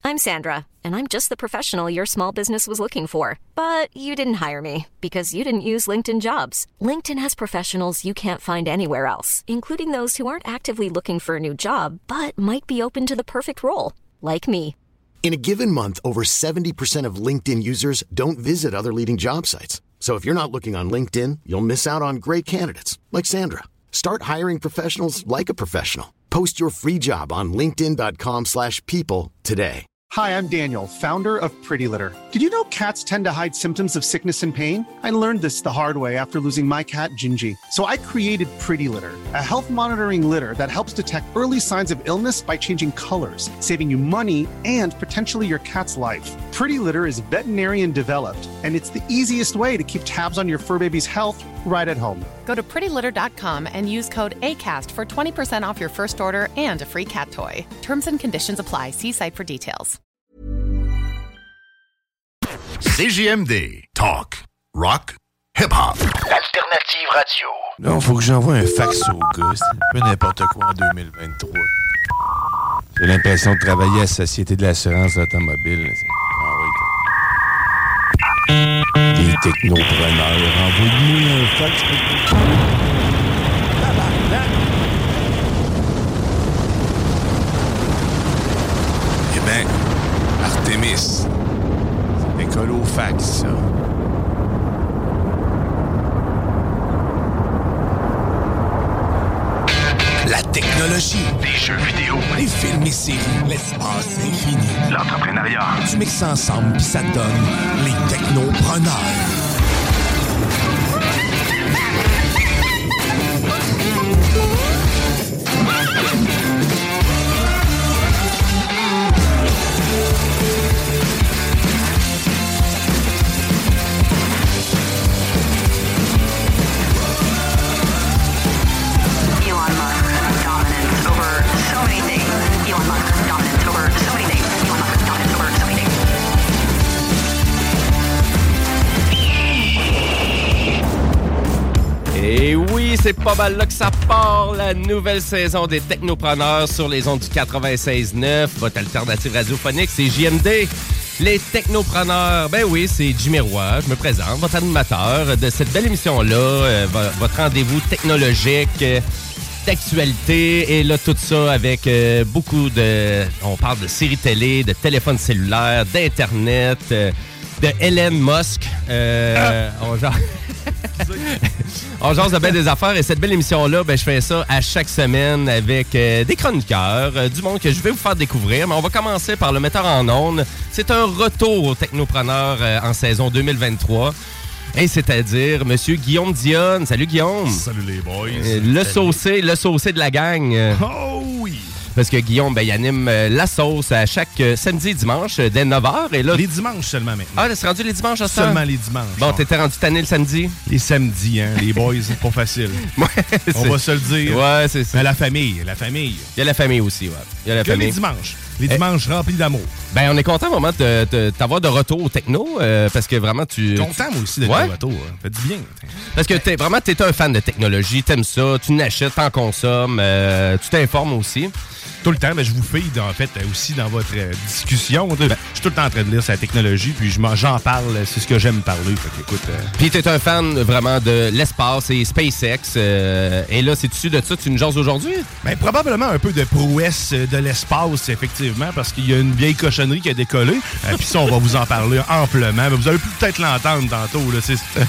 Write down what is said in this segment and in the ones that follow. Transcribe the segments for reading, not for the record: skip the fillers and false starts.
I'm Sandra, and I'm just the professional your small business was looking for. But you didn't hire me because you didn't use LinkedIn Jobs. LinkedIn has professionals you can't find anywhere else, including those who aren't actively looking for a new job, but might be open to the perfect role, like me. In a given month, over 70% of LinkedIn users don't visit other leading job sites. So if you're not looking on LinkedIn, you'll miss out on great candidates like Sandra. Start hiring professionals like a professional. Post your free job on linkedin.com/people today. Hi, I'm Daniel, founder of Pretty Litter. Did you know cats tend to hide symptoms of sickness and pain? I learned this the hard way after losing my cat, Gingy. So I created Pretty Litter, a health monitoring litter that helps detect early signs of illness by changing colors, saving you money and potentially your cat's life. Pretty Litter is veterinarian developed, and it's the easiest way to keep tabs on your fur baby's health right at home. Go to prettylitter.com and use code ACAST for 20% off your first order and a free cat toy. Terms and conditions apply. See site for details. CJMD. Talk. Rock. Hip-hop. Alternative radio. Non, faut que j'envoie un fax au gars. C'est un peu n'importe quoi en 2023. J'ai l'impression de travailler à la Société de l'assurance automobile. Des technopreneurs, envoyez-moi un fax. Eh ben, Artemis. C'est école au fax, ça. La technologie. Des jeux vidéo. Les films et séries. L'espace infini. L'entrepreneuriat. Tu mixes ensemble pis ça te donne les technopreneurs. Et oui, c'est pas mal là que ça part, la nouvelle saison des Technopreneurs sur les ondes du 96.9, votre alternative radiophonique, c'est JMD. Les Technopreneurs, ben oui, c'est Jimmy Roy, je me présente, votre animateur de cette belle émission-là, votre rendez-vous technologique, d'actualité, et là, tout ça avec beaucoup de... On parle de séries télé, de téléphones cellulaires, d'Internet, de Elon Musk. On jase de bien des affaires, et cette belle émission-là, ben, je fais ça à chaque semaine avec des chroniqueurs, du monde que je vais vous faire découvrir. Mais on va commencer par le metteur en ondes. C'est un retour aux Technopreneurs en saison 2023. Et c'est-à-dire Monsieur Guillaume Dionne. Salut Guillaume. Salut les boys. Le saucé de la gang. Oh oui. Parce que Guillaume, ben, il anime la sauce à chaque samedi et dimanche dès 9h. Et là, Les dimanches seulement maintenant. Ah, c'est rendu les dimanches à ça? Seulement les dimanches. Bon, t'étais rendu tanné le samedi? Les samedis, hein, les boys, c'est pas facile. Ouais, On va se le dire. Ouais, c'est ça. Mais la famille. Il y a la famille aussi, ouais. Il y a la famille. Les dimanches. Les dimanches remplis d'amour. Ben, on est content vraiment de t'avoir de retour au techno, parce que vraiment tu... Content, moi aussi, d'être de retour. Hein. Fait du bien. Parce que t'es un fan de technologie, t'aimes ça, tu n'achètes, t'en consommes, tu t'informes aussi. Tout le temps, mais je vous feed, en fait, aussi dans votre discussion. Je suis tout le temps en train de lire sur la technologie, puis j'en parle, c'est ce que j'aime parler. Fait qu'écoute, Puis t'es un fan vraiment de l'espace et SpaceX. Et là, c'est dessus de ça tu nous jases aujourd'hui? Ben, probablement un peu de prouesse de l'espace, effectivement, parce qu'il y a une vieille cochonnerie qui a décollé. Puis ça, on va vous en parler amplement. Mais vous allez peut-être l'entendre tantôt. Là.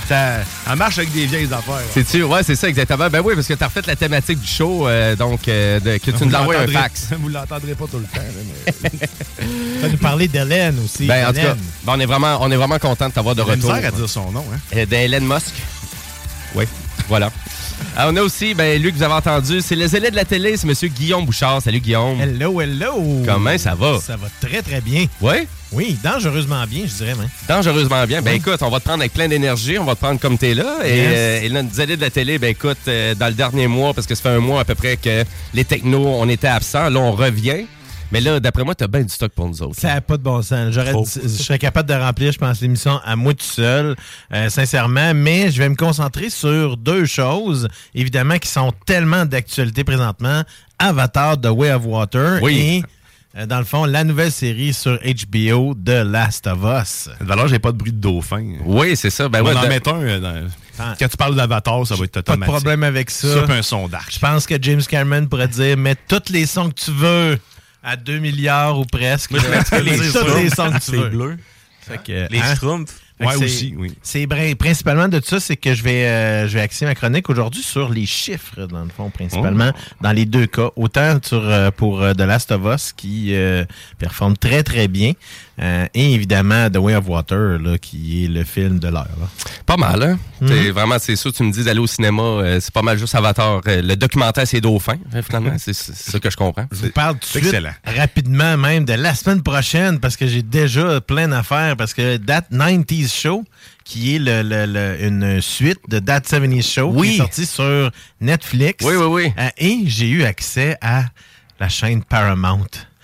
Ça marche avec des vieilles affaires. C'est-tu? Ouais, c'est ça, exactement. Ben oui, parce que t'as refait la thématique du show, que tu nous envoies un fax. Vous l'entendrez pas tout le temps. Là, mais... Tu vas nous parler d'Hélène aussi. Ben, en tout cas, ben, on est vraiment content de t'avoir de retour. J'ai misère à dire son nom. Hein? D'Elon Musk. Oui, voilà. Alors, on a aussi, ben, lui que vous avez entendu, c'est le zélé de la télé, c'est M. Guillaume Bouchard. Salut Guillaume. Hello, hello. Comment ça va? Ça va très, très bien. Oui? Oui, dangereusement bien, je dirais même. Dangereusement bien. Ben écoute, on va te prendre avec plein d'énergie, on va te prendre comme t'es là. Et notre zélé de la télé, ben écoute, dans le dernier mois, parce que ça fait un mois à peu près que les technos, on était absents, là on revient. Mais là, d'après moi, t'as bien du stock pour nous autres. Ça n'a pas de bon sens. Je serais capable de remplir, je pense, l'émission à moi tout seul, sincèrement. Mais je vais me concentrer sur deux choses, évidemment, qui sont tellement d'actualité présentement. Avatar, The Way of Water. Oui. Et dans le fond, la nouvelle série sur HBO, The Last of Us. D'ailleurs, j'ai pas de bruit de dauphin. Oui, c'est ça. Ben on ouais, va en mettre un. Quand tu parles d'Avatar, ça va être automatique. Pas de problème avec ça. Ça, puis un son d'arc. Je pense que James Cameron pourrait dire, mets tous les sons que tu veux à 2 milliards ou presque. Moi, je mets les sons que tu veux. C'est bleu. Les Schtroumpfs. Ouais, aussi, oui. C'est principalement de ça, c'est que je vais axer ma chronique aujourd'hui sur les chiffres, dans le fond, principalement, dans les deux cas. Autant pour The Last of Us, qui performe très, très bien, et évidemment The Way of Water, là, qui est le film de l'heure. Là. Pas mal, hein? Vraiment, c'est sûr, tu me dis d'aller au cinéma, c'est pas mal juste Avatar. Le documentaire, c'est Dauphin, finalement. C'est ça que je comprends. Je vous parle tout de suite, rapidement même, de la semaine prochaine, parce que j'ai déjà plein d'affaires, parce que That 90s Show, qui est une suite de That 70s Show, qui est sorti sur Netflix. Oui. Et j'ai eu accès à la chaîne Paramount.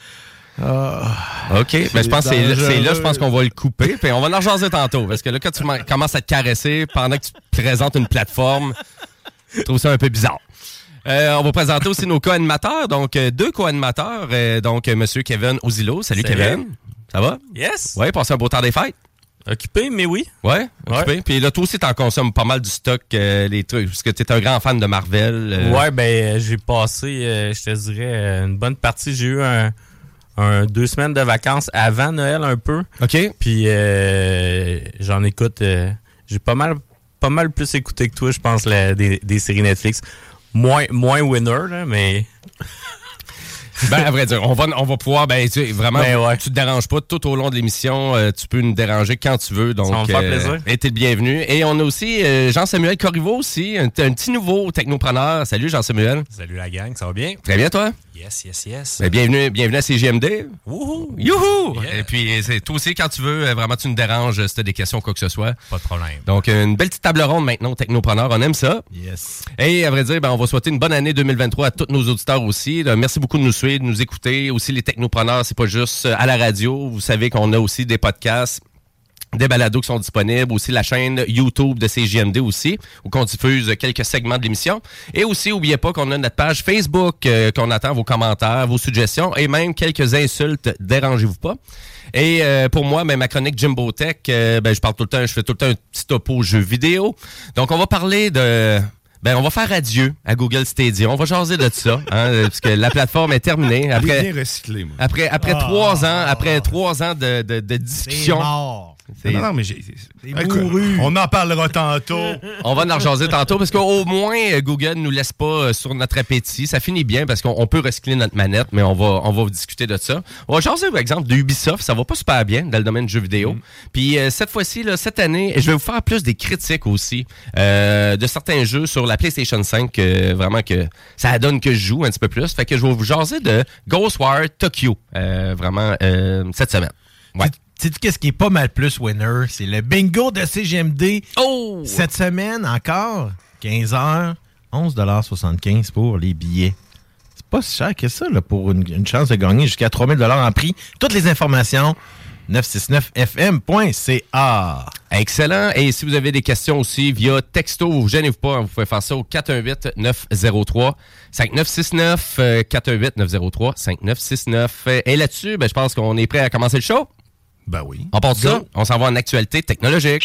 OK. Ben, je pense que c'est là, je pense qu'on va le couper. Puis on va en rejaser tantôt. Parce que là, quand tu commences à te caresser pendant que tu présentes une plateforme, je trouve ça un peu bizarre. On va présenter aussi nos co-animateurs. Donc, 2 co-animateurs. Donc, Monsieur Kevin Ozilo. Salut. Kevin. Ça va? Yes. Oui, passez un beau temps des fêtes. Occupé, mais oui. Ouais, occupé. Puis là, toi aussi, t'en consommes pas mal du stock, les trucs, parce que t'es un grand fan de Marvel. Ouais, ben, j'ai passé, je te dirais, une bonne partie. J'ai eu 2 semaines de vacances avant Noël un peu. OK. Puis j'en écoute, j'ai pas mal plus écouté que toi, je pense, des séries Netflix. Moins Winner, là, mais... Ben, à vrai dire, on va pouvoir, vraiment, tu te déranges pas tout au long de l'émission, tu peux nous déranger quand tu veux, donc, ça va me faire plaisir. Et t'es le bienvenu. Et on a aussi Jean-Samuel Corriveau aussi, un petit nouveau technopreneur. Salut Jean-Samuel. Salut la gang, ça va bien? Très bien, toi? Yes. Ben, bienvenue à CGMD. Wouhou! Youhou! Yeah. Et puis, toi aussi, quand tu veux, vraiment, tu nous déranges si t'as des questions, quoi que ce soit. Pas de problème. Donc, une belle petite table ronde maintenant, technopreneur, on aime ça. Yes. Et à vrai dire, on va souhaiter une bonne année 2023 à tous nos auditeurs aussi. Merci beaucoup de nous suivre, de nous écouter. Aussi, les technopreneurs, c'est pas juste à la radio. Vous savez qu'on a aussi des podcasts, des balados qui sont disponibles, aussi la chaîne YouTube de CJMD aussi, où on diffuse quelques segments de l'émission. Et aussi, n'oubliez pas qu'on a notre page Facebook, qu'on attend vos commentaires, vos suggestions et même quelques insultes, dérangez-vous pas. Et pour moi, ma chronique Jimbo Tech, je fais tout le temps un petit topo jeux vidéo. Donc, on va parler de... on va faire adieu à Google Stadia. On va jaser de ça, parce que la plateforme est terminée. Bien recyclé, moi. Après 3 ans de discussion. C'est mort. Non, mais on en parlera tantôt. On va en rejaser tantôt parce qu'au moins, Google ne nous laisse pas sur notre appétit. Ça finit bien parce qu'on peut recycler notre manette, mais on va discuter de ça. On va jaser, par exemple, de Ubisoft. Ça va pas super bien dans le domaine du jeu vidéo. Puis cette fois-ci, cette année, je vais vous faire plus des critiques aussi de certains jeux sur la PlayStation 5. Vraiment que ça donne que je joue un petit peu plus. Fait que je vais vous jaser de Ghostwire Tokyo. Vraiment, cette semaine. Ouais. Sais-tu qu'est-ce qui est pas mal plus winner? C'est le bingo de CGMD. Oh! Cette semaine, encore, 15h, 11,75 pour les billets. C'est pas si cher que ça, là, pour une chance de gagner jusqu'à 3 000 en prix. Toutes les informations, 969fm.ca. Excellent. Et si vous avez des questions aussi via texto, vous gênez-vous pas, vous pouvez faire ça au 418-903-5969. 418-903-5969. Et là-dessus, je pense qu'on est prêt à commencer le show. Ben oui. On part de ça, on s'en va en actualité technologique.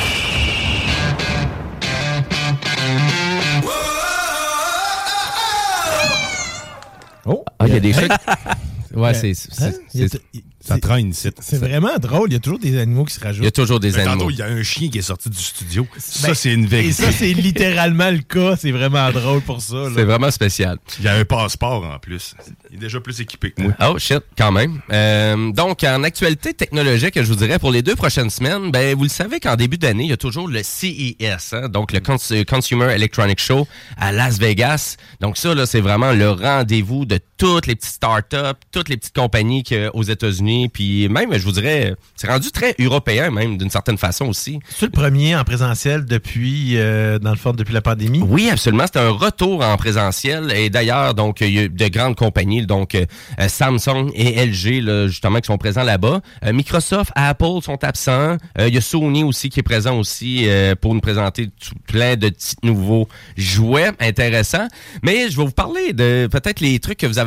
Oh! Il y a des trucs. Ouais, ça traîne ici. C'est vraiment drôle. Il y a toujours des animaux qui se rajoutent. Il y a toujours des animaux. Tantôt, il y a un chien qui est sorti du studio. Ça, c'est une vérité. Et ça, c'est littéralement le cas. C'est vraiment drôle pour ça. Là. C'est vraiment spécial. Il y a un passeport en plus. Il est déjà plus équipé que moi. Oh shit, quand même. Donc, en actualité technologique, je vous dirais, pour les 2 prochaines semaines, vous le savez qu'en début d'année, il y a toujours le CES, donc le Consumer Electronics Show à Las Vegas. Donc ça, là, c'est vraiment le rendez-vous de toutes les petites startups, toutes les petites compagnies aux États-Unis. Puis même, je vous dirais, c'est rendu très européen même, d'une certaine façon aussi. C'est le premier en présentiel depuis, dans le fond, depuis la pandémie? Oui, absolument. C'est un retour en présentiel. Et d'ailleurs, donc, il y a de grandes compagnies, donc Samsung et LG, là, justement, qui sont présents là-bas. Microsoft, Apple sont absents. Il y a Sony aussi qui est présent aussi pour nous présenter plein de petits nouveaux jouets intéressants. Mais je vais vous parler de peut-être les trucs que vous avez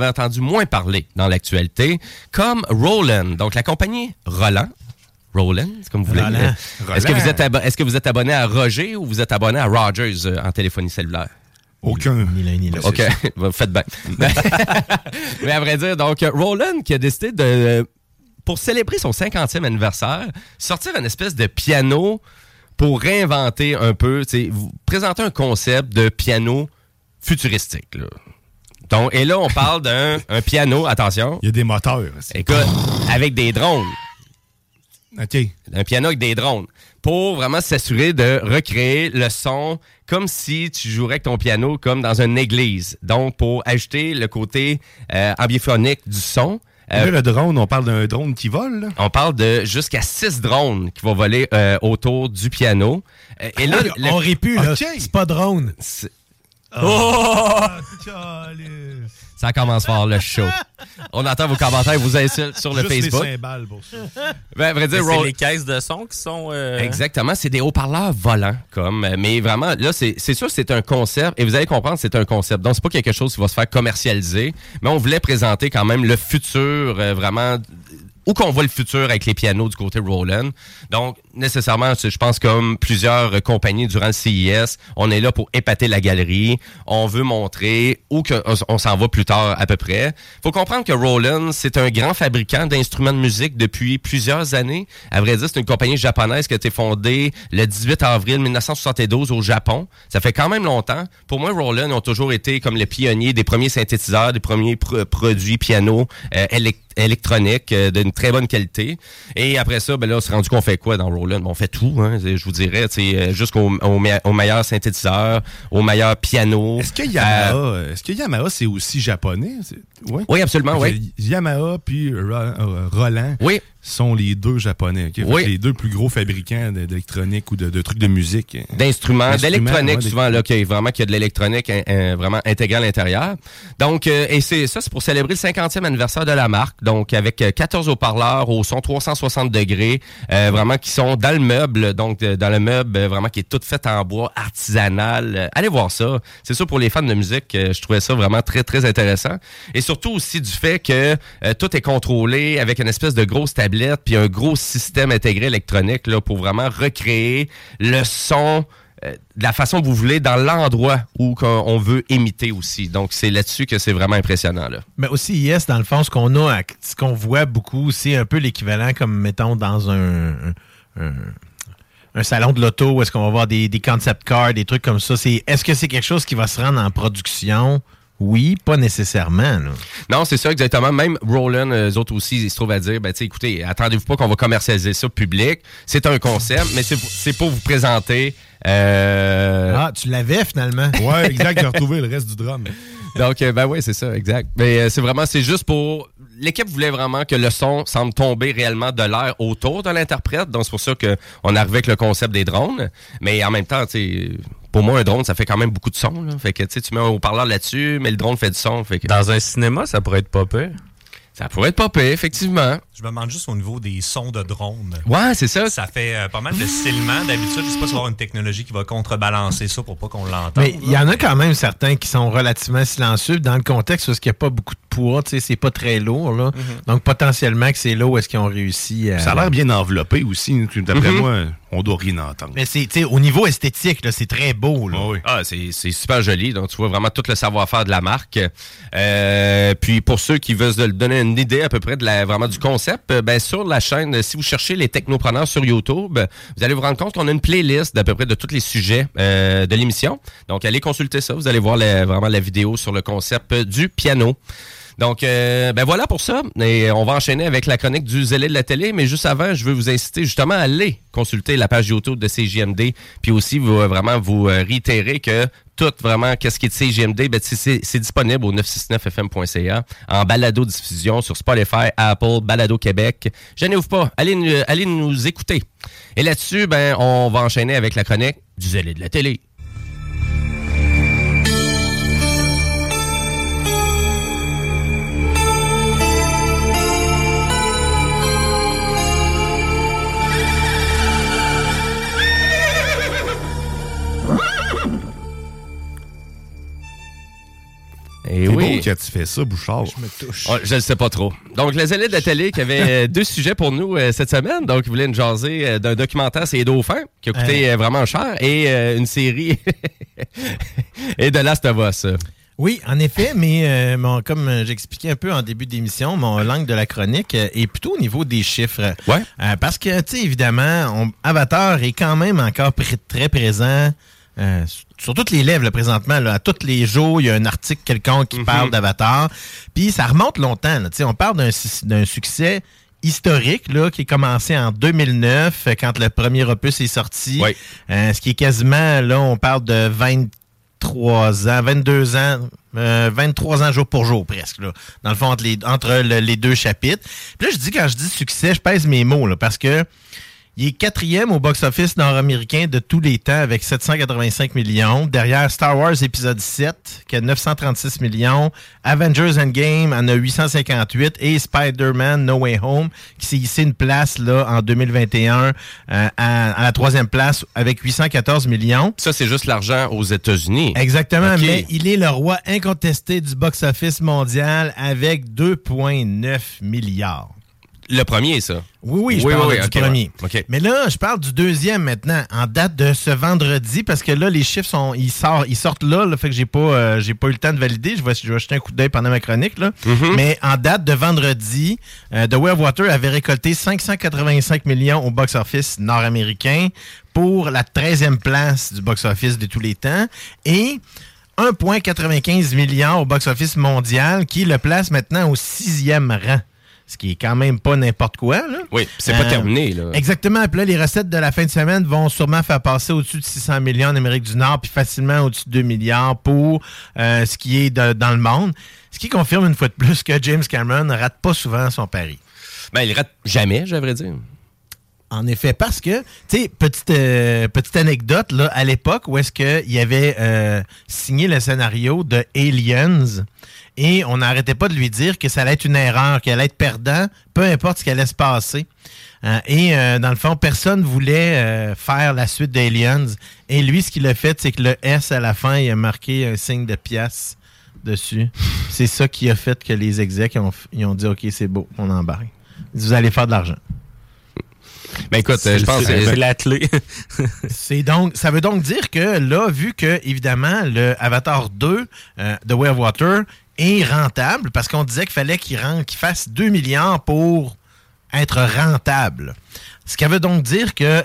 avez entendu moins parler dans l'actualité, comme Roland. Donc, la compagnie Roland, c'est comme vous voulez. Roland. Est-ce que vous êtes abonné à Roger ou vous êtes abonné à Rogers en téléphonie cellulaire? Aucun. Ni l'un ni l'autre. OK, vous faites bien. Mais à vrai dire, donc, Roland qui a décidé de, pour célébrer son 50e anniversaire, sortir une espèce de piano pour réinventer un peu, vous présenter un concept de piano futuristique. Là. Donc, et là, on parle d'un piano, attention. Il y a des moteurs. Écoute, avec des drones. OK. Un piano avec des drones. Pour vraiment s'assurer de recréer le son comme si tu jouerais avec ton piano comme dans une église. Donc, pour ajouter le côté ambiphonique du son. Là, le drone, on parle d'un drone qui vole, là? On parle de jusqu'à 6 drones qui vont voler autour du piano. Et là, on aurait pu, là. Okay. C'est pas drone. Ça commence fort, le show. On entend vos commentaires, vous insultent sur le Juste Facebook. les cymbales pour ça. Ben, à vrai dire, c'est les caisses de son qui sont... Exactement, c'est des haut-parleurs volants, mais vraiment, là, c'est sûr que c'est un concept, et vous allez comprendre que c'est un concept. Donc, c'est pas quelque chose qui va se faire commercialiser, mais on voulait présenter quand même le futur, vraiment... Où qu'on voit le futur avec les pianos du côté Roland. Donc, nécessairement, je pense comme plusieurs compagnies durant le CES, on est là pour épater la galerie. On veut montrer où on s'en va plus tard à peu près. Faut comprendre que Roland, c'est un grand fabricant d'instruments de musique depuis plusieurs années. À vrai dire, c'est une compagnie japonaise qui a été fondée le 18 avril 1972 au Japon. Ça fait quand même longtemps. Pour moi, Roland ont toujours été comme les pionniers des premiers synthétiseurs, des premiers produits piano électroniques d'une très bonne qualité. Et après ça, ben là, on s'est rendu qu'on fait quoi dans Roland? On fait tout, hein, je vous dirais, jusqu'au meilleur synthétiseur, au meilleur piano. Est-ce que Yamaha, c'est aussi japonais? Oui, absolument, oui. Yamaha puis Roland sont les deux japonais. Okay? Oui. Les deux plus gros fabricants d'électronique ou de trucs de musique. D'instruments, d'électronique souvent, là, qu'il y a de l'électronique vraiment intégrée à l'intérieur. Donc, et c'est pour célébrer le 50e anniversaire de la marque. Donc, avec 14 haut-parleurs au son 360 degrés, vraiment qui sont dans le meuble. Donc, dans le meuble, vraiment qui est tout fait en bois artisanal. Allez voir ça. C'est sûr, pour les fans de musique, je trouvais ça vraiment très, très intéressant. Et surtout aussi du fait que tout est contrôlé avec une espèce de grosse tablette puis un gros système intégré électronique là, pour vraiment recréer le son de la façon que vous voulez dans l'endroit où on veut imiter aussi. Donc, c'est là-dessus que c'est vraiment impressionnant. Là. Mais aussi, yes, dans le fond, ce qu'on voit beaucoup, c'est un peu l'équivalent comme, mettons, dans un salon de l'auto où est-ce qu'on va voir des concept cars, des trucs comme ça. Est-ce que c'est quelque chose qui va se rendre en production? Oui, pas nécessairement. Là. Non, c'est ça, exactement. Même Roland, eux autres aussi, ils se trouvent à dire, écoutez, attendez-vous pas qu'on va commercialiser ça public. C'est un concept, mais c'est pour vous présenter... Ah, tu l'avais finalement. Ouais, exact, j'ai retrouvé le reste du drum. Donc, oui, c'est ça, exact. Mais c'est juste pour... L'équipe voulait vraiment que le son semble tomber réellement de l'air autour de l'interprète. Donc, c'est pour ça qu'on arrivait avec le concept des drones. Mais en même temps, pour moi, un drone, ça fait quand même beaucoup de son. Là. Fait que tu mets un haut-parleur là-dessus, mais le drone fait du son. Fait que... Dans un cinéma, ça pourrait être pas pire. Ça pourrait être pas pire, effectivement. Je me demande juste au niveau des sons de drone. Ouais, c'est ça. Ça fait pas mal de silement. D'habitude, je sais pas si on va avoir une technologie qui va contrebalancer ça pour pas qu'on l'entende. Mais il y en a quand même certains qui sont relativement silencieux dans le contexte où il n'y a pas beaucoup de poids, c'est pas très lourd. Là. Donc, potentiellement que c'est là où est-ce qu'ils ont réussi à... Ça a l'air bien enveloppé aussi. D'après moi, on doit rien entendre. Mais au niveau esthétique, là, c'est très beau. Là. Oh oui. Ah, c'est super joli. Donc, tu vois vraiment tout le savoir-faire de la marque. Puis, pour ceux qui veulent se donner une idée à peu près vraiment du concept, sur la chaîne, si vous cherchez les technopreneurs sur YouTube, vous allez vous rendre compte qu'on a une playlist d'à peu près de tous les sujets de l'émission. Donc, allez consulter ça. Vous allez voir vraiment la vidéo sur le concept du piano. Donc, voilà pour ça. Et on va enchaîner avec la chronique du zélé de la télé. Mais juste avant, je veux vous inciter justement à aller consulter la page YouTube de CJMD. Puis aussi, vraiment vous réitérer que tout vraiment, qu'est-ce qui est de CJMD, c'est disponible au 969fm.ca en balado-diffusion sur Spotify, Apple, Balado Québec. Gênez-vous pas, allez nous écouter. Et là-dessus, on va enchaîner avec la chronique du zélé de la télé. Et oui. où que tu fais ça, Bouchard? Je me touche. Oh, je ne sais pas trop. Donc, les élites de la télé qui avaient 2 sujets pour nous cette semaine. Donc, ils voulaient nous jaser d'un documentaire, c'est les Dauphins, qui a coûté vraiment cher, et une série et de Last of Us. Oui, en effet, mais comme j'expliquais un peu en début d'émission, mon langue de la chronique est plutôt au niveau des chiffres. Ouais. Parce que, tu sais, évidemment, Avatar est quand même encore très présent sur toutes les lèvres, là, présentement. Là, à tous les jours, il y a un article quelconque qui parle d'Avatar. Puis ça remonte longtemps. Là, on parle d'un succès historique là, qui est commencé en 2009, quand le premier opus est sorti. Oui. Ce qui est quasiment, là, on parle de 22 ans jour pour jour, presque, là, dans le fond, entre les 2 chapitres. Puis là, quand je dis succès, je pèse mes mots, là, parce que il est 4e au box-office nord-américain de tous les temps avec 785 millions. Derrière Star Wars épisode 7, qui a 936 millions. Avengers Endgame en a 858. Et Spider-Man No Way Home, qui s'est hissé une place là, en 2021 à la 3e place avec 814 millions. Ça, c'est juste l'argent aux États-Unis. Exactement, Okay. mais il est le roi incontesté du box-office mondial avec 2,9 milliards. Le premier, ça? Oui, je parle du premier. Ouais. Okay. Mais là, je parle du deuxième maintenant, en date de ce vendredi, parce que là, les chiffres ils sortent là, fait que j'ai pas eu le temps de valider. Je vais jeter un coup d'œil pendant ma chronique, là. Mais en date de vendredi, The Way of Water avait récolté 585 millions au box-office nord-américain pour la 13e place du box-office de tous les temps. Et 1,95 milliard au box-office mondial, qui le place maintenant au 6e rang. Ce qui est quand même pas n'importe quoi, là. Oui, c'est pas terminé, là. Exactement. Puis là, les recettes de la fin de semaine vont sûrement faire passer au-dessus de 600 millions en Amérique du Nord, puis facilement au-dessus de 2 milliards pour ce qui est dans le monde. Ce qui confirme une fois de plus que James Cameron ne rate pas souvent son pari. Ben, il rate jamais, j'aimerais dire. En effet, parce que, tu sais, petite anecdote, là, à l'époque où est-ce qu'il avait signé le scénario de Aliens, et on n'arrêtait pas de lui dire que ça allait être une erreur, qu'il allait être perdant, peu importe ce qui allait se passer. Dans le fond, personne ne voulait faire la suite d'Aliens. Et lui, ce qu'il a fait, c'est que le S à la fin, il a marqué un signe de pièce dessus. C'est ça qui a fait que les execs ils ont dit « OK, c'est beau, on embarque. Vous allez faire de l'argent. » Ben écoute, je pense que c'est la clé. Ça veut donc dire que là, vu que, évidemment, le Avatar 2, The Way of Water, est rentable, parce qu'on disait qu'il fallait qu'il fasse 2 milliards pour être rentable. Ce qui veut donc dire que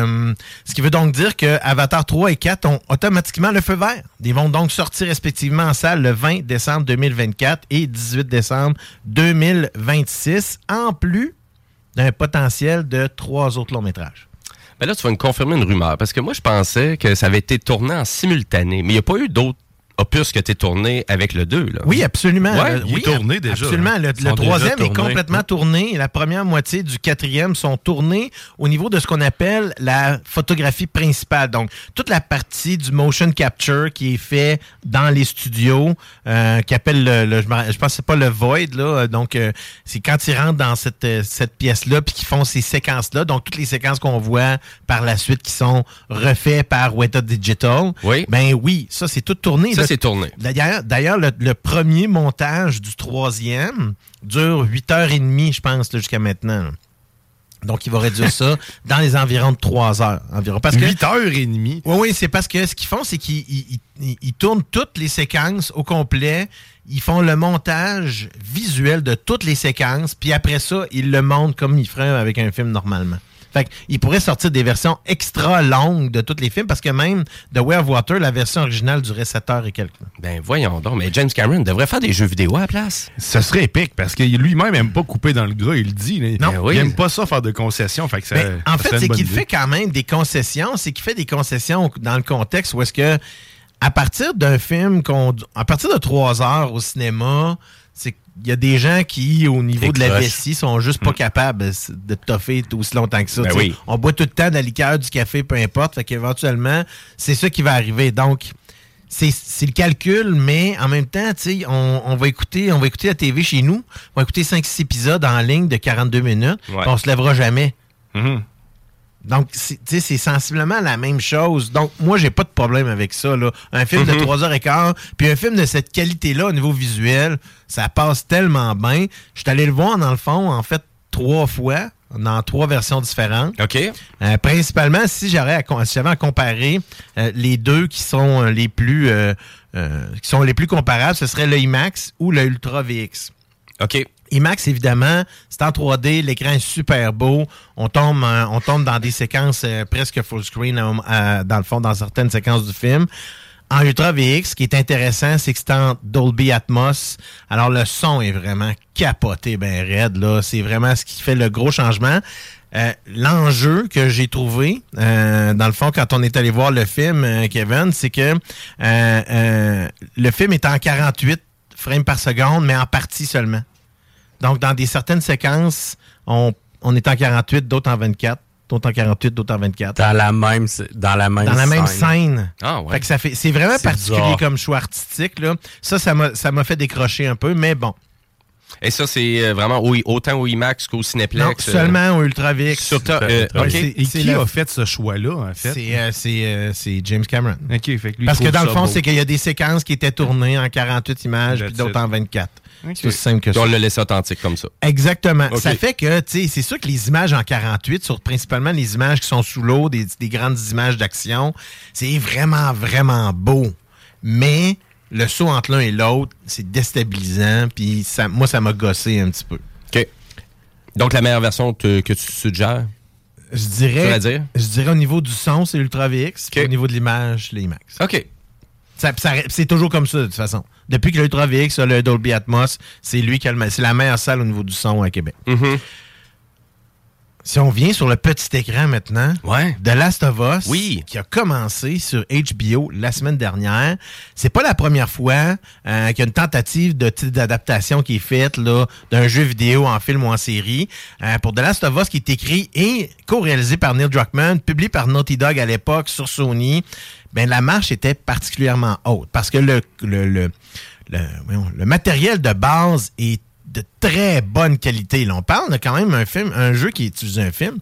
Avatar 3 et 4 ont automatiquement le feu vert. Ils vont donc sortir respectivement en salle le 20 décembre 2024 et 18 décembre 2026, en plus d'un potentiel de 3 autres longs-métrages. Ben là, tu vas me confirmer une rumeur, parce que moi, je pensais que ça avait été tourné en simultané, mais il n'y a pas eu d'autres opus qui a été tourné avec le 2, là. Oui, absolument. Ouais, il est tourné déjà. Absolument. Le 3e est complètement tourné. La première moitié du 4e sont tournés au niveau de ce qu'on appelle la photographie principale. Donc, toute la partie du motion capture qui est fait dans les studios, qui appelle je pense que c'est pas le Void, là. Donc, c'est quand ils rentrent dans cette pièce-là puis qu'ils font ces séquences-là. Donc, toutes les séquences qu'on voit par la suite qui sont refaites par Weta Digital. Oui. Ben oui, ça, c'est tout tourné. Ça, c'est tourné. D'ailleurs, le premier montage du 3e dure 8h30, je pense, là, jusqu'à maintenant. Là. Donc, il va réduire ça dans les environs de 3 heures. Environ. Parce que 8h30? Oui, c'est parce que ce qu'ils font, c'est qu'ils tournent toutes les séquences au complet. Ils font le montage visuel de toutes les séquences. Puis après ça, ils le montent comme ils feraient avec un film normalement. Fait qu'ils pourraient sortir des versions extra longues de tous les films parce que même The Way of Water, la version originale durait 7 heures et quelques. Ben voyons donc, mais James Cameron devrait faire des jeux vidéo à la place. Ça serait épique parce que lui-même n'aime pas couper dans le gras, il le dit. Non, il n'aime pas ça faire de concessions. Fait que ça, en fait, c'est qu'il fait quand même des concessions. C'est qu'il fait des concessions dans le contexte où est-ce que à partir d'un film, à partir de 3 heures au cinéma, c'est il y a des gens qui, au niveau de la vessie, sont juste pas capables de toffer aussi longtemps que ça. Ben oui. On boit tout le temps de la liqueur, du café, peu importe. Fait qu'éventuellement, c'est ça qui va arriver. Donc, c'est le calcul, mais en même temps, on va écouter la TV chez nous. On va écouter 5-6 épisodes en ligne de 42 minutes. Ouais. On se lèvera jamais. Mm-hmm. Donc, c'est sensiblement la même chose. Donc, moi, j'ai pas de problème avec ça. Là. Un film de 3h15, puis un film de cette qualité-là au niveau visuel, ça passe tellement bien. Je suis allé le voir, dans le fond, en fait, 3 fois, dans 3 versions différentes. OK. Principalement, si j'avais à comparer les deux qui sont les plus comparables, ce serait le IMAX ou le Ultra VX. OK. IMAX, évidemment, c'est en 3D, l'écran est super beau. On tombe dans des séquences presque full screen, dans le fond, dans certaines séquences du film. En Ultra VX, ce qui est intéressant, c'est que c'est en Dolby Atmos. Alors, le son est vraiment capoté, ben raide, là. C'est vraiment ce qui fait le gros changement. L'enjeu que j'ai trouvé, dans le fond, quand on est allé voir le film, Kevin, c'est que le film est en 48 frames par seconde, mais en partie seulement. Donc, dans certaines séquences, on est en 48, d'autres en 24. D'autres en 48, d'autres en 24. Dans la même scène. Ah ouais. Fait que c'est vraiment particulier bizarre. comme choix artistique, là. Ça m'a fait décrocher un peu, mais bon. Et ça, c'est vraiment autant au IMAX qu'au Cineplex? Non, seulement au Ultra VX. OK. Et qui a fait ce choix-là, en fait? C'est James Cameron. OK, fait que lui, parce que dans le fond, beau. c'est qu'il y a des séquences qui étaient tournées en 48 images, puis d'autres en 24. Okay. C'est aussi simple que ça. On l'a laissé authentique comme ça. Exactement. Okay. Ça fait que, tu sais, c'est sûr que les images en 48, sur principalement les images qui sont sous l'eau, des grandes images d'action, c'est vraiment, vraiment beau. Mais le saut entre l'un et l'autre, c'est déstabilisant, puis moi, ça m'a gossé un petit peu. OK. Donc, la meilleure version que tu suggères? Je dirais au niveau du son, c'est l'Ultra VX, puis au niveau de l'image, l'IMAX. OK. C'est toujours comme ça, de toute façon. Depuis que l'Ultra VX a le Dolby Atmos, c'est c'est la meilleure salle au niveau du son à Québec. Mm-hmm. Si on vient sur le petit écran maintenant, The Last of Us, qui a commencé sur HBO la semaine dernière, c'est pas la première fois qu'il y a une tentative d'adaptation qui est faite là, d'un jeu vidéo en film ou en série. Pour The Last of Us, qui est écrit et co-réalisé par Neil Druckmann, publié par Naughty Dog à l'époque sur Sony, ben la marche était particulièrement haute parce que le matériel de base est de très bonne qualité. Là, on parle de quand même un jeu qui est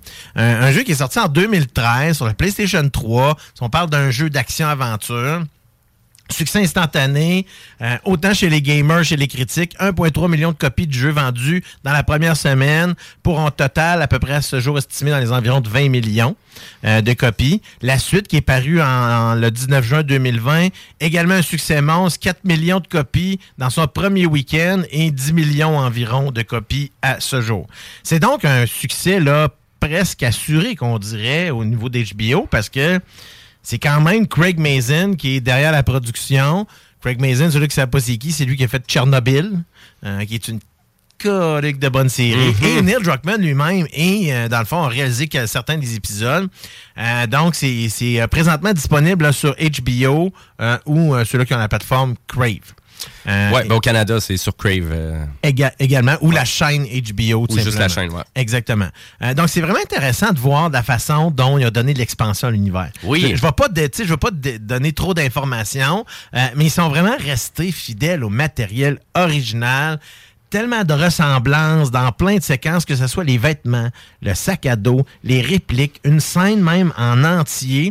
un jeu qui est sorti en 2013 sur la PlayStation 3. On parle d'un jeu d'action-aventure. Succès instantané, autant chez les gamers, chez les critiques, 1,3 million de copies du jeu vendues dans la première semaine, pour un total à peu près à ce jour estimé dans les environs de 20 millions de copies. La suite qui est parue le 19 juin 2020, également un succès monstre, 4 millions de copies dans son premier week-end et 10 millions environ de copies à ce jour. C'est donc un succès là presque assuré, qu'on dirait, au niveau d'HBO, parce que c'est quand même Craig Mazin qui est derrière la production. Craig Mazin, celui qui ne sait pas c'est qui, c'est lui qui a fait Tchernobyl, qui est une corique de bonne série. Et Neil Druckmann lui-même, dans le fond, a réalisé certains des épisodes. Donc, c'est présentement disponible là, sur HBO ou ceux-là qui ont la plateforme Crave. Au Canada, c'est sur Crave. Également, ou la chaîne HBO. Ou juste la chaîne, Exactement. Donc, c'est vraiment intéressant de voir la façon dont il a donné de l'expansion à l'univers. Oui. Je ne vais pas donner trop d'informations, mais ils sont vraiment restés fidèles au matériel original. Tellement de ressemblances dans plein de séquences, que ce soit les vêtements, le sac à dos, les répliques, une scène même en entier.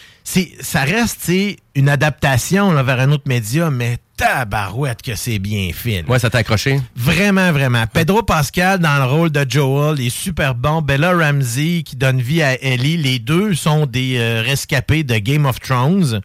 Ça reste une adaptation là, vers un autre média, mais tabarouette que c'est bien fait. Là. Ouais, ça t'a accroché? Vraiment, vraiment. Pedro Pascal dans le rôle de Joel est super bon. Bella Ramsey qui donne vie à Ellie. Les deux sont des rescapés de Game of Thrones.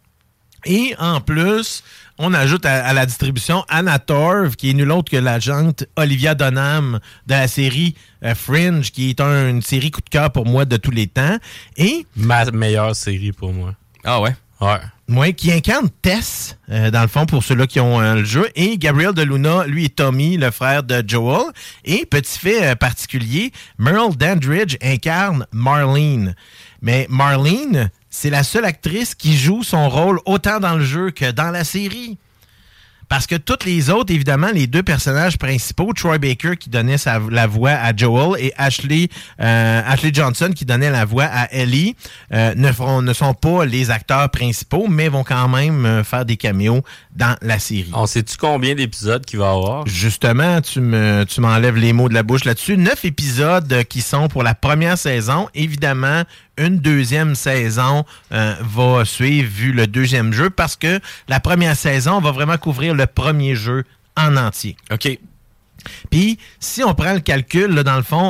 Et en plus, on ajoute à la distribution Anna Torv, qui est nulle autre que l'agente Olivia Dunham de la série Fringe, qui est une série coup de cœur pour moi de tous les temps. Et ma meilleure série pour moi. Ah ouais? Ouais. Moi, qui incarne Tess, dans le fond, pour ceux-là qui ont le jeu. Et Gabriel de Luna, lui, est Tommy, le frère de Joel. Et, petit fait particulier, Merle Dandridge incarne Marlene. Mais Marlene, c'est la seule actrice qui joue son rôle autant dans le jeu que dans la série. Parce que toutes les autres, évidemment, les deux personnages principaux, Troy Baker qui donnait la voix à Joel et Ashley Johnson qui donnait la voix à Ellie, ne sont pas les acteurs principaux, mais vont quand même faire des caméos dans la série. On sait-tu combien d'épisodes qu'il va y avoir? Justement, tu m'enlèves les mots de la bouche là-dessus. 9 épisodes qui sont pour la première saison. Évidemment, une deuxième saison va suivre vu le deuxième jeu parce que la première saison va vraiment couvrir le premier jeu en entier. OK. Puis, si on prend le calcul, là, dans le fond,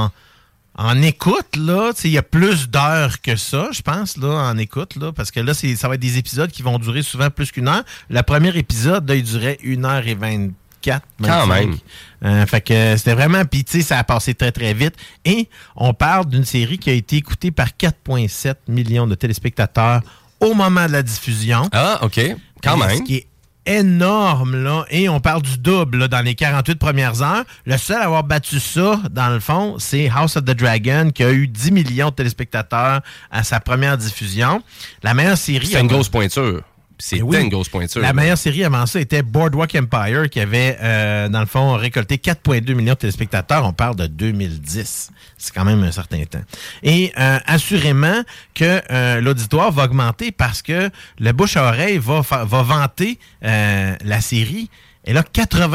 en écoute, là, il y a plus d'heures que ça, je pense, là, en écoute, là, parce que là, ça va être des épisodes qui vont durer souvent plus qu'une heure. Le premier épisode, là, il durait 1h24. Quand même. Fait que c'était vraiment... Puis, tu sais, ça a passé très, très vite. Et on parle d'une série qui a été écoutée par 4,7 millions de téléspectateurs au moment de la diffusion. Ah, OK. Quand même. Ce qui est énorme, là. Et on parle du double, là, dans les 48 premières heures. Le seul à avoir battu ça, dans le fond, c'est House of the Dragon, qui a eu 10 millions de téléspectateurs à sa première diffusion. La meilleure série... C'est une grosse pointure. C'était une grosse pointure. La meilleure série avant ça était Boardwalk Empire, qui avait, dans le fond, récolté 4,2 millions de téléspectateurs. On parle de 2010. C'est quand même un certain temps. Et assurément que l'auditoire va augmenter parce que le bouche à oreille va vanter la série. Et là,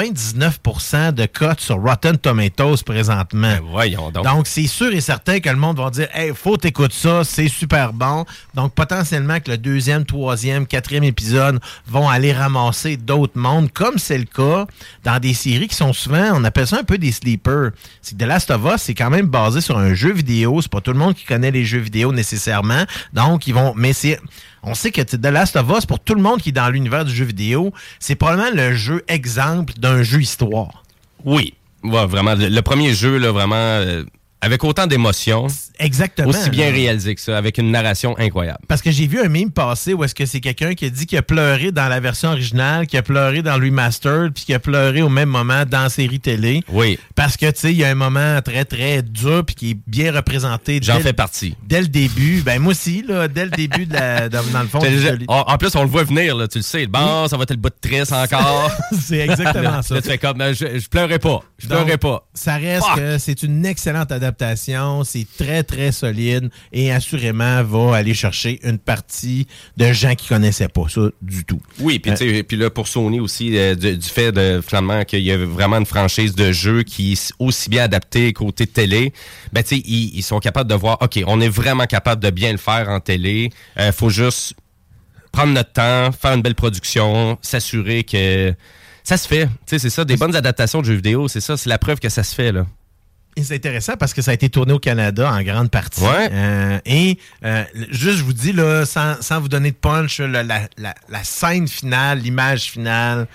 99% de cotes sur Rotten Tomatoes présentement. Ben voyons donc. Donc, c'est sûr et certain que le monde va dire « Hey, faut t'écouter ça, c'est super bon. » Donc, potentiellement que le 2e, 3e, 4e épisode vont aller ramasser d'autres mondes, comme c'est le cas dans des séries qui sont souvent, on appelle ça un peu des sleepers. C'est que The Last of Us, c'est quand même basé sur un jeu vidéo. C'est pas tout le monde qui connaît les jeux vidéo nécessairement. Donc, mais c'est... On sait que The Last of Us, pour tout le monde qui est dans l'univers du jeu vidéo, c'est probablement le jeu exemple d'un jeu histoire. Oui, ouais, vraiment. Le premier jeu, là, vraiment, avec autant d'émotions. Exactement. Aussi bien réalisé que ça, avec une narration incroyable. Parce que j'ai vu un meme passer où est-ce que c'est quelqu'un qui a dit qu'il a pleuré dans la version originale, qui a pleuré dans le remastered, puis qui a pleuré au même moment dans la série télé. Oui. Parce que, tu sais, il y a un moment très, très dur, puis qui est bien représenté. J'en fais partie. Dès le début. Ben, moi aussi, là, dès le début, dans le fond. En plus, on le voit venir, là, tu le sais. Bon, ça va être le bout de triste encore. C'est exactement ça. Là, tu fais comme, je pleurais pas. Je pleurais pas. Ça reste que c'est une excellente adaptation. C'est très, très solide et assurément va aller chercher une partie de gens qui connaissaient pas ça du tout. Oui, puis puis là, pour Sony aussi, du fait de finalement qu'il y a vraiment une franchise de jeux qui est aussi bien adaptée côté télé, ben tu sais, ils sont capables de voir, OK, on est vraiment capable de bien le faire en télé. Faut juste prendre notre temps, faire une belle production, s'assurer que ça se fait. Tu sais, c'est ça, des bonnes adaptations de jeux vidéo, c'est ça, c'est la preuve que ça se fait, là. Et c'est intéressant parce que ça a été tourné au Canada en grande partie. Ouais. Juste, je vous dis, là, sans vous donner de punch, la scène finale, l'image finale,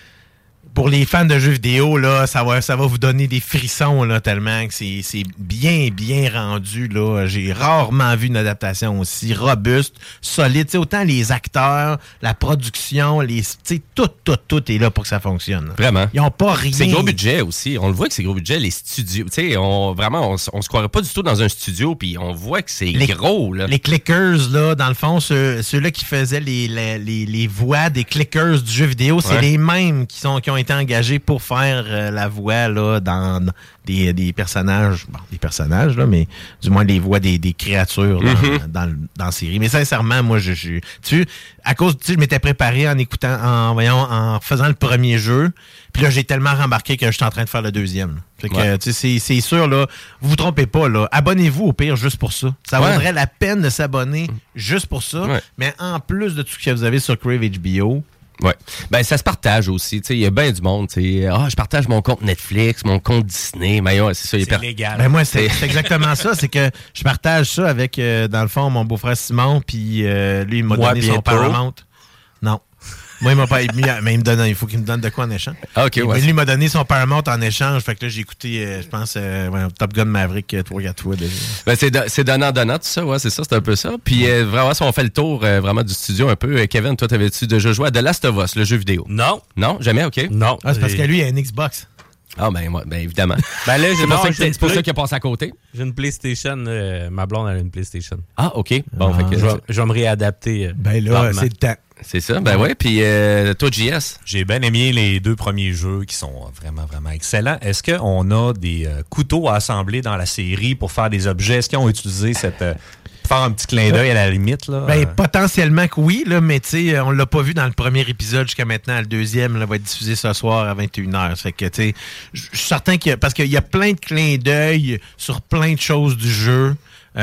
pour les fans de jeux vidéo, là, ça va vous donner des frissons là, tellement que c'est bien, bien rendu. Là. J'ai rarement vu une adaptation aussi robuste, solide. T'sais, autant les acteurs, la production, tout est là pour que ça fonctionne. Là. Vraiment. Ils n'ont pas rien. C'est gros budget aussi. On le voit que c'est gros budget, les studios. On se croirait pas du tout dans un studio, puis on voit que c'est gros. Là. Les clickers, là, dans le fond, ceux-là qui faisaient les voix des clickers du jeu vidéo, c'est les mêmes qui ont été engagés pour faire la voix là, dans des personnages, des personnages, là, mais du moins les voix des créatures dans la série. Mais sincèrement, moi, à cause, je m'étais préparé en écoutant, en faisant le premier jeu, puis là, j'ai tellement rembarqué que je suis en train de faire le deuxième. Fait que, c'est sûr, là, vous trompez pas, là. Abonnez-vous au pire juste pour ça. Ça vaudrait la peine de s'abonner juste pour ça. Ouais. Mais en plus de tout ce que vous avez sur Crave HBO, ouais. Ben, ça se partage aussi. Il y a bien du monde. Je partage mon compte Netflix, mon compte Disney. Mais c'est ça. C'est légal. Ben, moi, c'est exactement ça. C'est que je partage ça avec, dans le fond, mon beau-frère Simon. Puis lui, il m'a donné son Paramount. Non. Moi, il m'a pas mis, mais il faut qu'il me donne de quoi en échange. Ah, OK, ouais. Lui, il m'a donné son Paramount en échange. Fait que là, j'ai écouté, je pense, Top Gun Maverick 3-4 fois déjà. Ben, c'est donnant-donnant, tout ça. Ouais, c'est ça, c'est un peu ça. Puis vraiment, si on fait le tour vraiment du studio un peu, Kevin, toi, t'avais-tu déjà joué à The Last of Us, le jeu vidéo? Non. Non? Jamais? OK. Non. Ah, c'est parce que lui, il a une Xbox. Ah, ben évidemment. Ben là, c'est pour ça qu'il a passé à côté. J'ai une PlayStation. Ma blonde, elle a une PlayStation. Ah, OK. Bon, fait que je vais me réadapter. Ben là, c'est le temps. C'est ça, ben ouais. Puis toi, JS? J'ai bien aimé les 2 premiers jeux qui sont vraiment, vraiment excellents. Est-ce qu'on a des couteaux à assembler dans la série pour faire des objets? Est-ce qu'ils ont utilisé cette... faire un petit clin d'œil à la limite, là? Ben, potentiellement que oui, là, mais tu sais, on l'a pas vu dans le premier épisode jusqu'à maintenant. Le deuxième là, va être diffusé ce soir à 21h. Fait que, tu sais, je suis certain parce qu'il y a plein de clins d'œil sur plein de choses du jeu.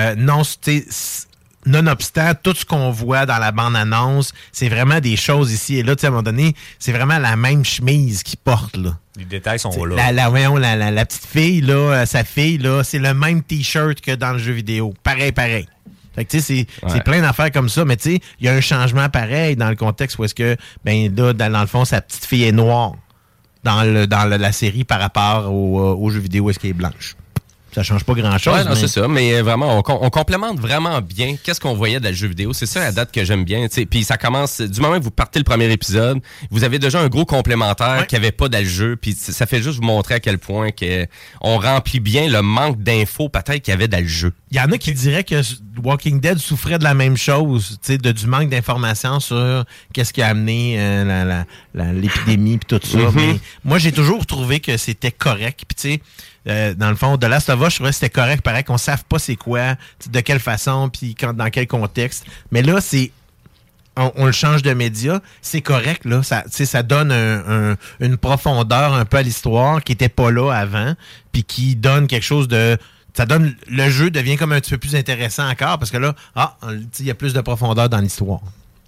Nonobstant, tout ce qu'on voit dans la bande-annonce, c'est vraiment des choses ici et là. Tu sais, à un moment donné, c'est vraiment la même chemise qu'ils portent, là. Les détails sont là. La petite fille, là, sa fille, là, c'est le même T-shirt que dans le jeu vidéo. Pareil. Fait que, tu sais, c'est plein d'affaires comme ça, mais tu sais, il y a un changement pareil dans le contexte où est-ce que, ben là, dans le fond, sa petite fille est noire dans la série par rapport au jeu vidéo où est-ce qu'elle est blanche. Ça change pas grand-chose. Ouais, non, c'est ça. Mais vraiment, on complémente vraiment bien qu'est-ce qu'on voyait dans le jeu vidéo. C'est ça la date que j'aime bien. T'sais. Puis ça commence, du moment que vous partez le premier épisode, vous avez déjà un gros complémentaire qu'il n'y avait pas dans le jeu. Puis ça fait juste vous montrer à quel point on remplit bien le manque d'infos peut-être qu'il y avait dans le jeu. Il y en a qui diraient que Walking Dead souffrait de la même chose, du manque d'informations sur qu'est-ce qui a amené l'épidémie et tout ça. Mais moi, j'ai toujours trouvé que c'était correct. Puis tu sais, dans le fond, The Last of Us, je trouvais que c'était correct, pareil, qu'on ne sache pas c'est quoi, de quelle façon, puis dans quel contexte. Mais là, on le change de média, c'est correct, là. Ça donne une profondeur un peu à l'histoire qui n'était pas là avant, puis qui donne quelque chose de... Le jeu devient comme un petit peu plus intéressant encore, parce que là, il y a plus de profondeur dans l'histoire.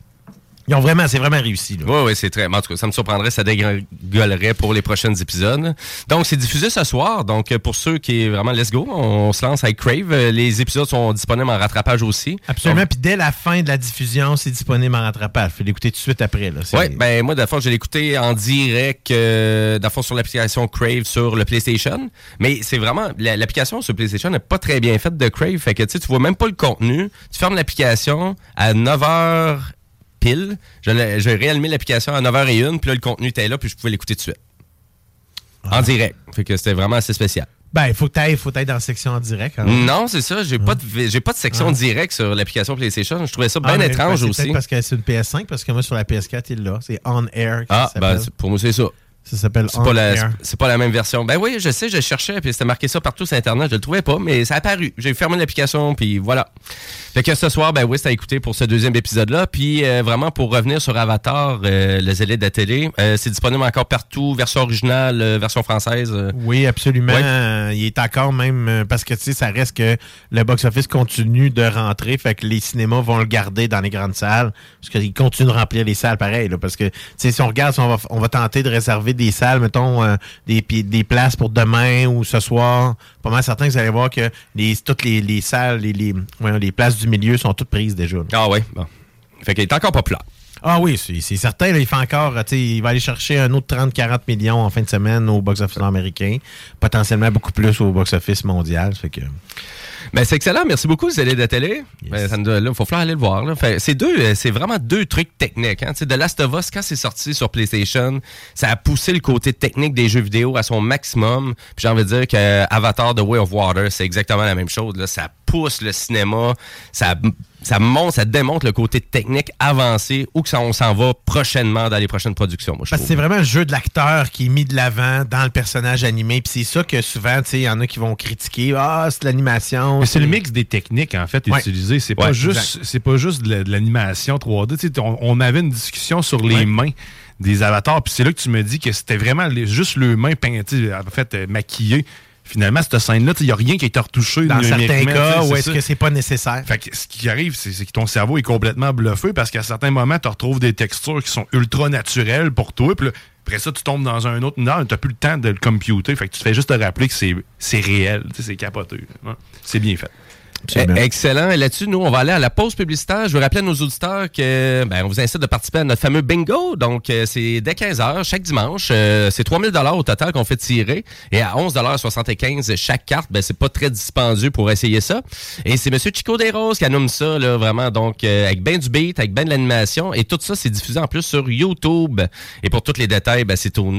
C'est vraiment réussi. Oui, c'est très... En tout cas, ça me surprendrait, ça dégringolerait pour les prochains épisodes. Donc, c'est diffusé ce soir. Donc, pour ceux qui est vraiment let's go, on se lance avec Crave. Les épisodes sont disponibles en rattrapage aussi. Absolument. Puis dès la fin de la diffusion, c'est disponible en rattrapage. Il faut l'écouter tout de suite après. Oui, ben moi, d'abord, je l'ai écouté en direct, d'abord sur l'application Crave sur le PlayStation. Mais c'est vraiment... L'application sur PlayStation n'est pas très bien faite de Crave. Fait que tu vois même pas le contenu. Tu fermes l'application à 9h... pile. J'ai réallumé l'application à 9h01, puis là, le contenu était là, puis je pouvais l'écouter tout de suite. En direct. Fait que c'était vraiment assez spécial. Ben, il faut être dans la section en direct. Hein. Non, c'est ça. J'ai pas de section directe sur l'application PlayStation. Je trouvais ça bien étrange aussi. C'est parce que c'est une PS5, parce que moi, sur la PS4, il est là. C'est On Air. Pour moi, c'est ça. Ça s'appelle On Air. C'est pas la même version. Ben oui, je sais, je cherchais, puis c'était marqué ça partout sur Internet. Je le trouvais pas, mais ça a apparu. J'ai fermé l'application, puis voilà. Fait que ce soir, ben oui, c'est à écouter pour ce deuxième épisode-là. Puis vraiment, pour revenir sur Avatar, le zélé de la télé, c'est disponible encore partout, version originale, version française. Oui, absolument. Ouais. Il est encore même, parce que tu sais, ça reste que le box-office continue de rentrer, fait que les cinémas vont le garder dans les grandes salles, parce qu'ils continuent de remplir les salles pareil, là, parce que tu sais, si on regarde, on va tenter de réserver des salles, mettons, des places pour demain ou ce soir, pas mal certain que vous allez voir que toutes les salles, les places du milieu sont toutes prises déjà. Là. Ah oui, bon. Fait qu'il est encore populaire. Ah oui, c'est certain. Là, il fait encore, il va aller chercher un autre 30-40 millions en fin de semaine au box-office américain. Potentiellement beaucoup plus au box-office mondial. Fait que... Ben, c'est excellent. Merci beaucoup, Zélé de télé. Yes. Il faut falloir aller le voir. Là. C'est vraiment deux trucs techniques. Hein. The Last of Us, quand c'est sorti sur PlayStation, ça a poussé le côté technique des jeux vidéo à son maximum. Puis j'ai envie de dire que Avatar The Way of Water, c'est exactement la même chose. Là. Ça pousse le cinéma, ça démontre le côté technique avancé où que on s'en va prochainement dans les prochaines productions. Moi, parce que c'est vraiment le jeu de l'acteur qui est mis de l'avant dans le personnage animé. Puis c'est ça que souvent, il y en a qui vont critiquer. C'est de l'animation. Mais c'est le mix des techniques, en fait, utilisées. C'est pas juste de l'animation 3D. On avait une discussion sur les mains des avatars. Puis c'est là que tu me dis que c'était vraiment juste le main peintées, en fait, maquillées. Finalement, cette scène-là, il n'y a rien qui a été retouché. Dans certains cas, ou est-ce que c'est pas nécessaire? Fait que ce qui arrive, c'est que ton cerveau est complètement bluffé parce qu'à certains moments, tu retrouves des textures qui sont ultra naturelles pour toi. Puis après ça, tu tombes dans un autre. Non, tu n'as plus le temps de le computer. Fait que tu te fais juste te rappeler que c'est réel. C'est capoté. C'est bien fait. Excellent. Et là-dessus, nous, on va aller à la pause publicitaire. Je veux rappeler à nos auditeurs que on vous incite de participer à notre fameux bingo. Donc, c'est dès 15h, chaque dimanche. C'est 3 000 $ au total qu'on fait tirer. Et à 11,75 $ chaque carte, c'est pas très dispendieux pour essayer ça. Et c'est M. Chico Desroses qui anime ça, là, vraiment. Donc, avec ben du beat, avec ben de l'animation. Et tout ça, c'est diffusé en plus sur YouTube. Et pour tous les détails, c'est au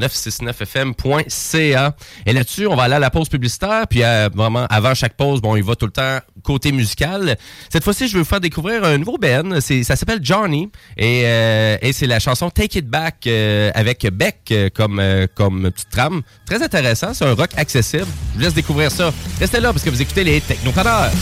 969fm.ca. Et là-dessus, on va aller à la pause publicitaire. Puis, vraiment, avant chaque pause, il va tout le temps côté musical. Cette fois-ci, je vais vous faire découvrir un nouveau band. Ça s'appelle Johnny et c'est la chanson Take It Back avec Beck comme petite trame. Très intéressant, c'est un rock accessible. Je vous laisse découvrir ça. Restez là parce que vous écoutez les Technopreneurs.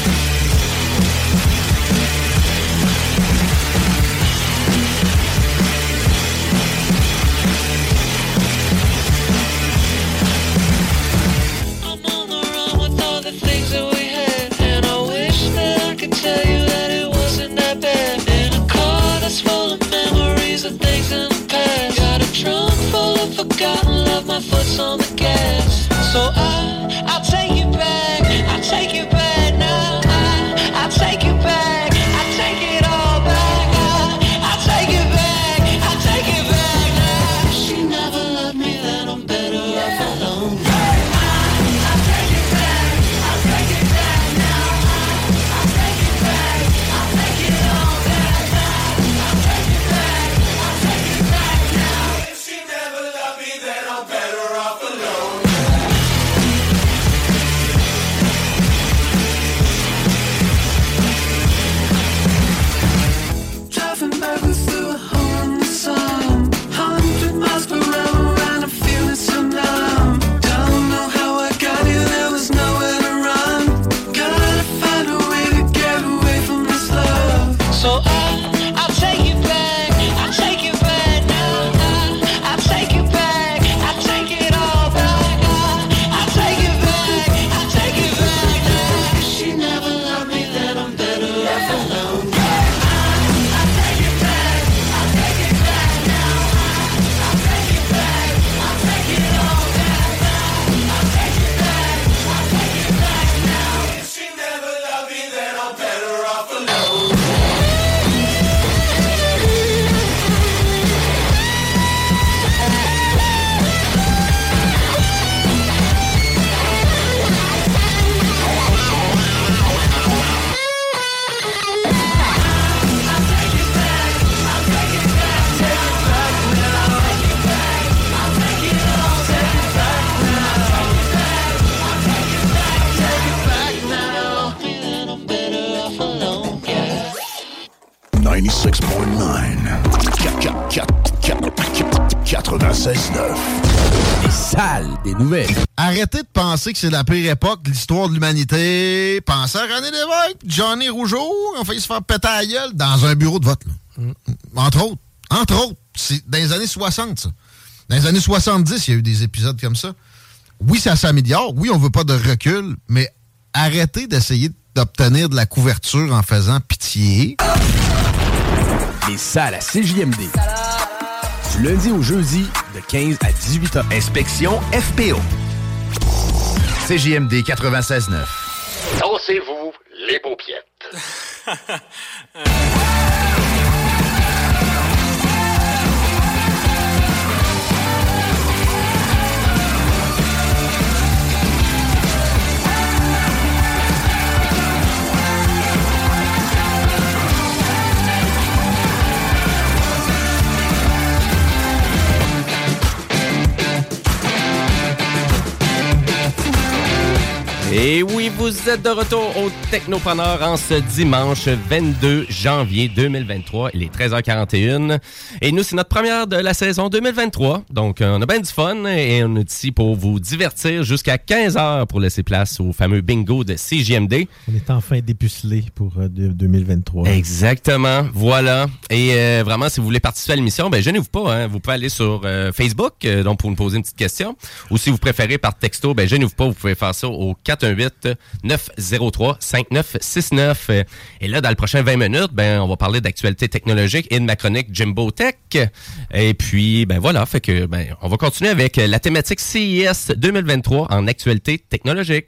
Forgotten love, my foot's on the gas. So I'll take you back, I'll take you back now. I'll take you back, I'll take it all back. I'll take it back, I'll take it back now. If she never loved me, then I'm better off alone. I'll take it back, I'll take it back now. I'll take it back, I'll take it all back. I'll take it back, I'll take it back now. If she never loved me, then I'm better off alone. Driving backwards through a hole in the sun, 100 miles per hour and I'm feeling so numb. Don't know how I got here, there was nowhere to run. Gotta find a way to get away from this love. So I'll take you back, I'll take you back now. I'll take you back, I'll take it all back. I'll take it back, I'll take it back now. If she never loved me, then I'm better off alone. I'll take it back, I'll take it back now. I'll take it back, I'll take it all back. I'll take it back, I'll take it back now. If she never loved me, then I'm better off alone. Les salles des nouvelles. Arrêtez de penser que c'est la pire époque de l'histoire de l'humanité. Pensez à René Lévesque, Johnny Rougeau, on fait se faire péter à la gueule dans un bureau de vote. Là. Entre autres. C'est dans les années 60, ça. Dans les années 70, il y a eu des épisodes comme ça. Oui, ça s'améliore. Oui, on veut pas de recul, mais arrêtez d'essayer d'obtenir de la couverture en faisant pitié. Les salles à CJMD. Du lundi au jeudi, de 15 à 18 h. Inspection FPO. CJMD 96.9. Dansez-vous les paupiètes. Et oui, vous êtes de retour au Technopreneur en ce dimanche 22 janvier 2023. Il est 13h41. Et nous, c'est notre première de la saison 2023. Donc, on a bien du fun et on est ici pour vous divertir jusqu'à 15h pour laisser place au fameux bingo de CJMD. On est enfin dépucelé pour 2023. Exactement, voilà. Et vraiment, si vous voulez participer à l'émission, ben gênez-vous pas. Hein. Vous pouvez aller sur Facebook donc pour nous poser une petite question. Ou si vous préférez par texto, ben gênez-vous pas. Vous pouvez faire ça au 418-903-5969. Et là, dans le prochain 20 minutes, ben on va parler d'actualité technologique et de ma chronique Jimbo Tech. Et puis, ben voilà, fait que ben on va continuer avec la thématique CES 2023 en actualité technologique.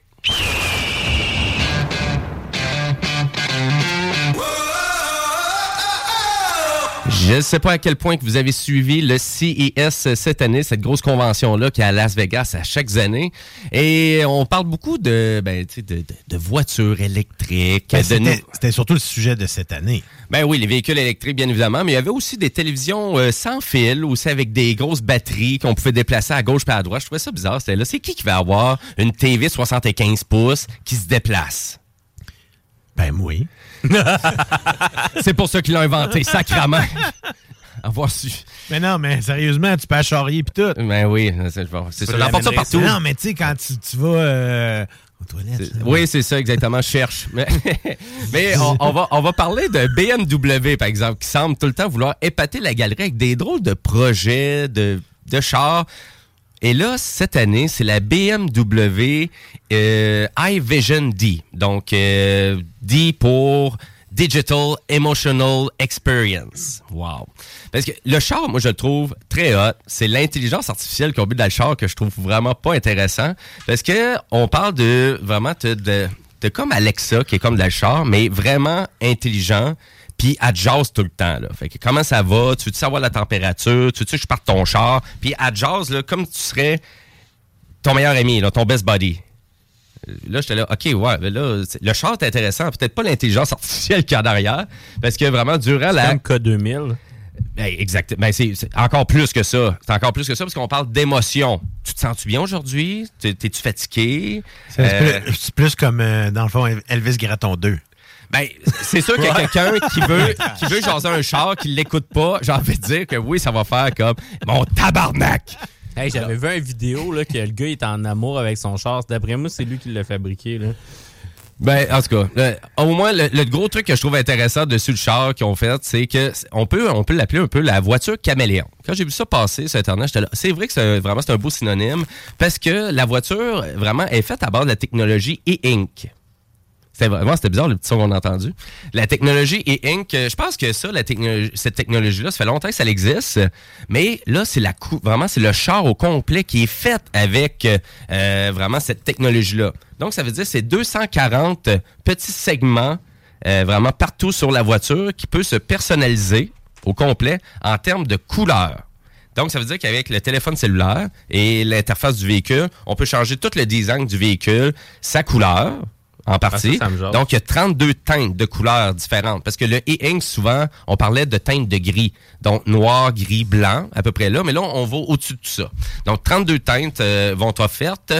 Je ne sais pas à quel point que vous avez suivi le CES cette année, cette grosse convention-là qui est à Las Vegas à chaque année. Et on parle beaucoup de voitures électriques. Ben, c'était surtout le sujet de cette année. Ben oui, les véhicules électriques, bien évidemment. Mais il y avait aussi des télévisions sans fil, aussi avec des grosses batteries qu'on pouvait déplacer à gauche et à droite. Je trouvais ça bizarre. C'était là. C'est qui va avoir une TV 75 pouces qui se déplace? Ben oui. C'est pour ça qu'ils l'ont inventé, sacrament. Avoir su. Mais non, mais sérieusement, tu peux à charrier pis tout. Ben oui, c'est ça. J'emporte ça partout. Non, mais tu sais, quand tu vas aux toilettes. Oui, c'est ça, exactement. Je cherche. Mais on va parler de BMW, par exemple, qui semble tout le temps vouloir épater la galerie avec des drôles de projets, de chars. Et là, cette année, c'est la BMW iVision D. Donc, D pour Digital Emotional Experience. Wow. Parce que le char, moi, je le trouve très hot. C'est l'intelligence artificielle qu'on met dans le char que je trouve vraiment pas intéressant. Parce que on parle de vraiment de comme Alexa, qui est comme dans le char, mais vraiment intelligent. Puis elle jase tout le temps. Là. Fait que comment ça va? Tu veux-tu savoir la température? Tu veux-tu que je parte ton char? Puis elle jase là, comme tu serais ton meilleur ami, là, ton best buddy. Là, j'étais là, OK, ouais, mais là, le char est intéressant. Peut-être pas l'intelligence artificielle qu'il y a derrière. Parce que vraiment, durant la... C'est comme K2000. Exactement. Ben, c'est encore plus que ça. C'est encore plus que ça parce qu'on parle d'émotion. Tu te sens-tu bien aujourd'hui? T'es-tu fatigué? C'est plus comme, dans le fond, Elvis Gratton 2. Ben, c'est sûr qu'il y a quelqu'un qui veut jaser un char, qui l'écoute pas. J'ai envie de dire que oui, ça va faire comme mon tabarnak. Hey, j'avais vu une vidéo là, que le gars est en amour avec son char. D'après moi, c'est lui qui l'a fabriqué. Là. Ben, en tout cas, au moins, le gros truc que je trouve intéressant dessus le char qu'ils ont fait, c'est que on peut l'appeler un peu la voiture caméléon. Quand j'ai vu ça passer sur Internet, j'étais là. C'est vrai que c'est un beau synonyme parce que la voiture, vraiment, est faite à base de la technologie e-ink. C'était bizarre le petit son qu'on a entendu. La technologie e-ink, je pense que ça, cette technologie-là, ça fait longtemps que ça existe, mais là, c'est vraiment c'est le char au complet qui est fait avec vraiment cette technologie-là. Donc, ça veut dire que c'est 240 petits segments vraiment partout sur la voiture qui peut se personnaliser au complet en termes de couleur. Donc, ça veut dire qu'avec le téléphone cellulaire et l'interface du véhicule, on peut changer tout le design du véhicule, sa couleur, en partie. Ça me jase. Donc, il y a 32 teintes de couleurs différentes. Parce que le e-ink, souvent, on parlait de teintes de gris. Donc, noir, gris, blanc, à peu près là. Mais là, on va au-dessus de tout ça. Donc, 32 teintes vont être offertes.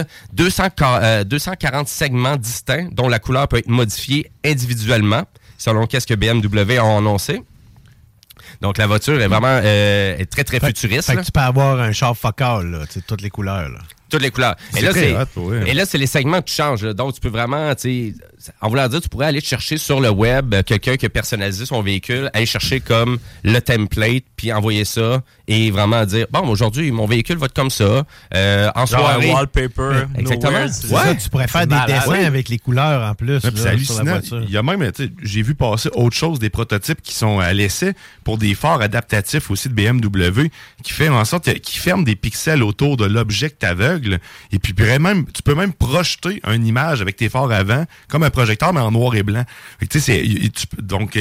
240 segments distincts dont la couleur peut être modifiée individuellement, selon qu'est-ce que BMW a annoncé. Donc, la voiture est vraiment est très, très futuriste. Fait que tu peux avoir un char focal, là, toutes les couleurs. Là. Toutes les couleurs. Et là, c'est les segments qui changent. Là. Donc, tu peux vraiment, en voulant dire, tu pourrais aller te chercher sur le web quelqu'un qui a personnalisé son véhicule, aller chercher comme le template, puis envoyer ça et vraiment dire, bon, aujourd'hui, mon véhicule va être comme ça. En soirée. Un wallpaper. Exactement. Ça, tu pourrais faire des dessins avec les couleurs en plus. C'est hallucinant. Il y a même, j'ai vu passer autre chose, des prototypes qui sont à l'essai pour des phares adaptatifs aussi de BMW qui fait en sorte qu'ils ferment des pixels autour de l'objet que tu aveugles. Et puis même, tu peux même projeter une image avec tes phares avant, comme un projecteur, mais en noir et blanc. Donc,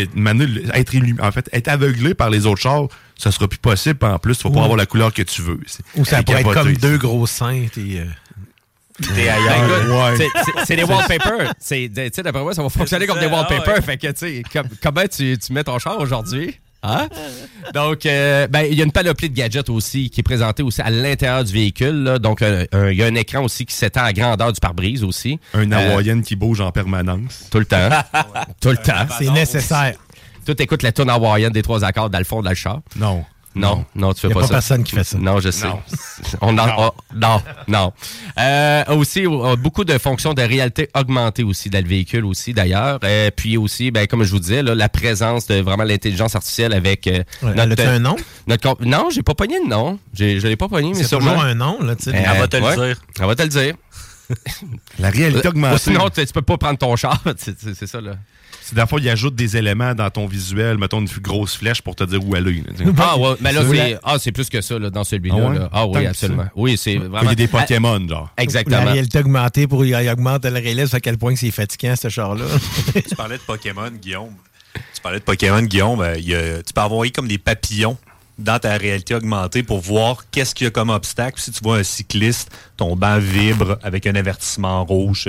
être aveuglé par les autres chars, ça sera plus possible. En plus, tu vas pas avoir la couleur que tu veux. Ou ça pourrait être comme deux gros seins. T'es ailleurs. C'est des wallpapers. D'après moi, ça va fonctionner comme des wallpapers. Fait que, comment tu mets ton char aujourd'hui? Hein? Donc, il y a une panoplie de gadgets aussi qui est présentée aussi à l'intérieur du véhicule. Là. Donc, il y a un écran aussi qui s'étend à grandeur du pare-brise aussi. Un hawaïenne qui bouge en permanence. Tout le temps. Tout le temps. C'est nécessaire. Toi, t'écoutes la tune hawaïenne des 3 accords dans le fond de la char? Non. Non, tu fais pas ça. Il n'y a pas personne qui fait ça. Non, je sais. Non. Aussi, beaucoup de fonctions de réalité augmentée aussi dans le véhicule aussi, d'ailleurs. Puis aussi, comme je vous disais, là, la présence de vraiment l'intelligence artificielle avec notre... un nom? Non, j'ai pas pogné de nom. Je l'ai pas pogné, mais c'est sûrement... toujours un nom, là, tu sais. Elle va te le dire. Elle va te le dire. La réalité augmentée. Sinon, tu peux pas prendre ton char. C'est ça, là. C'est des fois, il ajoute des éléments dans ton visuel, mettons une grosse flèche pour te dire où aller. Ah ouais, mais là, c'est plus que ça là, dans celui-là. Ah, ouais? Là. Ah oui, absolument. Oui, c'est vraiment... Il y a des Pokémon, genre. Exactement. La réalité augmentée pour y augmenter le réalisme, à quel point c'est fatigant, ce char-là. Tu parlais de Pokémon, Guillaume. Tu peux envoyer comme des papillons dans ta réalité augmentée pour voir qu'est-ce qu'il y a comme obstacle. Si tu vois un cycliste, ton banc vibre avec un avertissement rouge...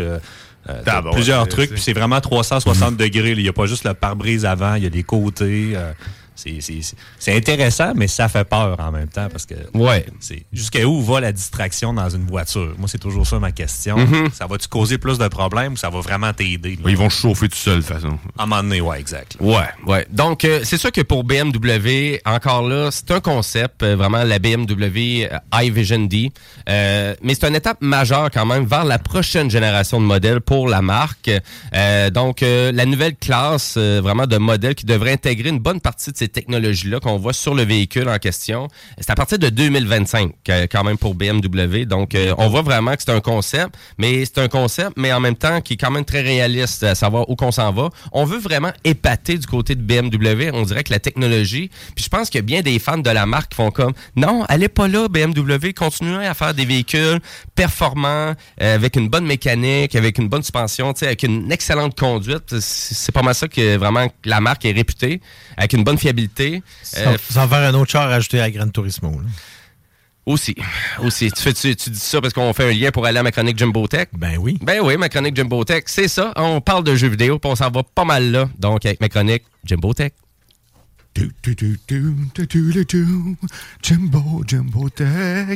plusieurs trucs, puis c'est vraiment 360 degrés. Il n'y a pas juste le pare-brise avant, il y a des côtés. c'est intéressant, mais ça fait peur en même temps parce que jusqu'à où va la distraction dans une voiture? Moi, c'est toujours ça ma question. Mm-hmm. Ça va-tu causer plus de problèmes ou ça va vraiment t'aider? Ils vont chauffer tout seuls, de toute façon. À un moment donné, ouais, exact. Ouais. Donc, c'est sûr que pour BMW, encore là, c'est un concept, vraiment la BMW iVision D. Mais c'est une étape majeure quand même vers la prochaine génération de modèles pour la marque. Donc, la nouvelle classe vraiment de modèles qui devrait intégrer une bonne partie de ces technologies-là qu'on voit sur le véhicule en question. C'est à partir de 2025 quand même pour BMW. Donc, on voit vraiment que c'est un concept, mais en même temps qui est quand même très réaliste à savoir où qu'on s'en va. On veut vraiment épater du côté de BMW. On dirait que la technologie, puis je pense qu'il y a bien des fans de la marque qui font comme non, allez pas là, BMW, continuez à faire des véhicules performants, avec une bonne mécanique, avec une bonne suspension, avec une excellente conduite. C'est pas mal ça que vraiment la marque est réputée, avec une bonne fiabilité. Sans faire un autre char à ajouter à Gran Turismo. Là. Aussi. Tu dis ça parce qu'on fait un lien pour aller à ma chronique Jumbo Tech? Ben oui, ma chronique Jumbo Tech, c'est ça. On parle de jeux vidéo, puis on s'en va pas mal là. Donc, avec ma chronique Jumbo Tech. Jumbo Tech.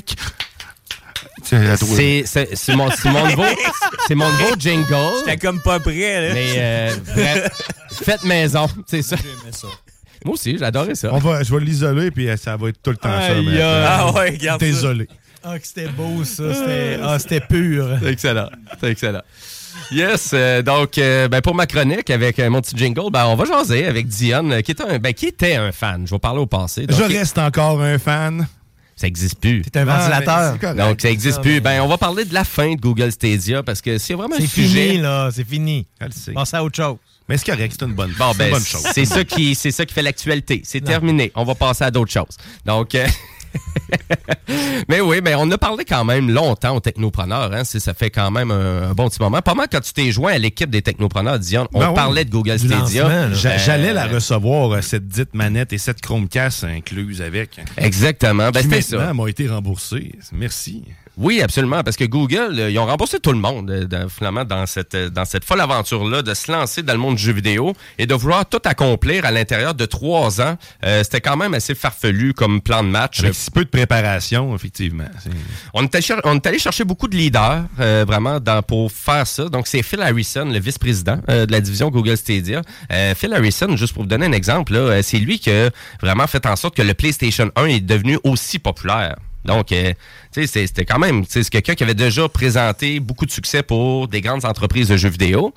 C'est mon nouveau jingle. J'étais comme pas prêt, là. Mais bref, faites maison, c'est ça. J'aimais ça. Moi aussi, j'adorais ça. Je vais l'isoler, puis ça va être tout le temps ça. Mais, ouais, regarde ça. Désolé. Ah, que c'était beau, ça. C'était pur. C'est excellent. Yes, donc pour ma chronique avec mon petit jingle, on va jaser avec Dion, qui était un fan. Je vais parler au passé. Donc, je reste encore un fan. Ça n'existe plus. C'est un ventilateur. Donc, ça n'existe plus. On va parler de la fin de Google Stadia parce que c'est vraiment un sujet... C'est fini, là. C'est fini. Pensez à autre chose. Mais c'est correct, c'est une bonne chose. C'est ça qui fait l'actualité. C'est terminé. On va passer à d'autres choses. Donc... mais oui, on a parlé quand même longtemps aux technopreneurs. Hein, ça fait quand même un bon petit moment. Pas mal quand tu t'es joint à l'équipe des technopreneurs, Dion, on parlait de Google Stadia. J'allais la recevoir, cette dite manette et cette Chromecast incluse avec. Exactement. Qui ça m'a été remboursé. Merci. Oui, absolument, parce que Google, ils ont remboursé tout le monde, finalement, dans cette folle aventure-là, de se lancer dans le monde du jeu vidéo et de vouloir tout accomplir à l'intérieur de 3 ans. C'était quand même assez farfelu comme plan de match. Avec si peu de préparation, effectivement. On est allé chercher beaucoup de leaders, vraiment, pour faire ça. Donc, c'est Phil Harrison, le vice-président de la division Google Stadia. Phil Harrison, juste pour vous donner un exemple, là, c'est lui qui a vraiment fait en sorte que le PlayStation 1 est devenu aussi populaire. Donc, c'était quand même, c'est quelqu'un qui avait déjà présenté beaucoup de succès pour des grandes entreprises de jeux vidéo.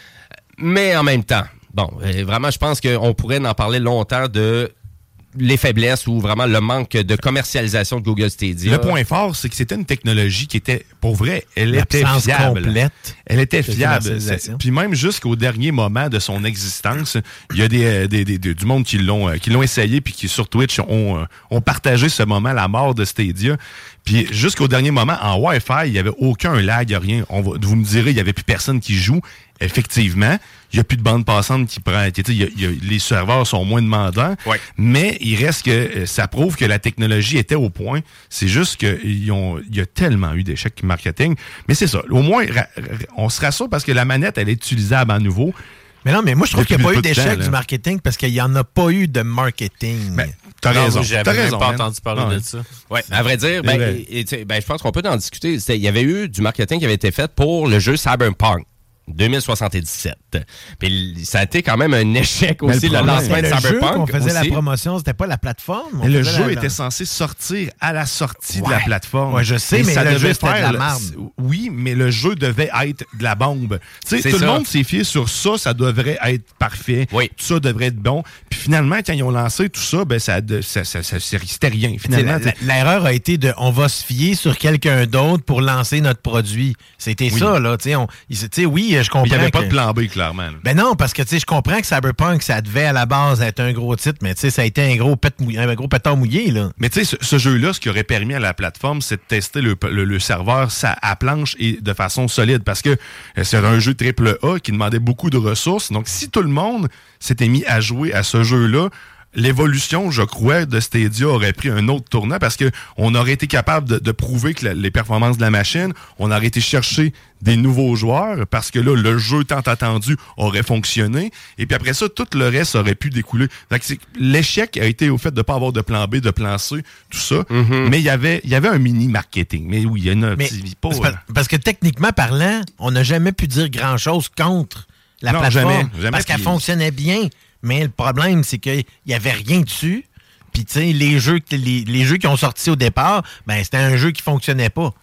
Mais en même temps, vraiment, je pense qu'on pourrait en parler longtemps de les faiblesses ou vraiment le manque de commercialisation de Google Stadia. Le point fort, c'est que c'était une technologie qui était, pour vrai, elle était fiable. Complète. Elle était fiable. Puis même jusqu'au dernier moment de son existence, il y a du monde qui l'ont essayé puis qui sur Twitch ont partagé ce moment, la mort de Stadia. Puis jusqu'au dernier moment, en Wi-Fi, il n'y avait aucun lag, rien. Vous me direz, il n'y avait plus personne qui joue. Effectivement, il n'y a plus de bande passante qui prend. Les serveurs sont moins demandants, mais il reste que ça prouve que la technologie était au point. C'est juste qu'il y a tellement eu d'échecs marketing. Mais c'est ça. Au moins, on se rassure parce que la manette, elle est utilisable à nouveau. Mais non, mais moi, je trouve qu'il n'y a pas eu d'échec du marketing parce qu'il n'y en a pas eu de marketing. T'as raison. J'avais même pas entendu parler de ça. Oui, à vrai dire, je pense qu'on peut en discuter. Il y avait eu du marketing qui avait été fait pour le jeu Cyberpunk 2077. Puis ça a été quand même un échec aussi, le lancement de Cyberpunk. On faisait la promotion, c'était pas la plateforme. Mais le jeu était censé sortir à la sortie de la plateforme. Oui, je sais, mais le jeu c'était de la merde. Oui, mais le jeu devait être de la bombe. Tout le monde s'est fié sur ça, ça devrait être parfait. Oui. Tout ça devrait être bon. Puis finalement, quand ils ont lancé tout ça, c'était rien. Finalement, l'erreur a été on va se fier sur quelqu'un d'autre pour lancer notre produit. C'était ça, là. Oui, je comprends. Il n'y avait pas de plan B, clairement. Ben non, parce que je comprends que Cyberpunk, ça devait à la base être un gros titre, mais ça a été un gros pétard mouillé, là. Mais tu sais, ce jeu-là, ce qui aurait permis à la plateforme, c'est de tester le serveur à planche et de façon solide, parce que c'est un jeu AAA qui demandait beaucoup de ressources. Donc, si tout le monde s'était mis à jouer à ce jeu-là, l'évolution, je crois, de Stadia aurait pris un autre tournant parce que on aurait été capable de prouver que les performances de la machine, on aurait été chercher des nouveaux joueurs parce que là, le jeu tant attendu aurait fonctionné. Et puis après ça, tout le reste aurait pu découler. Donc, l'échec a été au fait de ne pas avoir de plan B, de plan C, tout ça. Mm-hmm. Mais il y avait un mini-marketing. Mais oui, il y en a pas... Parce que techniquement parlant, on n'a jamais pu dire grand-chose contre la plateforme. Jamais parce qu'elle fonctionnait bien. Mais le problème, c'est qu'il n'y avait rien dessus. Puis, tu sais, les jeux qui ont sorti au départ, ben c'était un jeu qui fonctionnait pas.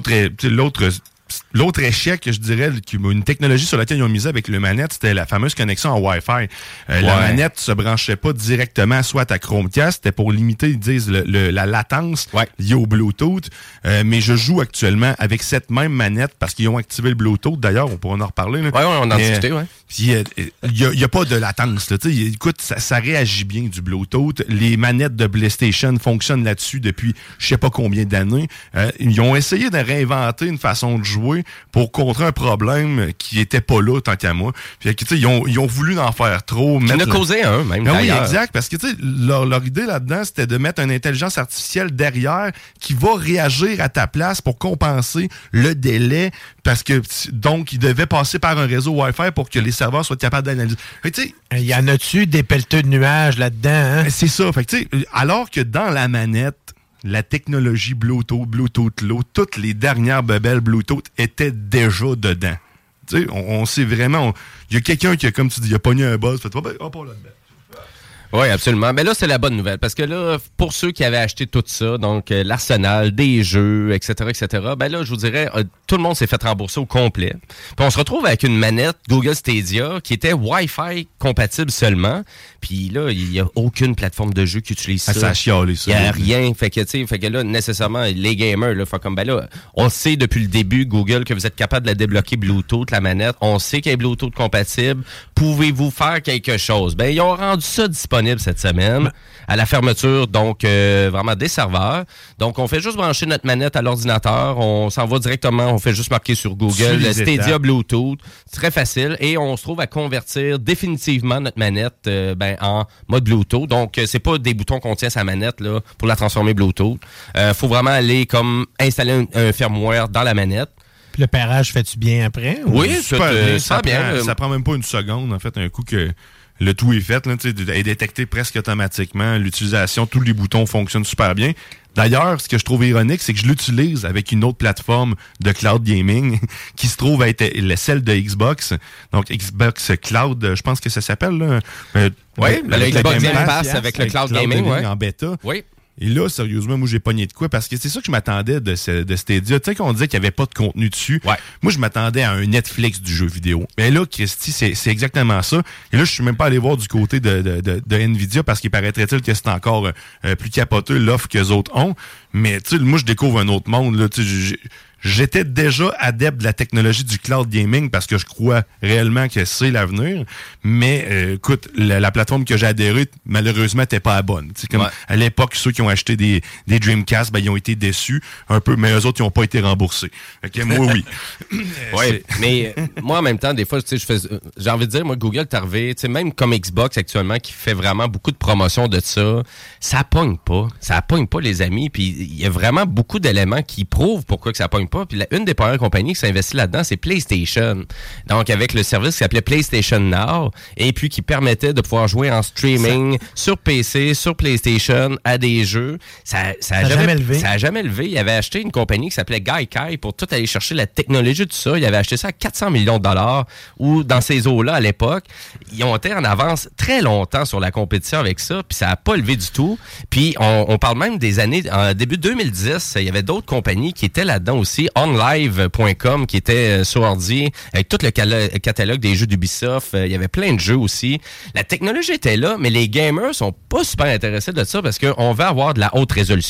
L'autre échec, je dirais, une technologie sur laquelle ils ont misé avec le manette, c'était la fameuse connexion en Wi-Fi. La manette se branchait pas directement soit à ta Chromecast, c'était pour limiter, ils disent, la latence liée au Bluetooth. Mais je joue actuellement avec cette même manette parce qu'ils ont activé le Bluetooth. D'ailleurs, on pourra en reparler. Oui, on en a discuté, oui. Puis, il n'y a pas de latence. Là. Écoute, ça réagit bien du Bluetooth. Les manettes de PlayStation fonctionnent là-dessus depuis je sais pas combien d'années. Ils ont essayé de réinventer une façon de jouer pour contrer un problème qui était pas là tant qu'à moi. Puis, ils ont voulu en faire trop. Il en a causé un, même, d'ailleurs. Oui, exact. Parce que leur idée là-dedans, c'était de mettre une intelligence artificielle derrière qui va réagir à ta place pour compenser le délai. Parce que, donc, ils devaient passer par un réseau Wi-Fi pour que les serveurs soient capables d'analyser. Il y en a-tu des pelleteux de nuages là-dedans? Hein? C'est ça. Fait que, alors que dans la manette, la technologie Bluetooth Low, toutes les dernières bebelles Bluetooth étaient déjà dedans. Tu sais, on sait vraiment... Il y a quelqu'un qui a, comme tu dis, il a pogné un buzz, fait hop là-dedans. Oui, absolument. Mais là, c'est la bonne nouvelle. Parce que là, pour ceux qui avaient acheté tout ça, donc l'arsenal, des jeux, etc., ben là, je vous dirais, tout le monde s'est fait rembourser au complet. Puis on se retrouve avec une manette Google Stadia qui était Wi-Fi compatible seulement. Puis là, il n'y a aucune plateforme de jeu qui utilise ça. Ça a chialé, ça. Il n'y a rien. Fait que là, nécessairement, les gamers, là, fait comme, ben là, on sait depuis le début, Google, que vous êtes capable de la débloquer Bluetooth, la manette. On sait qu'elle est Bluetooth compatible. Pouvez-vous faire quelque chose? Ben, ils ont rendu ça disponible cette semaine à la fermeture, donc vraiment des serveurs. Donc, on fait juste brancher notre manette à l'ordinateur. On s'en va directement. On fait juste marquer sur Google Stadia Bluetooth. C'est très facile. Et on se trouve à convertir définitivement notre manette en mode Bluetooth. Donc, c'est pas des boutons qu'on tient sa manette là pour la transformer Bluetooth. Faut vraiment aller comme installer un firmware dans la manette. Puis le pairage fait-tu bien après? Oui, ça bien. Ça prend même pas une seconde, en fait, un coup que le tout est fait, là, est détecté presque automatiquement. L'utilisation, tous les boutons fonctionnent super bien. D'ailleurs, ce que je trouve ironique, c'est que je l'utilise avec une autre plateforme de cloud gaming qui se trouve à être celle de Xbox. Donc, Xbox Cloud, je pense que ça s'appelle. Là. Oui, le Xbox Game Pass avec le cloud gaming, en bêta. Oui. Et là, sérieusement, moi, j'ai pogné de quoi? Parce que c'est ça que je m'attendais de Stadia. Tu sais qu'on disait qu'il n'y avait pas de contenu dessus. Ouais. Moi, je m'attendais à un Netflix du jeu vidéo. Mais là, Christy, c'est exactement ça. Et là, je suis même pas allé voir du côté de Nvidia parce qu'il paraîtrait-il que c'est encore plus capoteux l'offre qu'eux autres ont. Mais tu sais, moi, je découvre un autre monde. Là. J'étais déjà adepte de la technologie du cloud gaming parce que je crois réellement que c'est l'avenir. Mais écoute, la plateforme que j'ai adhérée, malheureusement, n'était pas la bonne. T'sais, comme à l'époque, ceux qui ont acheté des Dreamcast, ben, ils ont été déçus un peu, mais eux autres, ils n'ont pas été remboursés. Okay, moi, oui. Oui, mais moi, en même temps, des fois, j'ai envie de dire, moi, Google est arrivé, même comme Xbox actuellement, qui fait vraiment beaucoup de promotion de ça pogne pas. Ça pogne pas, les amis. Puis il y a vraiment beaucoup d'éléments qui prouvent pourquoi que ça pogne pas. Puis une des premières compagnies qui s'est investie là-dedans, c'est PlayStation. Donc, avec le service qui s'appelait PlayStation Now, et puis qui permettait de pouvoir jouer en streaming sur PC, sur PlayStation, à des jeux. Ça a jamais levé. Ça a jamais levé. Il avait acheté une compagnie qui s'appelait Gaikai pour tout aller chercher la technologie de tout ça. Il avait acheté ça à 400 millions de dollars, ou dans ces eaux-là, à l'époque. Ils ont été en avance très longtemps sur la compétition avec ça, puis ça n'a pas levé du tout. Puis, on parle même des années, en début 2010, il y avait d'autres compagnies qui étaient là-dedans aussi. OnLive.com qui était sur ordi avec tout le catalogue des jeux d'Ubisoft. Il y avait plein de jeux aussi. La technologie était là, mais les gamers sont pas super intéressés de ça parce qu'on veut avoir de la haute résolution.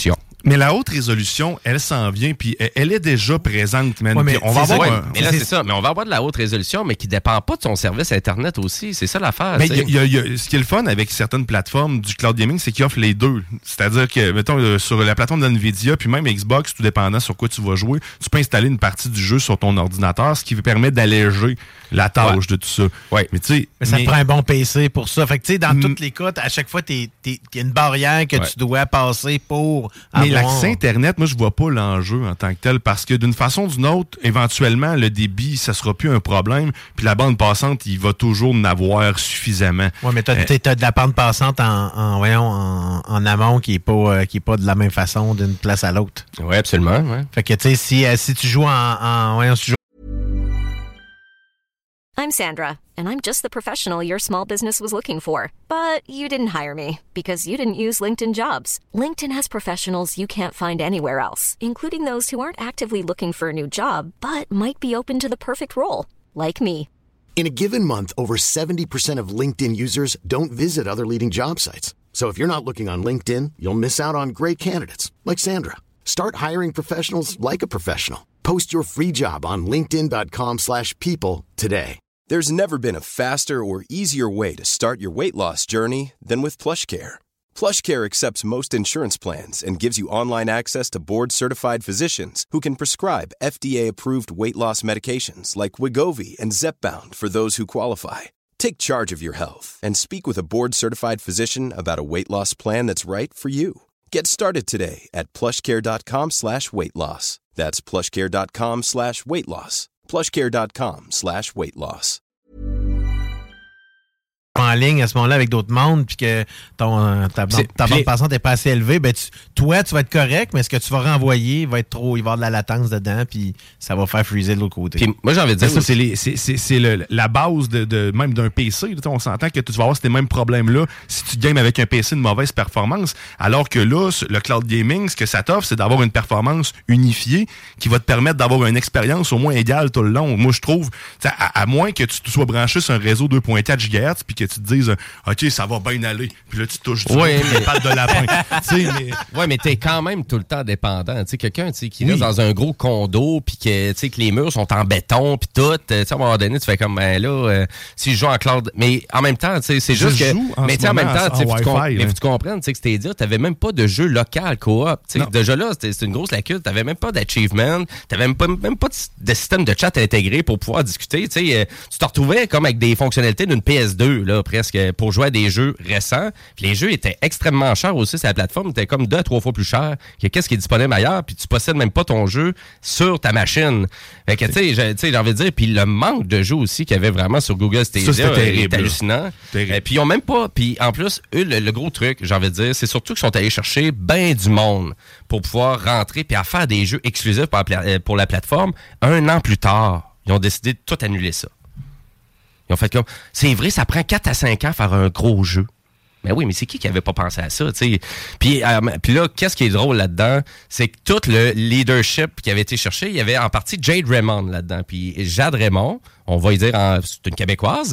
Mais la haute résolution, elle s'en vient, puis elle est déjà présente, man. mais on va avoir mais là, c'est ça. Mais on va avoir de la haute résolution, mais qui ne dépend pas de son service Internet aussi. C'est ça l'affaire. Mais ce qui est le fun avec certaines plateformes du cloud gaming, c'est qu'ils offrent les deux. C'est-à-dire que, mettons, sur la plateforme d'NVIDIA, puis même Xbox, tout dépendant sur quoi tu vas jouer, tu peux installer une partie du jeu sur ton ordinateur, ce qui permet d'alléger la tâche de tout ça. Ouais. Mais tu sais, ça te prend un bon PC pour ça. Fait que tu sais, dans tous les cas, à chaque fois, il y a une barrière que tu dois passer pour Mais l'accès Internet, moi, je vois pas l'enjeu en tant que tel, parce que d'une façon ou d'une autre, éventuellement, le débit, ça sera plus un problème, puis la bande passante, il va toujours en avoir suffisamment. Oui, mais t'as de la bande passante en amont qui est pas de la même façon d'une place à l'autre. Oui, absolument. Ouais. Fait que, tu sais, si tu joues I'm Sandra, and I'm just the professional your small business was looking for. But you didn't hire me because you didn't use LinkedIn Jobs. LinkedIn has professionals you can't find anywhere else, including those who aren't actively looking for a new job, but might be open to the perfect role, like me. In a given month, over 70% of LinkedIn users don't visit other leading job sites. So if you're not looking on LinkedIn, you'll miss out on great candidates like Sandra. Start hiring professionals like a professional. Post your free job on linkedin.com/people today. There's never been a faster or easier way to start your weight loss journey than with PlushCare. PlushCare accepts most insurance plans and gives you online access to board-certified physicians who can prescribe FDA-approved weight loss medications like Wegovy and Zepbound for those who qualify. Take charge of your health and speak with a board-certified physician about a weight loss plan that's right for you. Get started today at plushcare.com/weight-loss. That's plushcare.com/weight-loss. plushcare.com/weight-loss. En ligne à ce moment-là avec d'autres mondes, puis que ta bande passante n'est pas assez élevée, ben toi, tu vas être correct, mais ce que tu vas renvoyer va être trop. Il va y avoir de la latence dedans, puis ça va faire freezer de l'autre côté. Puis moi, j'ai envie de dire. Ça, c'est la base même d'un PC. On s'entend que tu vas avoir ces mêmes problèmes-là si tu games avec un PC de mauvaise performance. Alors que là, le cloud gaming, ce que ça t'offre, c'est d'avoir une performance unifiée qui va te permettre d'avoir une expérience au moins égale tout le long. Moi, je trouve, à moins que tu sois branché sur un réseau 2.4 GHz, puis que tu te dises OK, ça va bien aller. Puis là, tu touches les pattes de lapin. Oui, mais t'es quand même tout le temps dépendant. T'sais, quelqu'un qui reste dans un gros condo, puis que les murs sont en béton, puis tout. À un moment donné, tu fais comme, si je joue en cloud. Mais en même temps, c'est juste que. Mais en même temps, faut que tu comprennes que c'était dire, t'avais même pas de jeu local coop. Déjà là, c'est une grosse lacune. T'avais même pas d'achievement. T'avais même pas de système de chat intégré pour pouvoir discuter. Tu te retrouvais comme avec des fonctionnalités d'une PS2, là, presque, pour jouer à des jeux récents. Puis les jeux étaient extrêmement chers aussi sur la plateforme. Ils étaient comme 2 à 3 fois plus cher que qu'est-ce qui est disponible ailleurs. Puis tu possèdes même pas ton jeu sur ta machine. Fait que, j'ai envie de dire, puis le manque de jeux aussi qu'il y avait vraiment sur Google Stadia est hallucinant. Puis ils ont même pas. Puis en plus, eux, le gros truc, j'ai envie de dire, c'est surtout qu'ils sont allés chercher ben du monde pour pouvoir rentrer puis à faire des jeux exclusifs pour la plateforme. 1 an plus tard, ils ont décidé de tout annuler ça. Ils ont fait comme, c'est vrai, ça prend 4 à 5 ans à faire un gros jeu. Mais oui, mais c'est qui avait pas pensé à ça, tu sais? Puis là, qu'est-ce qui est drôle là-dedans? C'est que tout le leadership qui avait été cherché, il y avait en partie Jade Raymond là-dedans. Puis Jade Raymond, on va y dire, c'est une Québécoise,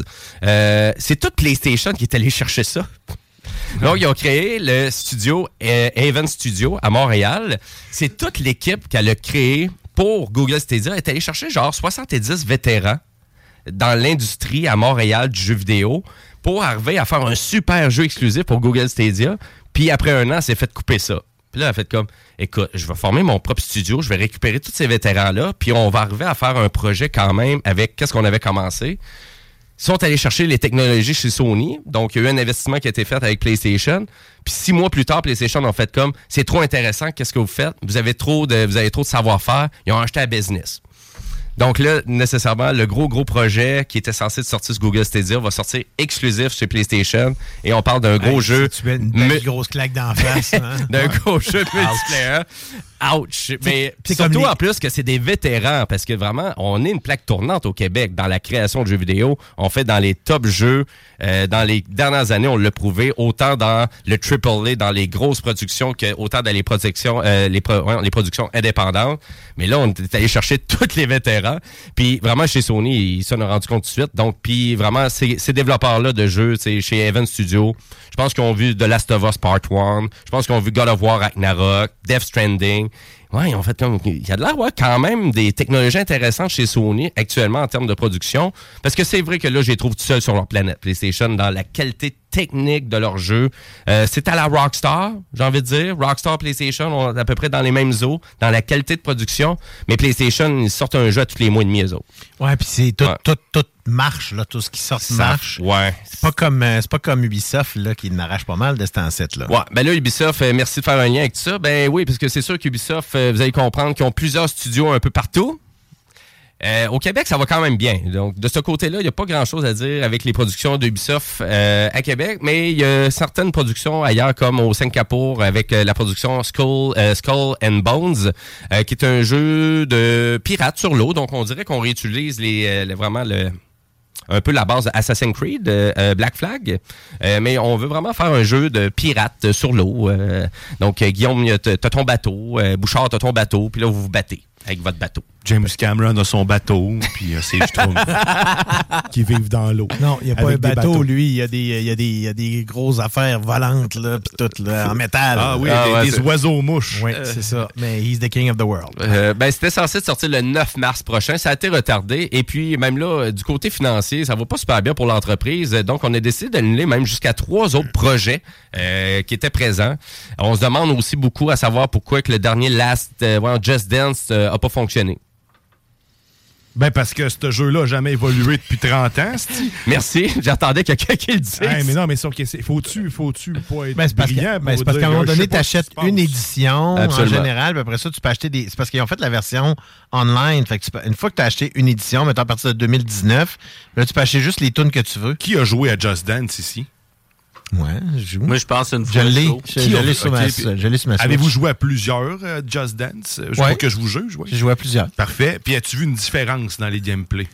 c'est toute PlayStation qui est allé chercher ça. Donc, ils ont créé le studio Haven Studio à Montréal. C'est toute l'équipe qu'elle a créée pour Google Stadia. Elle est allée chercher genre 70 vétérans dans l'industrie à Montréal du jeu vidéo pour arriver à faire un super jeu exclusif pour Google Stadia. Puis après 1 an, elle s'est fait couper ça. Puis là, elle a fait comme, écoute, je vais former mon propre studio, je vais récupérer tous ces vétérans-là, puis on va arriver à faire un projet quand même avec qu'est-ce qu'on avait commencé. Ils sont allés chercher les technologies chez Sony. Donc, il y a eu un investissement qui a été fait avec PlayStation. Puis 6 mois plus tard, PlayStation ont fait comme, c'est trop intéressant, qu'est-ce que vous faites? Vous avez trop de savoir-faire. Ils ont acheté à business. Donc là, nécessairement, le gros projet qui était censé sortir sur Google Stadia va sortir exclusif chez PlayStation. Et on parle d'un gros jeu... Tu mets une belle grosse claque d'en face. Hein? D'un gros jeu multiplayer Ouch! Mais c'est surtout comme les- en plus que c'est des vétérans, parce que vraiment, on est une plaque tournante au Québec dans la création de jeux vidéo. On fait dans les top jeux. Dans les dernières années, on l'a prouvé, autant dans le AAA, dans les grosses productions, que autant dans les productions, les productions indépendantes. Mais là, on est allé chercher tous les vétérans. Puis vraiment, chez Sony, ils s'en ont rendu compte tout de suite. Donc, puis vraiment, ces développeurs-là de jeux, chez Evans Studio, je pense qu'ils ont vu The Last of Us Part 1. Je pense qu'ils ont vu God of War Ragnarok, Death Stranding. Ouais, ils ont fait comme... Il y a de l'air, ouais, quand même des technologies intéressantes chez Sony actuellement en termes de production. Parce que c'est vrai que là, je les trouve tout seuls sur leur planète, PlayStation, dans la qualité technique de leur jeu. C'est à la Rockstar, j'ai envie de dire. Rockstar, PlayStation, on est à peu près dans les mêmes eaux, dans la qualité de production. Mais PlayStation, ils sortent un jeu à tous les mois et demi, eux autres. Ouais, puis c'est tout marche, là, tout ce qui sort marche. Ouais. C'est pas comme Ubisoft, là, qui n'arrache pas mal de cet ancêtre, là. Ouais, ben là, Ubisoft, merci de faire un lien avec ça. Ben oui, parce que c'est sûr qu'Ubisoft, vous allez comprendre qu'ils ont plusieurs studios un peu partout. Au Québec, ça va quand même bien. Donc, de ce côté-là, il n'y a pas grand-chose à dire avec les productions d'Ubisoft à Québec, mais il y a certaines productions ailleurs, comme au Singapour, avec la production Skull and Bones, qui est un jeu de pirates sur l'eau. Donc, on dirait qu'on réutilise un peu la base Assassin's Creed, Black Flag, mais on veut vraiment faire un jeu de pirates sur l'eau. Donc, Guillaume, t'as ton bateau, Bouchard, t'as ton bateau, puis là, vous vous battez avec votre bateau. James Cameron a son bateau, puis c'est Schtroumpf qui vivent dans l'eau. Non, il n'y a pas Avec un des bateau, bateaux. lui. Il y a des grosses affaires volantes, là, pis tout, là, en métal. Ah oui, des oiseaux mouches. Oui, c'est ça. Mais he's the king of the world. Ben, c'était censé sortir le 9 mars prochain. Ça a été retardé. Et puis, même là, du côté financier, ça va pas super bien pour l'entreprise. Donc, on a décidé d'annuler même jusqu'à 3 autres projets qui étaient présents. On se demande aussi beaucoup à savoir pourquoi que le dernier Just Dance a pas fonctionné. Ben, parce que ce jeu-là n'a jamais évolué depuis 30 ans, c'ti. Merci. J'attendais que quelqu'un le dise. Hey, mais non, mais faut-tu pas être Ben, c'est parce brillant c'est parce qu'à un moment donné, tu achètes une édition en général, puis après ça, tu peux acheter des. C'est parce qu'ils ont fait la version online. Fait que une fois que tu as acheté une édition, mettons à partir de 2019, là, tu peux acheter juste les tunes que tu veux. Qui a joué à Just Dance ici? Ouais, je joue. Moi, je pense une fois. Je l'ai. Qui Je a- l'ai sur ok, ma puis- je l'ai sur ma Switch. Avez-vous joué à plusieurs Just Dance? Je sais Ouais. pas que je vous juge. Ouais. J'ai joué à plusieurs. Parfait. Puis as-tu vu une différence dans les gameplays?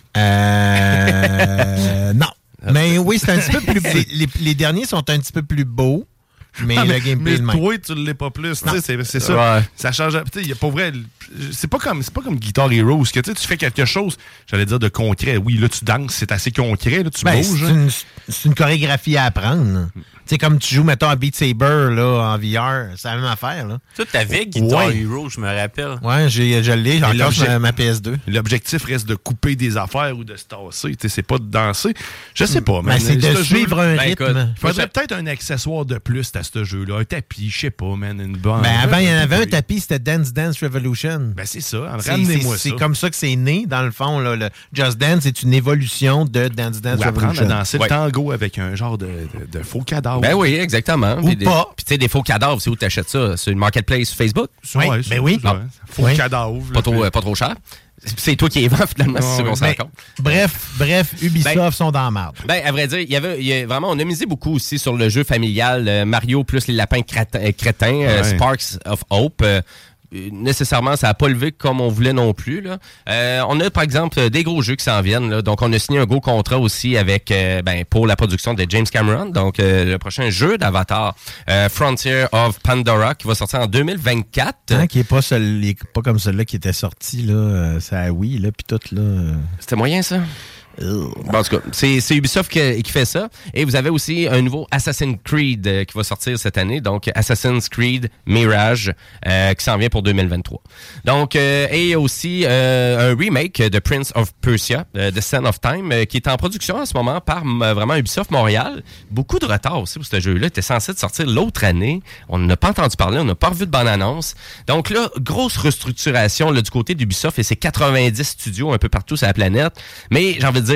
Non. Mais oui, c'est un petit peu plus. Les derniers sont un petit peu plus beaux, mais Ah, le gameplay est le même. toi, tu l'es pas plus. Non. Tu sais, c'est ça. Ouais. Ça change. Tu sais, pour vrai, c'est pas comme Guitar Hero, où tu fais quelque chose, j'allais dire de concret. Oui, là, tu danses, c'est assez concret, là, tu Ben, bouges. c'est une chorégraphie à apprendre. Tu sais, comme tu joues, mettons, à Beat Saber là, en VR, c'est la même affaire. Là. Toi, t'avais Guitar Ouais. Hero, je me rappelle. Ouais, je l'ai, j'ai encore ma PS2. L'objectif reste de couper des affaires ou de se tasser. Tu sais, c'est pas de danser. Je sais pas, man. Ben, c'est de Ce suivre jeu-là, un ben, rythme. écoute, il faudrait peut-être un accessoire de plus à ce jeu-là. Un tapis, je sais pas, man. Une bonne. Ben, avant, il y en avait un tapis, c'était Dance Dance Revolution. Ben, c'est ça. C'est- Ramenez-moi ça. C'est comme ça que c'est né, dans le fond. Là, le Just Dance est une évolution de Dance Dance Ou apprendre Revolution. à danser Ouais. le tango avec un genre de faux cadavre. Ben oui, exactement. Ou Puis pas. Puis tu sais, des faux cadavres, c'est où tu achètes ça? C'est une marketplace Facebook? Oui, Ouais, ben oui. ouais. Faux Oui. cadavre. Pas trop cher. C'est toi qui les vends, finalement, c'est ça qu'on se rend Ben, compte. bref, Ubisoft sont dans la merde. Ben, à vrai dire, il y a vraiment, on a misé beaucoup aussi sur le jeu familial Mario plus les lapins crétins, Ouais. Sparks of Hope. Nécessairement, ça n'a pas levé comme on voulait non plus. Là. On a, par exemple, des gros jeux qui s'en viennent. Là. Donc, on a signé un gros contrat aussi avec pour la production de James Cameron. Donc, le prochain jeu d'Avatar, Frontier of Pandora, qui va sortir en 2024. Hein, qui est pas, il est pas comme celui-là qui était sorti, là, ça oui, là, puis tout, là. C'était moyen, ça? Bon, en tout cas, c'est Ubisoft qui fait ça. Et vous avez aussi un nouveau Assassin's Creed qui va sortir cette année. Donc, Assassin's Creed Mirage qui s'en vient pour 2023. Donc, et aussi un remake de Prince of Persia, The Sands of Time, qui est en production en ce moment par vraiment Ubisoft Montréal. Beaucoup de retard aussi pour ce jeu-là. Il était censé sortir l'autre année. On n'a pas entendu parler, on n'a pas revu de bonne annonce. Donc là, grosse restructuration là, du côté d'Ubisoft et ses 90 studios un peu partout sur la planète. Mais j'ai envie de dire,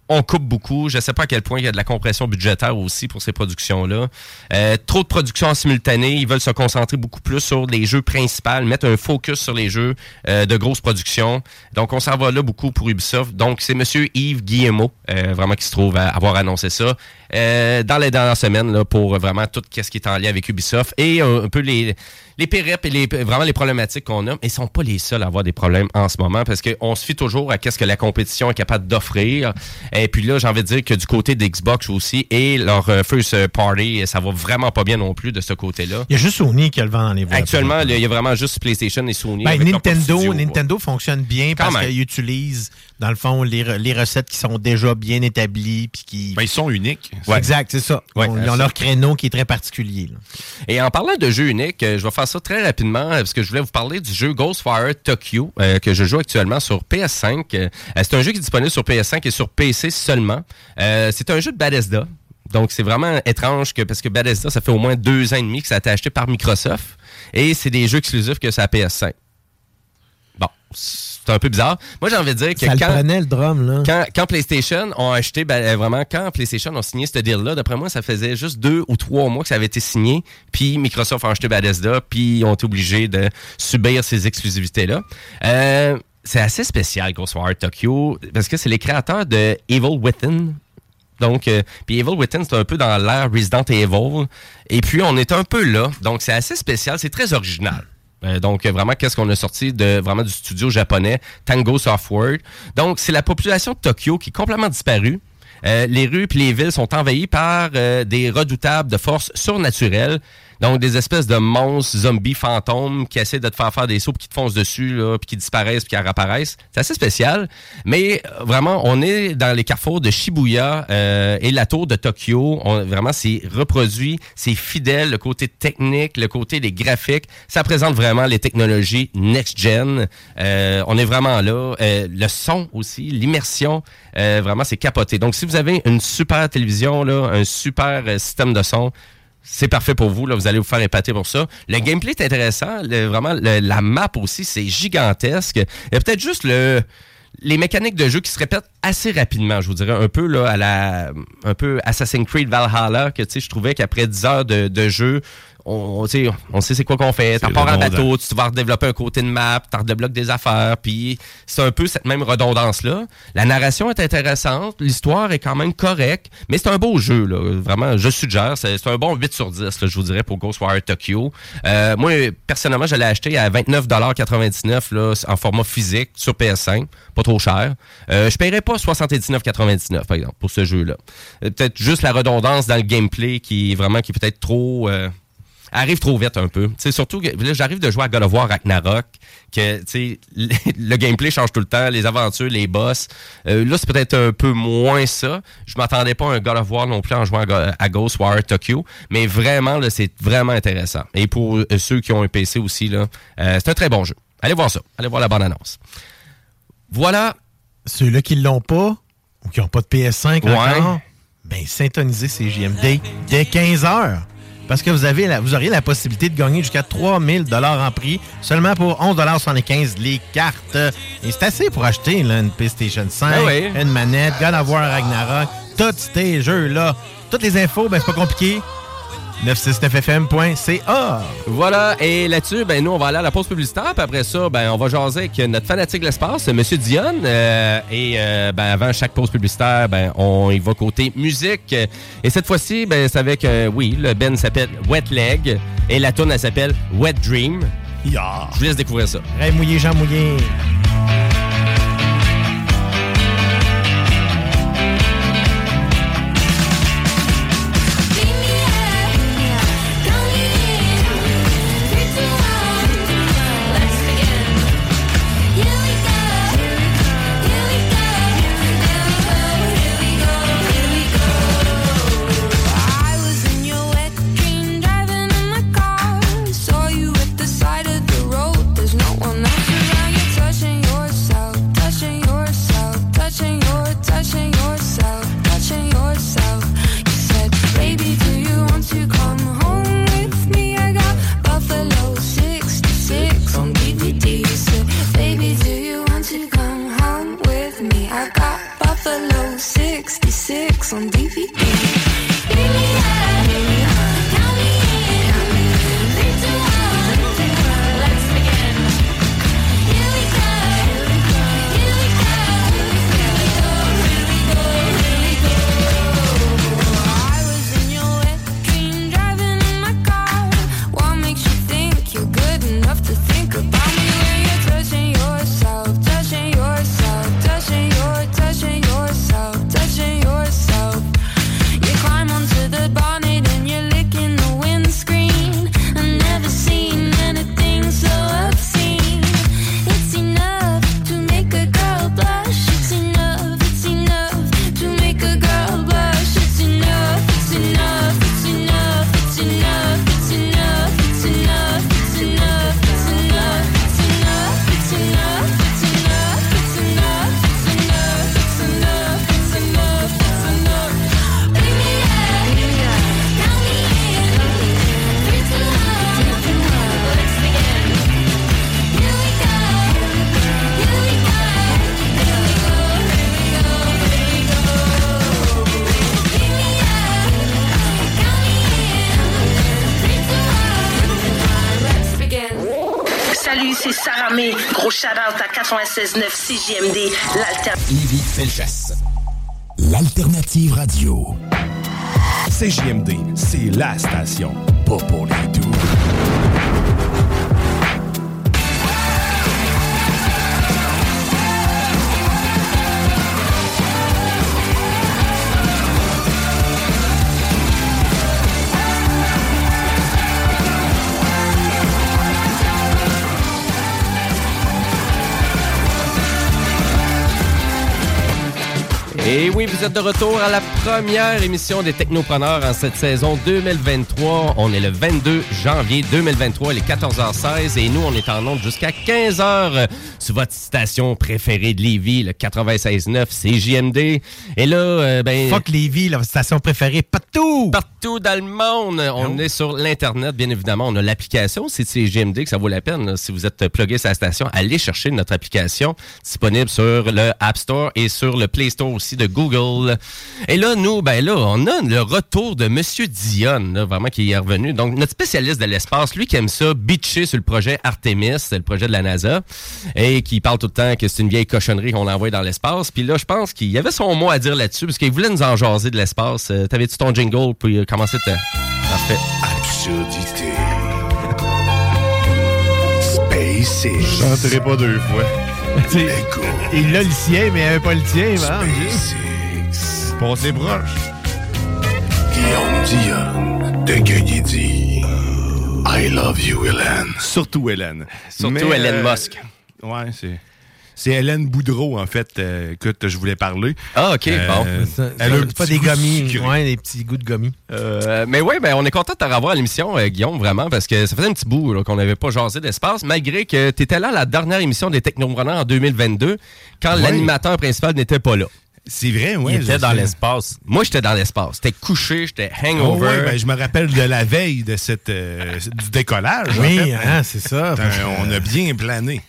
on coupe beaucoup. Je ne sais pas à quel point il y a de la compression budgétaire aussi pour ces productions-là. Trop de productions en simultané. Ils veulent se concentrer beaucoup plus sur les jeux principaux, mettre un focus sur les jeux de grosses productions. Donc, on s'en va là beaucoup pour Ubisoft. Donc, c'est M. Yves Guillemot, vraiment qui se trouve à avoir annoncé ça dans les dernières semaines là, pour vraiment tout ce qui est en lien avec Ubisoft et un peu les périples et vraiment les problématiques qu'on a. Et ils ne sont pas les seuls à avoir des problèmes en ce moment parce qu'on se fie toujours à ce que la compétition est capable d'offrir. Et puis là, j'ai envie de dire que du côté d'Xbox aussi et leur first party, ça va vraiment pas bien non plus de ce côté-là. Il y a juste Sony qui a le vent dans les voies. Actuellement, il y a vraiment juste PlayStation et Sony. Nintendo fonctionne bien parce qu'ils utilisent, dans le fond, les recettes qui sont déjà bien établies. Puis qui... ils sont uniques. Ouais. Exact, c'est ça. Ouais, ils ont leur créneau qui est très particulier. Là. Et en parlant de jeux uniques, je vais faire ça très rapidement parce que je voulais vous parler du jeu Ghostwire Tokyo que je joue actuellement sur PS5. C'est un jeu qui est disponible sur PS5 et sur PC seulement. C'est un jeu de Bethesda. Donc, c'est vraiment étrange parce que Bethesda, ça fait au moins 2 ans et demi que ça a été acheté par Microsoft. Et c'est des jeux exclusifs que c'est à PS5. Bon, c'est un peu bizarre. Moi, j'ai envie de dire que ça le prenait, le drum, là. Quand PlayStation ont acheté, quand PlayStation ont signé ce deal-là, d'après moi, ça faisait juste 2 ou 3 mois que ça avait été signé. Puis Microsoft a acheté Bethesda, puis ils ont été obligés de subir ces exclusivités-là. C'est assez spécial, Ghostwire Tokyo, parce que c'est les créateurs de Evil Within. Donc, puis Evil Within, c'est un peu dans l'ère Resident Evil. Et puis, on est un peu là. Donc, c'est assez spécial. C'est très original. Donc, vraiment, qu'est-ce qu'on a sorti du studio japonais Tango Software. Donc, c'est la population de Tokyo qui est complètement disparue. Les rues et les villes sont envahies par des redoutables de forces surnaturelles. Donc, des espèces de monstres, zombies, fantômes qui essaient de te faire des sauts puis qui te foncent dessus, là, puis qui disparaissent puis qui réapparaissent. C'est assez spécial. Mais vraiment, on est dans les carrefours de Shibuya et la tour de Tokyo. Vraiment, c'est reproduit, c'est fidèle, le côté technique, le côté des graphiques. Ça présente vraiment les technologies next-gen. On est vraiment là. Le son aussi, l'immersion, vraiment, c'est capoté. Donc, si vous avez une super télévision, là, un super système de son, c'est parfait pour vous. Là, vous allez vous faire épater pour ça. Le gameplay est intéressant. La map aussi, c'est gigantesque. Il y a peut-être juste les mécaniques de jeu qui se répètent assez rapidement, je vous dirais. Un peu là, un peu Assassin's Creed Valhalla, que je trouvais qu'après 10 heures de jeu, on sait c'est quoi qu'on fait. T'en pars en bateau, tu vas redévelopper un côté de map, t'en redébloques des affaires, puis c'est un peu cette même redondance-là. La narration est intéressante, l'histoire est quand même correcte, mais c'est un beau jeu, là. Vraiment, je suggère. C'est un bon 8 sur 10, là, je vous dirais, pour Ghostwire Tokyo. Moi, personnellement, je l'ai acheté à 29,99$ là, en format physique sur PS5, pas trop cher. Je paierais pas 79,99$, par exemple, pour ce jeu-là. Peut-être juste la redondance dans le gameplay qui est peut-être trop... arrive trop vite un peu. T'sais, surtout que là, j'arrive de jouer à God of War Ragnarok, que le gameplay change tout le temps, les aventures, les boss. Là, c'est peut-être un peu moins ça. Je m'attendais pas à un God of War non plus en jouant à Ghostwire Tokyo, mais vraiment, là, c'est vraiment intéressant. Et pour ceux qui ont un PC aussi, là, c'est un très bon jeu. Allez voir ça. Allez voir la bande-annonce. Voilà. Ceux-là qui l'ont pas, ou qui n'ont pas de PS5 encore, ben syntonisez CJMD dès 15h. Parce que vous auriez la possibilité de gagner jusqu'à 3 000 $ en prix, seulement pour 11,75 $ les cartes. Et c'est assez pour acheter là, une PlayStation 5, une manette, God of War Ragnarok, tous ces jeux-là. Toutes les infos, ben c'est pas compliqué. 969fm.ca. Voilà, et là-dessus, ben nous, on va aller à la pause publicitaire, puis après ça, ben on va jaser avec notre fanatique de l'espace, M. Dion. Ben avant chaque pause publicitaire, ben on y va côté musique. Et cette fois-ci, ben c'est avec, le band s'appelle Wet Leg, et la tune, elle s'appelle Wet Dream. Yeah. Je vous laisse découvrir ça. Rêve mouillé, Jean mouillé. Saw you at the side of the road. There's no one else around. You're touching your c'est Sarah May. Gros shout-out à 96.9 CJMD, l'alternative. Lévis Felchasse. L'alternative radio. CJMD, c'est la station. Pas pour les doux. Et oui, vous êtes de retour à la première émission des Technopreneurs en cette saison 2023. On est le 22 janvier 2023, il est 14h16 et nous, on est en onde jusqu'à 15h sur votre station préférée de Lévis, le 96.9 CJMD. Et là, Fuck Lévis, la station préférée, partout! Partout dans le monde. On est sur l'Internet, bien évidemment. On a l'application, c'est CJMD, que ça vaut la peine. Là. Si vous êtes plugué sur la station, allez chercher notre application disponible sur le App Store et sur le Play Store aussi de Google. Et là, nous, on a le retour de Monsieur Dionne, là, vraiment, qui est revenu. Donc, notre spécialiste de l'espace, lui qui aime ça, bitcher sur le projet Artemis, le projet de la NASA, et qui parle tout le temps que c'est une vieille cochonnerie qu'on envoie dans l'espace. Puis là, je pense qu'il y avait son mot à dire là-dessus, parce qu'il voulait nous en jaser de l'espace. T'avais-tu ton jingle pour commencer ta... Parfait. Absurdité. Spacey. Je chanterai pas deux fois. Il a le sien, mais il avait pas le tien, Passez proche. Guillaume Dionne, de Guigui I love you, Hélène. Surtout Hélène. Surtout Hélène Musk. Ouais, c'est Hélène Boudreau, en fait, que je voulais parler. Ah, OK, bon. Elle a pas des gommis, des petits goûts de gommis. Mais oui, on est content de te revoir à l'émission, Guillaume, vraiment, parce que ça faisait un petit bout là, qu'on n'avait pas jasé d'espace, malgré que tu étais là à la dernière émission des Technopreneurs en 2022, quand l'animateur principal n'était pas là. C'est vrai, oui. Il était dans l'espace. Moi, j'étais dans l'espace. J'étais couché, j'étais hangover. Je me rappelle de la veille de cette du décollage. Oui, en fait. c'est ça. On a bien plané.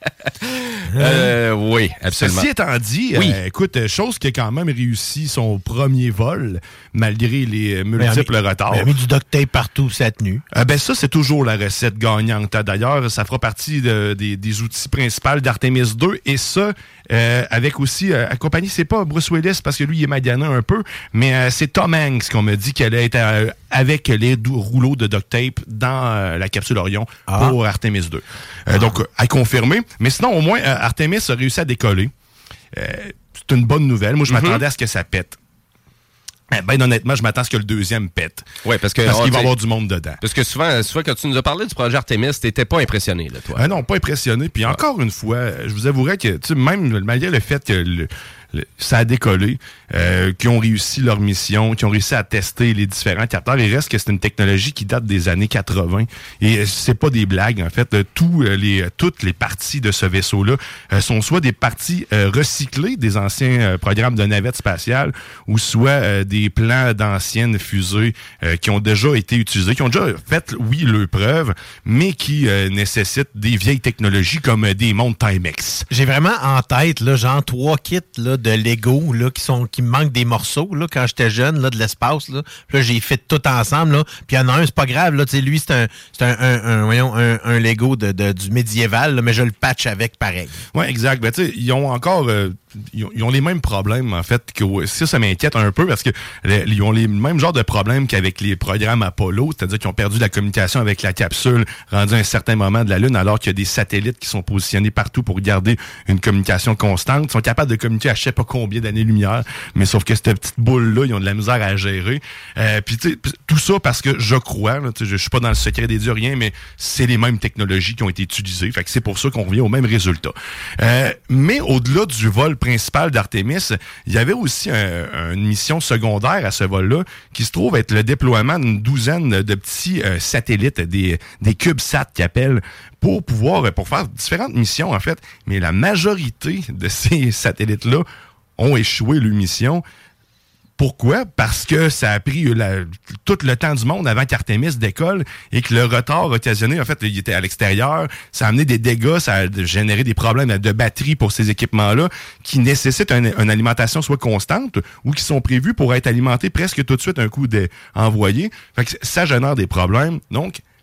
Oui, absolument. Ceci étant dit, écoute, chose qui a quand même réussi son premier vol, malgré les multiples retards. Il a mis du duct tape partout, ça a tenu. Ça, c'est toujours la recette gagnante. D'ailleurs, ça fera partie des outils principaux d'Artemis 2. Et ça, avec aussi, accompagné, c'est pas Bruce Willis, parce que lui, il est magané un peu, mais c'est Tom Hanks qu'on me dit qu'elle est avec les rouleaux de duct tape dans la capsule Orion pour Artemis 2. Donc, à confirmer. Mais sinon, au moins, Artemis a réussi à décoller. C'est une bonne nouvelle. Moi, je m'attendais à ce que ça pète. Honnêtement, je m'attends à ce que le deuxième pète. Oui, parce qu'il va y avoir du monde dedans. Parce que souvent, quand tu nous as parlé du projet Artemis, t'étais pas impressionné, là, toi. Non, pas impressionné. Puis encore une fois, je vous avouerais que, même malgré le fait que ça a décollé, qui ont réussi leur mission, qui ont réussi à tester les différents capteurs. Il reste que c'est une technologie qui date des années 80. Et c'est pas des blagues, en fait. Toutes les parties de ce vaisseau-là sont soit des parties recyclées des anciens programmes de navettes spatiales, ou soit des plans d'anciennes fusées qui ont déjà été utilisées, qui ont déjà fait, oui, leur preuve, mais qui nécessitent des vieilles technologies comme des montres Timex. J'ai vraiment en tête, là, genre 3 kits là, de Lego là, qui me manquent des morceaux là, quand j'étais jeune, là, de l'espace. Là, j'ai fait tout ensemble. Là. Puis il y en a un, c'est pas grave. Là, lui, c'est un Lego du médiéval, là, mais je le patch avec pareil. Oui, exact. Ils ont encore... Ils ont les mêmes problèmes, en fait, que ça m'inquiète un peu parce que ils ont les mêmes genres de problèmes qu'avec les programmes Apollo, c'est-à-dire qu'ils ont perdu la communication avec la capsule rendue à un certain moment de la Lune, alors qu'il y a des satellites qui sont positionnés partout pour garder une communication constante. Ils sont capables de communiquer à je sais pas combien d'années-lumière, mais sauf que cette petite boule-là, ils ont de la misère à gérer. Puis tout ça parce que je crois, là, je suis pas dans le secret des dieux, rien, mais c'est les mêmes technologies qui ont été utilisées. Fait que c'est pour ça qu'on revient au même résultat. Mais au-delà du vol principal d'Artemis, il y avait aussi une mission secondaire à ce vol-là qui se trouve être le déploiement d'une douzaine de petits satellites, des CubeSat qu'ils appellent, pour faire différentes missions en fait. Mais la majorité de ces satellites-là ont échoué leur mission. Pourquoi? Parce que ça a pris tout le temps du monde avant qu'Artemis décolle et que le retard occasionné, en fait, il était à l'extérieur, ça a amené des dégâts, ça a généré des problèmes de batterie pour ces équipements-là qui nécessitent une alimentation soit constante ou qui sont prévus pour être alimentés presque tout de suite un coup envoyé. Fait que ça génère des problèmes. Donc,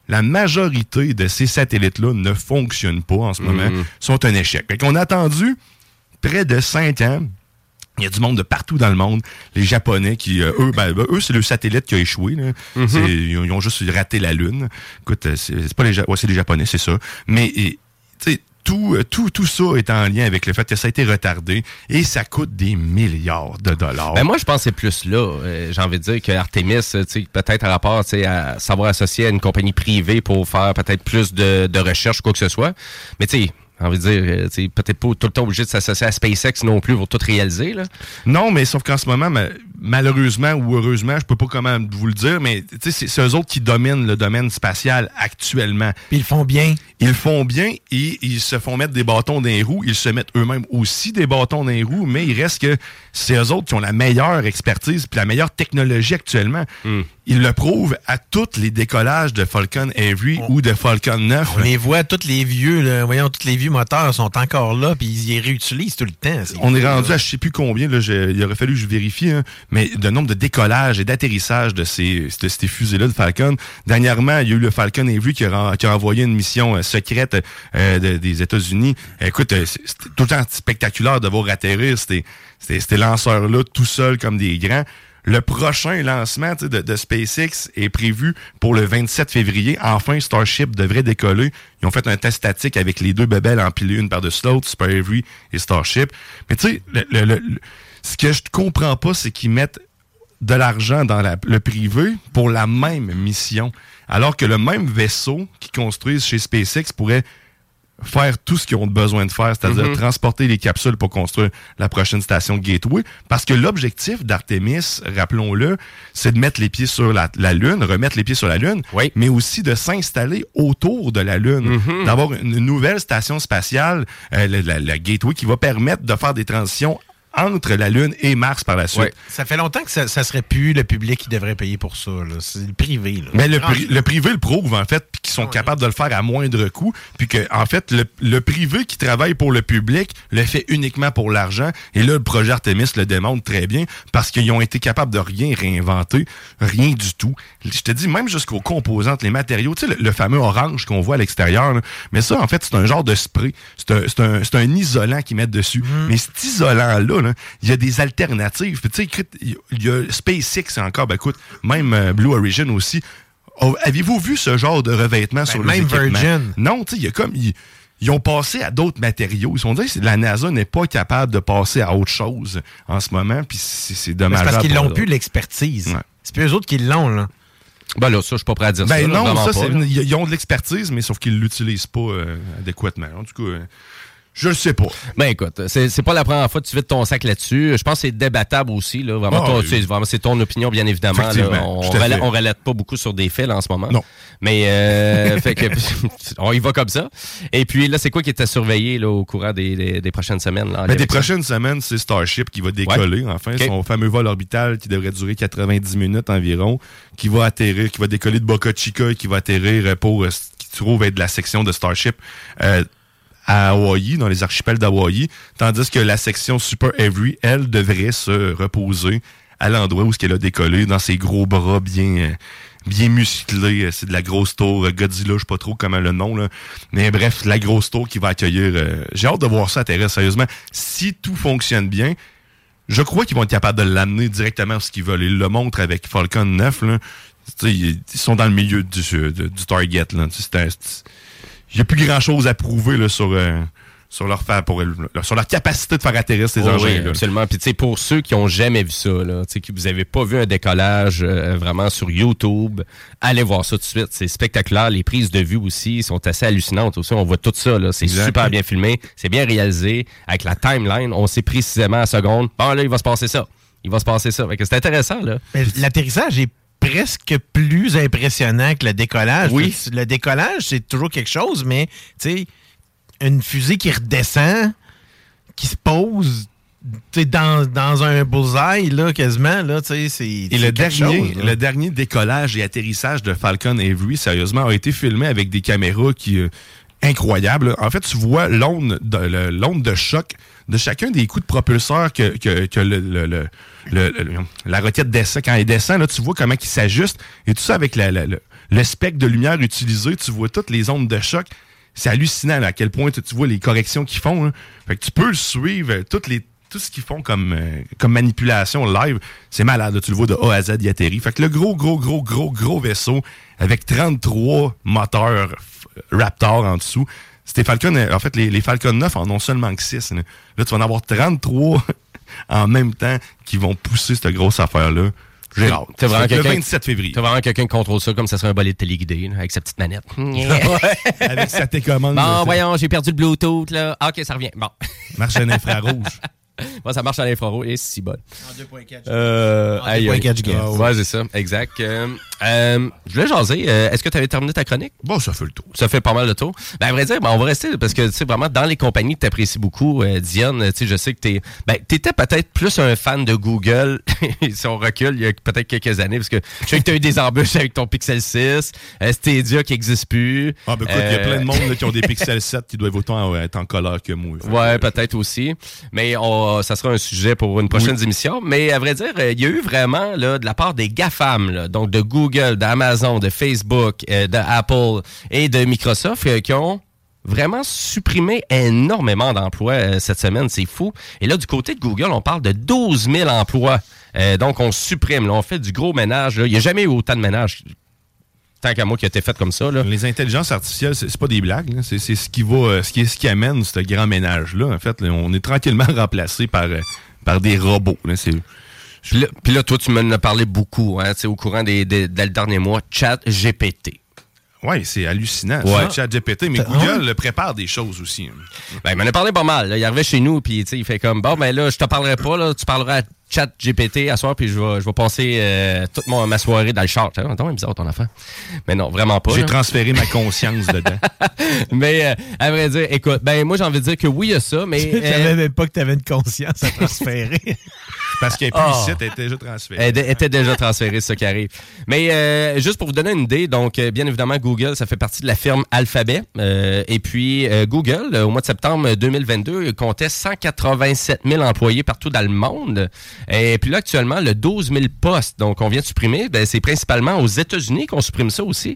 la majorité de ces satellites-là ne fonctionnent pas en ce moment, sont un échec. Fait qu'on a attendu près de 5 ans. Il y a du monde de partout dans le monde. Les Japonais qui, eux, c'est le satellite qui a échoué. Là. Ils ont juste raté la Lune. Écoute, c'est pas c'est les Japonais, c'est ça. Mais, tu sais, tout ça est en lien avec le fait que ça a été retardé et ça coûte des milliards de dollars. Ben moi, je pense que c'est plus là. J'ai envie de dire que Artemis, peut-être à rapport à savoir associer à une compagnie privée pour faire peut-être plus de recherche ou quoi que ce soit. Mais tu sais, j'ai envie de dire, peut-être pas tout le temps obligé de s'associer à SpaceX non plus pour tout réaliser. Là. Non, mais sauf qu'en ce moment, malheureusement ou heureusement, je peux pas comment vous le dire, mais c'est eux autres qui dominent le domaine spatial actuellement. Puis ils le font bien. Ils le font bien et ils se font mettre des bâtons dans les roues. Ils se mettent eux-mêmes aussi des bâtons dans les roues, mais il reste que c'est eux autres qui ont la meilleure expertise puis la meilleure technologie actuellement. Ils le prouvent à tous les décollages de Falcon Heavy ou de Falcon 9. On les voit, tous les vieux moteurs sont encore là, puis ils les réutilisent tout le temps. On est rendu à je sais plus combien, là, il aurait fallu que je vérifie, hein, mais le nombre de décollages et d'atterrissages de ces fusées-là de Falcon. Dernièrement, il y a eu le Falcon Heavy qui a envoyé une mission secrète des États-Unis. Écoute, c'était tout le temps spectaculaire de voir atterrir ces lanceurs-là tout seuls comme des grands. Le prochain lancement de SpaceX est prévu pour le 27 février. Enfin, Starship devrait décoller. Ils ont fait un test statique avec les deux bébelles empilées une par-dessus l'autre, Super Heavy et Starship. Mais tu sais, ce que je comprends pas, c'est qu'ils mettent de l'argent dans le privé pour la même mission. Alors que le même vaisseau qu'ils construisent chez SpaceX pourrait faire tout ce qu'ils ont besoin de faire, c'est-à-dire transporter les capsules pour construire la prochaine station Gateway. Parce que l'objectif d'Artemis, rappelons-le, c'est de mettre les pieds sur la Lune, remettre les pieds sur la Lune, mais aussi de s'installer autour de la Lune, d'avoir une nouvelle station spatiale, la Gateway, qui va permettre de faire des transitions entre la Lune et Mars par la suite. Ouais. Ça fait longtemps que ça serait plus le public qui devrait payer pour ça. Là. C'est le privé. Là. Mais le privé le prouve, en fait, puis qu'ils sont capables de le faire à moindre coût, puis que, en fait, le privé qui travaille pour le public le fait uniquement pour l'argent. Et là, le projet Artemis le démontre très bien, parce qu'ils ont été capables de rien réinventer, rien du tout. Je te dis, même jusqu'aux composantes, les matériaux, tu sais, le fameux orange qu'on voit à l'extérieur, là, mais ça, en fait, c'est un genre de spray. C'est un isolant qu'ils mettent dessus. Mais cet isolant-là, il y a des alternatives. Tu sais, il y a SpaceX encore, écoute, même Blue Origin aussi. Avez-vous vu ce genre de revêtement sur les équipements? Même Virgin. Non, tu sais, il y a comme... Ils ont passé à d'autres matériaux. Ils se sont dit que la NASA n'est pas capable de passer à autre chose en ce moment, puis c'est dommage. C'est parce qu'ils n'ont plus l'expertise. Ouais. C'est plus eux autres qui l'ont, là. Ben là, ça, je suis pas prêt à dire ça. Non, ça, ils ont de l'expertise, mais sauf qu'ils ne l'utilisent pas adéquatement. En tout cas... Je le sais pas. Ben écoute, c'est pas la première fois que tu vides ton sac là-dessus. Je pense que c'est débattable aussi. Là. Vraiment, c'est ton opinion, bien évidemment. Là. On relate pas beaucoup sur des faits là, en ce moment. Non. Mais fait que, on y va comme ça. Et puis là, c'est quoi qui était surveillé là, au courant des prochaines semaines? Là, des prochaines semaines, c'est Starship qui va décoller. Ouais. Enfin, son fameux vol orbital qui devrait durer 90 minutes environ, qui va atterrir, qui va décoller de Boca Chica et qui va atterrir pour ce qui se trouve être la section de Starship à Hawaï, dans les archipels d'Hawaï, tandis que la section Super Heavy, elle, devrait se reposer à l'endroit où elle a décollé, dans ses gros bras bien musclés. C'est de la grosse tour Godzilla, je sais pas trop comment le nom, là. Mais bref, la grosse tour qui va accueillir... j'ai hâte de voir ça atterrir, sérieusement. Si tout fonctionne bien, je crois qu'ils vont être capables de l'amener directement où ce qu'ils veulent. Ils le montrent avec Falcon 9, là. Ils sont dans le milieu du target, là. Il n'y a plus grand-chose à prouver là, sur leur capacité de faire atterrir ces engins. Oui, absolument. Puis tu sais, pour ceux qui n'ont jamais vu ça, là, tu sais, que vous n'avez pas vu un décollage vraiment sur YouTube, allez voir ça tout de suite. C'est spectaculaire. Les prises de vue aussi sont assez hallucinantes aussi. On voit tout ça. Là. C'est super bien filmé. C'est bien réalisé. Avec la timeline, on sait précisément à la seconde. Bon, là, il va se passer ça. Fait que c'est intéressant, là. Mais l'atterrissage est presque plus impressionnant que le décollage. Oui. Le décollage, c'est toujours quelque chose, mais tu sais, une fusée qui redescend, qui se pose dans un bullseye, là, quasiment, là, tu sais, c'est. Et le dernier décollage et atterrissage de Falcon Heavy, sérieusement, a été filmé avec des caméras qui incroyables. En fait, tu vois l'onde de choc de chacun des coups de propulseur que la roquette descend. Quand elle descend, là, tu vois comment il s'ajuste. Et tout ça avec le spectre de lumière utilisé, tu vois toutes les ondes de choc. C'est hallucinant là, à quel point tu vois les corrections qu'ils font. Hein. Fait que tu peux le suivre, tout ce qu'ils font comme manipulation live, c'est malade. Là, tu le vois de A à Z, il atterrit. Fait que le gros vaisseau avec 33 moteurs Raptor en dessous. C'était Falcon, en fait, les Falcon 9 en ont seulement que 6. Là, tu vas en avoir 33 en même temps qui vont pousser cette grosse affaire-là. J'ai hâte. C'est le 27 février. T'as vraiment quelqu'un qui contrôle ça comme ça serait un bolide téléguidé, là, avec sa petite manette. Avec sa télécommande. Bon, voyons, j'ai perdu le Bluetooth, là. Ah, OK, ça revient. Bon. Marche en infrarouge. Bon, ça marche en infrarouge et c'est bon. En 2.4. 2.4 GHz. Ouais, c'est ça, exact. Je voulais jaser. Est-ce que tu avais terminé ta chronique? Bon, ça fait le tour. Ça fait pas mal le tour. Ben, à vrai dire, on va rester parce que, tu sais, vraiment, dans les compagnies que tu apprécies beaucoup, Diane, tu sais, je sais que t'étais peut-être plus un fan de Google, si on recule, il y a peut-être quelques années, parce que je sais que tu as eu des embûches avec ton Pixel 6, Stadia qui n'existe plus. Ah, ben écoute, il y a plein de monde là, qui ont des Pixel 7 qui doivent autant être en colère que moi. Ouais, peut-être aussi. Mais ça sera un sujet pour une prochaine émission. Mais à vrai dire, il y a eu vraiment, là, de la part des GAFAM, là, donc de Google, d'Amazon, de Facebook, d'Apple et de Microsoft qui ont vraiment supprimé énormément d'emplois cette semaine. C'est fou. Et là, du côté de Google, on parle de 12 000 emplois. Donc, on supprime. Là, on fait du gros ménage. Là. Il n'y a jamais eu autant de ménage. Tant qu'à moi qui a été fait comme ça. Là. Les intelligences artificielles, c'est pas des blagues. Là. C'est ce qui amène ce grand ménage-là. En fait, là, on est tranquillement remplacé par des robots. Là. Puis là, toi, tu m'en as parlé beaucoup hein, au courant des derniers mois. ChatGPT. Oui, c'est hallucinant. Ouais. ChatGPT, mais Google prépare des choses aussi. Ben, il m'en a parlé pas mal. Là. Il arrivait chez nous, puis il fait comme, bon, ben là, je te parlerai pas, là, tu parleras à ChatGPT à soir, puis je vais passer toute ma soirée dans le char. Attends, bizarre ton affaire. Mais non, vraiment pas. J'ai là. transféré ma conscience dedans. Mais à vrai dire, écoute, ben moi j'ai envie de dire que oui, il y a ça, mais... Je savais même pas que tu avais une conscience à transférer. Parce qu'elle est plus ici, elle était déjà transférée. Elle était déjà transférée, c'est ça qui arrive. Mais juste pour vous donner une idée, donc bien évidemment, Google, ça fait partie de la firme Alphabet. Et puis Google, au mois de septembre 2022, comptait 187 000 employés partout dans le monde. Et puis là, actuellement, le 12 000 postes, donc on vient de supprimer, ben, c'est principalement aux États-Unis qu'on supprime ça aussi.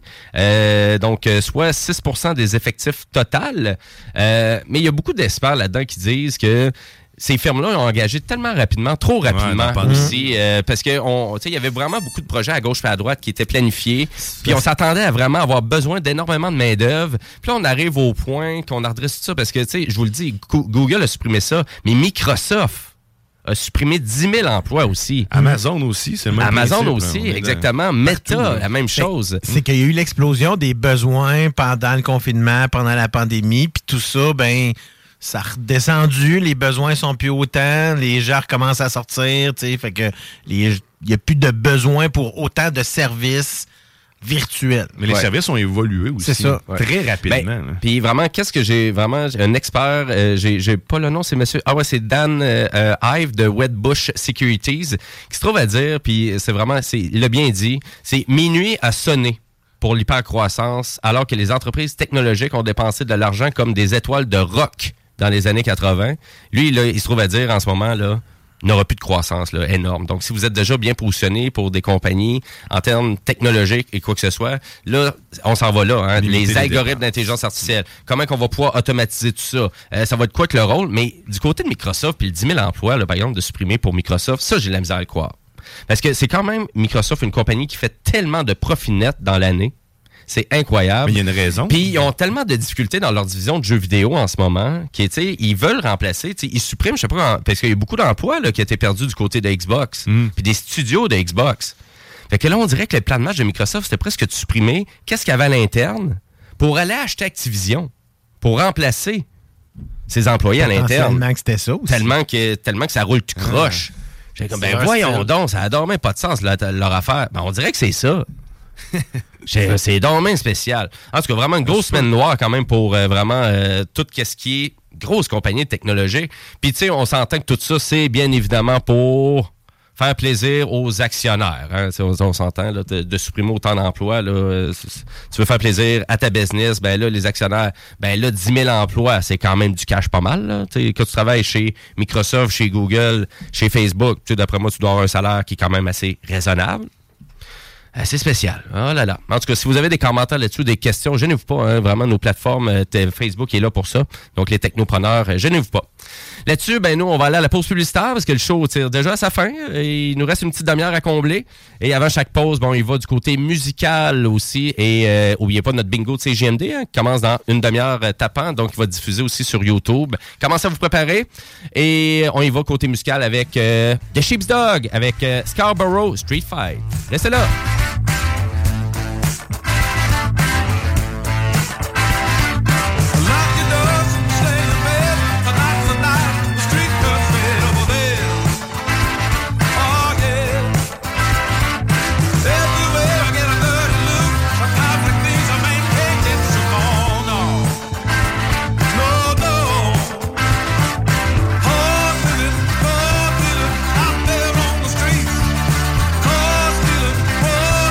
Donc, soit 6 % des effectifs total. Mais il y a beaucoup d'experts là-dedans qui disent que ces firmes-là ont engagé tellement rapidement, trop rapidement aussi, parce que il y avait vraiment beaucoup de projets à gauche et à droite qui étaient planifiés. Puis on s'attendait à vraiment avoir besoin d'énormément de main-d'œuvre. Puis là, on arrive au point qu'on redresse tout ça parce que, je vous le dis, Google a supprimé ça, mais Microsoft a supprimé 10 000 emplois aussi. Amazon aussi, c'est le même Amazon principe, aussi, exactement. Meta, la même chose. C'est qu'il y a eu l'explosion des besoins pendant le confinement, pendant la pandémie, puis tout ça, ben, ça a redescendu, les besoins sont plus autant, les gens recommencent à sortir, tu sais, fait que il y a plus de besoin pour autant de services virtuels. Mais les services ont évolué aussi. C'est ça. Très rapidement. Puis vraiment, qu'est-ce que j'ai vraiment... Un expert, j'ai pas le nom, c'est monsieur... Ah ouais, c'est Dan Ive de Wedbush Securities qui se trouve à dire, puis c'est vraiment... Il l'a bien dit, c'est minuit à sonner pour l'hypercroissance, alors que les entreprises technologiques ont dépensé de l'argent comme des étoiles de rock dans les années 80. Lui, là, il se trouve à dire en ce moment, là, il n'aura plus de croissance là, énorme. Donc, si vous êtes déjà bien positionné pour des compagnies en termes technologiques et quoi que ce soit, là, on s'en va là. Hein, les algorithmes d'intelligence artificielle. Comment qu'on va pouvoir automatiser tout ça? Ça va être quoi que le rôle? Mais du côté de Microsoft, puis le 10 000 emplois, là, par exemple, de supprimer pour Microsoft, ça, j'ai de la misère à le croire. Parce que c'est quand même Microsoft, une compagnie qui fait tellement de profits nets dans l'année. C'est incroyable. Mais il y a une raison. Puis ils ont tellement de difficultés dans leur division de jeux vidéo en ce moment qu'ils veulent remplacer. Ils suppriment, je sais pas, parce qu'il y a beaucoup d'emplois là, qui ont été perdus du côté de Xbox. Puis des studios de Xbox. Fait que là, on dirait que le plan de match de Microsoft, c'était presque de supprimer qu'est-ce qu'il y avait à l'interne pour aller acheter Activision, pour remplacer ses employés à l'interne. Tellement que c'était ça aussi. Tellement que ça roule tout croche. J'ai comme, voyons donc, ça a dormi pas de sens leur affaire. Ben, on dirait que c'est ça. C'est dommage spécial. En tout cas, vraiment une grosse semaine noire quand même pour vraiment tout ce qui est grosse compagnie technologique. Puis tu sais, on s'entend que tout ça, c'est bien évidemment pour faire plaisir aux actionnaires. Hein? On s'entend là, de supprimer autant d'emplois. Là, tu veux faire plaisir à ta business, ben là, les actionnaires, ben là, 10 000 emplois, c'est quand même du cash pas mal. Là. Que tu travailles chez Microsoft, chez Google, chez Facebook, d'après moi, tu dois avoir un salaire qui est quand même assez raisonnable. C'est spécial. Oh là là. En tout cas, si vous avez des commentaires là-dessus, des questions, gênez-vous pas. Hein, vraiment, nos plateformes, Facebook est là pour ça. Donc, les technopreneurs, gênez-vous pas. Là-dessus, ben nous, on va aller à la pause publicitaire parce que le show tire déjà à sa fin. Et il nous reste une petite demi-heure à combler. Et avant chaque pause, bon, il va du côté musical aussi. Et n'oubliez pas notre bingo de CJMD hein, qui commence dans une demi-heure tapant. Donc, il va diffuser aussi sur YouTube. Commencez à vous préparer. Et on y va côté musical avec The Sheepdog, avec Scarborough Street Fight. Restez là. Whoa.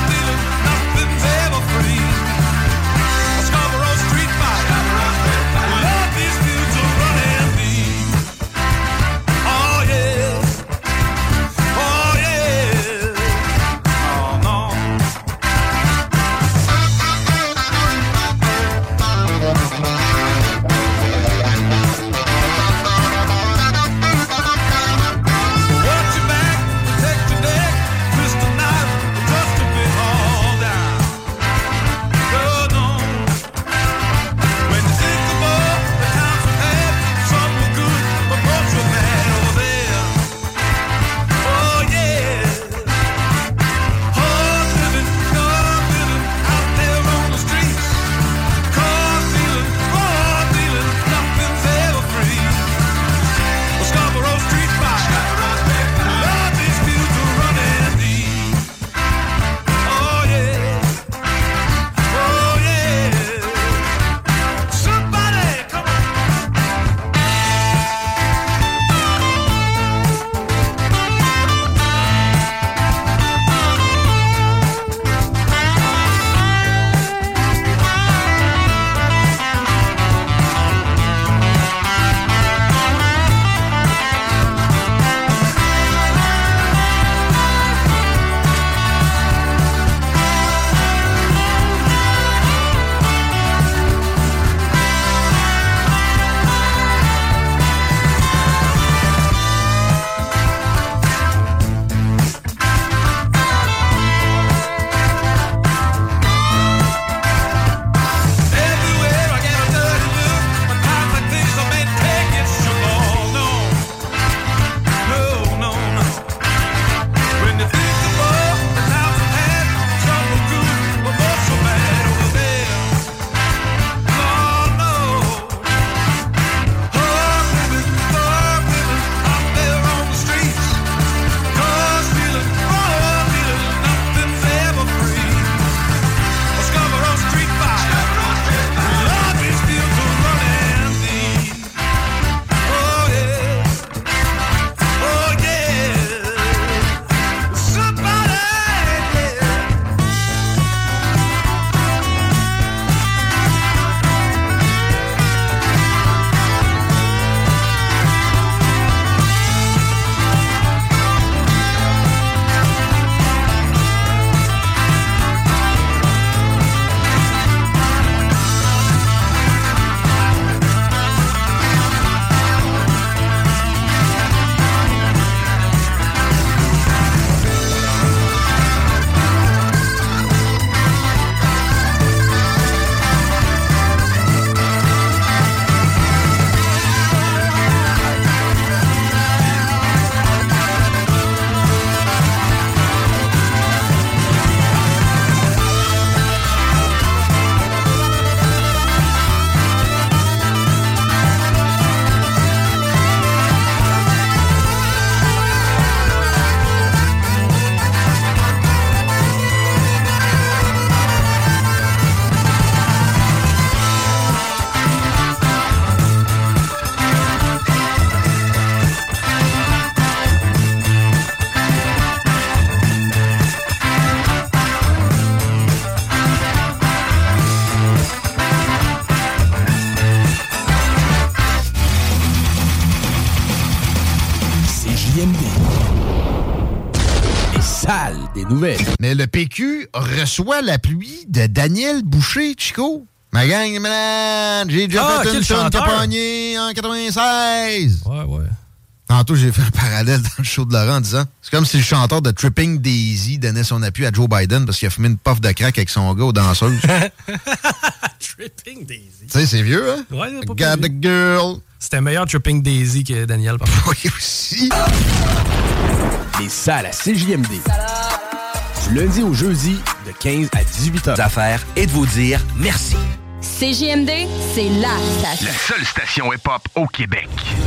nouvelles. Mais le PQ reçoit l'appui de Daniel Boucher, Chico. Ma gang, man, j'ai déjà fait une tonne campagne en 96. Ouais. Tantôt, j'ai fait un parallèle dans le show de Laurent en disant c'est comme si le chanteur de Tripping Daisy donnait son appui à Joe Biden parce qu'il a fumé une puff de crack avec son gars aux danseuses. Tripping Daisy. Tu sais, c'est vieux, hein? Ouais, Got the girl. C'était meilleur Tripping Daisy que Daniel, par contre. Oui, aussi. Les salles à CJMD. Du lundi au jeudi, de 15 à 18 heures. D'affaires et de vous dire merci. CJMD, c'est la station. La seule station hip-hop au Québec.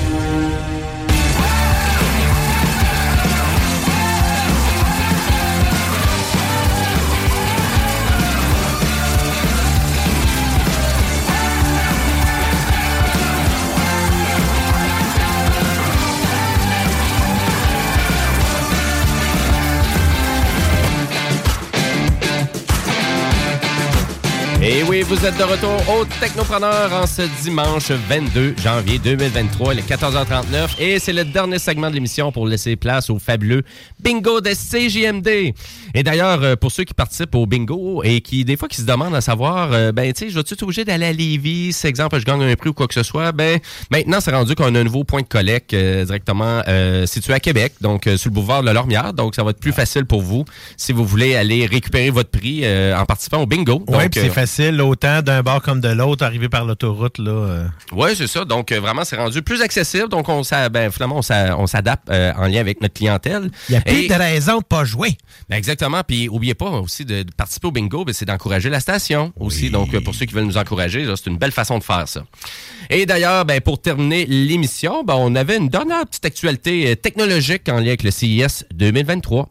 Et oui, vous êtes de retour au Technopreneur en ce dimanche 22 janvier 2023, il est 14h39 et c'est le dernier segment de l'émission pour laisser place au fabuleux bingo de CJMD. Et d'ailleurs, pour ceux qui participent au bingo et qui, des fois, qui se demandent à savoir, tu sais, je vais-tu être obligé d'aller à Lévis, si, exemple, je gagne un prix ou quoi que ce soit, maintenant, c'est rendu qu'on a un nouveau point de collecte directement situé à Québec, donc sur le boulevard de Lormière, donc ça va être plus facile pour vous si vous voulez aller récupérer votre prix en participant au bingo. Oui, puis c'est facile, autant d'un bord comme de l'autre, arriver par l'autoroute, là. Oui, c'est ça. Donc, vraiment, c'est rendu plus accessible. Donc, finalement, on s'adapte en lien avec notre clientèle. Il n'y a plus de raison de pas jouer. Exactement. Puis, n'oubliez pas aussi de participer au bingo, c'est d'encourager la station aussi. Oui. Donc, pour ceux qui veulent nous encourager, là, c'est une belle façon de faire ça. Et d'ailleurs, pour terminer l'émission, on avait une dernière petite actualité technologique en lien avec le CES 2023.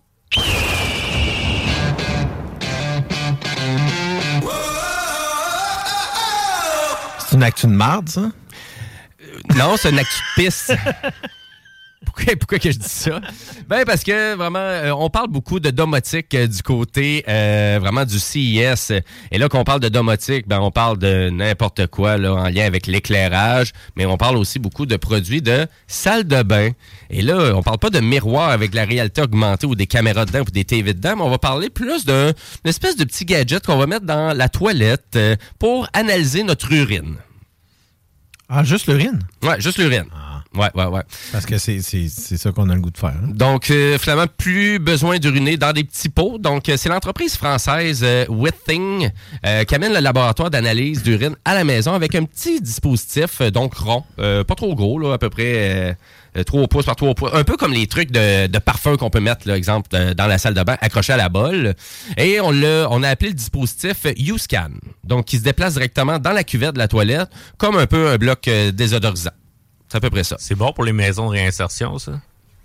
C'est une actu de marde, ça? Non, c'est une actu de pisse. Pourquoi que je dis ça? Parce que vraiment, on parle beaucoup de domotique du côté vraiment du CES. Et là, qu'on parle de domotique, on parle de n'importe quoi là, en lien avec l'éclairage, mais on parle aussi beaucoup de produits de salle de bain. Et là, on parle pas de miroir avec la réalité augmentée ou des caméras dedans ou des TV dedans, mais on va parler plus d'une espèce de petit gadget qu'on va mettre dans la toilette pour analyser notre urine. Ah, juste l'urine? Ouais, juste l'urine. Ah. Ouais. Parce que c'est ça qu'on a le goût de faire. Hein? Donc, finalement, plus besoin d'uriner dans des petits pots. Donc, c'est l'entreprise française Withing qui amène le laboratoire d'analyse d'urine à la maison avec un petit dispositif, donc rond, pas trop gros, là, à peu près 3 pouces par 3 pouces. Un peu comme les trucs de parfum qu'on peut mettre, là, exemple, dans la salle de bain, accroché à la bolle. Et on a appelé le dispositif U-Scan, donc qui se déplace directement dans la cuvette de la toilette, comme un peu un bloc désodorisant. C'est à peu près ça. C'est bon pour les maisons de réinsertion, ça?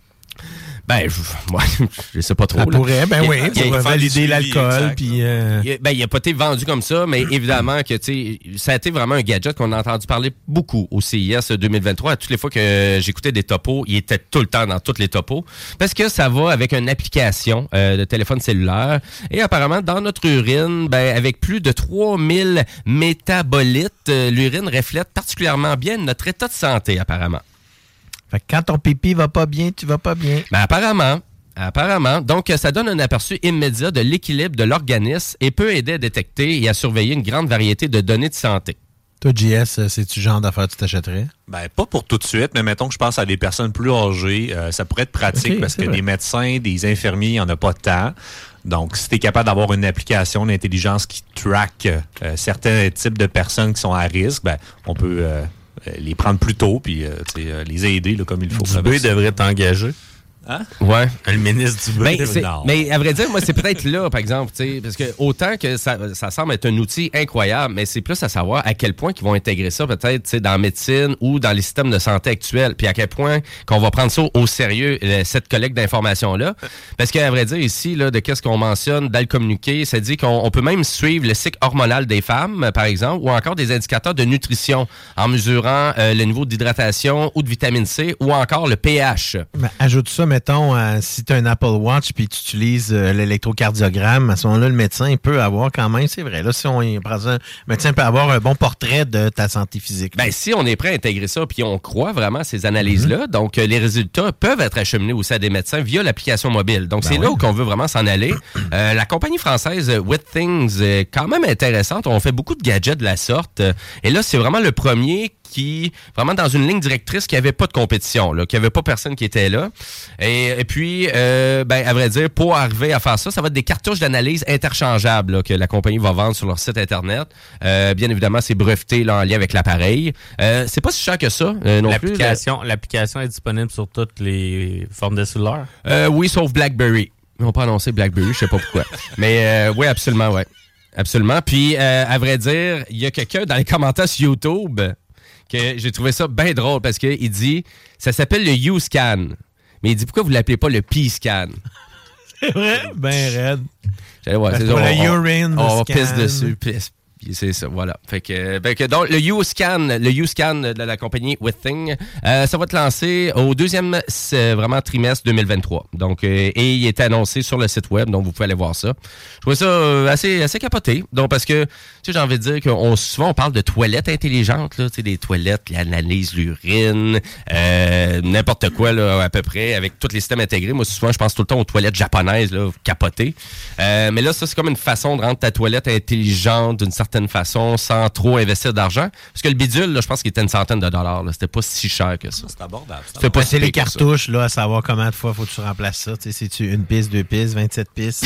Je sais pas trop. Ça pourrait, pour valider l'alcool. Il n'a pas été vendu comme ça, mais évidemment que ça a été vraiment un gadget qu'on a entendu parler beaucoup au CES 2023. À toutes les fois que j'écoutais des topos, il était tout le temps dans toutes les topos, parce que ça va avec une application de téléphone cellulaire. Et apparemment, dans notre urine, avec plus de 3000 métabolites, l'urine reflète particulièrement bien notre état de santé, apparemment. Fait que quand ton pipi va pas bien, tu vas pas bien. Apparemment. Donc, ça donne un aperçu immédiat de l'équilibre de l'organisme et peut aider à détecter et à surveiller une grande variété de données de santé. Toi, JS, c'est-tu genre d'affaires que tu t'achèterais? Pas pour tout de suite, mais mettons que je pense à des personnes plus âgées. Ça pourrait être pratique parce que des médecins, des infirmiers, il n'y en a pas tant. Donc, si tu es capable d'avoir une application d'intelligence qui track certains types de personnes qui sont à risque, on peut... les prendre plus tôt, puis les aider là, comme il faut. Dubé devrait t'engager. Hein? Ouais. Le ministre Dubé. Mais à vrai dire, moi, c'est peut-être là, par exemple, parce que autant que ça semble être un outil incroyable, mais c'est plus à savoir à quel point ils vont intégrer ça peut-être dans la médecine ou dans les systèmes de santé actuels, puis à quel point qu'on va prendre ça au sérieux, cette collecte d'informations-là. Parce qu'à vrai dire, ici, là, de qu'est-ce qu'on mentionne dans le communiqué, ça dit qu'on peut même suivre le cycle hormonal des femmes, par exemple, ou encore des indicateurs de nutrition en mesurant le niveau d'hydratation ou de vitamine C ou encore le pH. Ajoute ça, mettons, si tu as un Apple Watch puis tu utilises l'électrocardiogramme, à ce moment-là, le médecin il peut avoir quand même, c'est vrai, là, si on prend ça, le médecin peut avoir un bon portrait de ta santé physique. Ben, si on est prêt à intégrer ça puis on croit vraiment à ces analyses-là, donc les résultats peuvent être acheminés aussi à des médecins via l'application mobile. Donc, c'est là où on veut vraiment s'en aller. La compagnie française With Things est quand même intéressante. On fait beaucoup de gadgets de la sorte. Et là, c'est vraiment le premier qui, vraiment dans une ligne directrice, qui avait pas de compétition, là, qui avait pas personne qui était là. Et puis, à vrai dire, pour arriver à faire ça, ça va être des cartouches d'analyse interchangeables là, que la compagnie va vendre sur leur site Internet. Bien évidemment, c'est breveté là, en lien avec l'appareil. C'est pas si cher que ça non plus. L'application est disponible sur toutes les formes de cellulaire? Oui, sauf BlackBerry. Ils n'ont pas annoncé BlackBerry, je sais pas pourquoi. Mais oui, absolument, ouais. Absolument. Puis, à vrai dire, il y a quelqu'un dans les commentaires sur YouTube que j'ai trouvé ça bien drôle parce qu'il dit, ça s'appelle le U-Scan. Mais il dit, pourquoi vous l'appelez pas le P-Scan? C'est vrai? Ben raide. J'allais voir, c'est le urine, on le pisse scan. dessus, pisse. C'est ça, voilà. Fait que donc, le U-Scan de la compagnie With Thing, ça va être lancé au deuxième vraiment trimestre 2023. Donc, et il est annoncé sur le site web, donc vous pouvez aller voir ça. Je trouve ça assez capoté. Donc, parce que, tu sais, j'ai envie de dire que souvent, on parle de toilettes intelligentes, là, tu sais, des toilettes, l'analyse, l'urine, n'importe quoi, là, à peu près, avec tous les systèmes intégrés. Moi, souvent, je pense tout le temps aux toilettes japonaises, là, capotées. Mais là, ça, c'est comme une façon de rendre ta toilette intelligente d'une certaine façon, sans trop investir d'argent. Parce que le bidule, là, je pense qu'il était une centaine de dollars. Là. C'était pas si cher que ça. C'est abordable. C'est les cartouches, là, à savoir combien de fois faut que tu remplaces ça. Tu sais, c'est-tu une piste, 2 pistes, 27 pistes?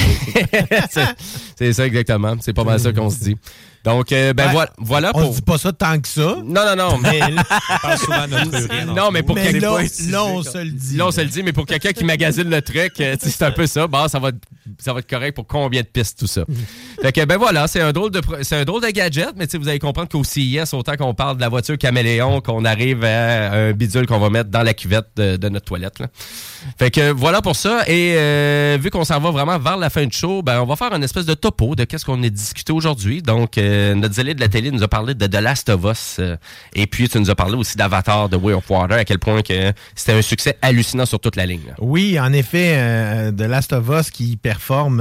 C'est ça, exactement. C'est pas mal ça qu'on se dit. Donc, voilà on pour... se dit pas ça tant que ça. Non. Mais On parle souvent de notre urine. Non, mais pour quelqu'un... Là, on se le dit. Là, on se le dit, mais pour quelqu'un qui magasine le truc, c'est un peu ça. Bon, ça va être correct pour combien de pistes, tout ça. Fait que, voilà, c'est un drôle de gadget, mais vous allez comprendre qu'au CIS, autant qu'on parle de la voiture caméléon, qu'on arrive à un bidule qu'on va mettre dans la cuvette de notre toilette. Là. Fait que, voilà pour ça. Et vu qu'on s'en va vraiment vers la fin du show, on va faire une espèce de topo de qu'est-ce qu'on a discuté aujourd'hui. Donc, notre zélé de la télé nous a parlé de The Last of Us. Et puis, tu nous as parlé aussi d'Avatar, de Way of Water, à quel point que c'était un succès hallucinant sur toute la ligne. Là. Oui, en effet, The Last of Us qui performe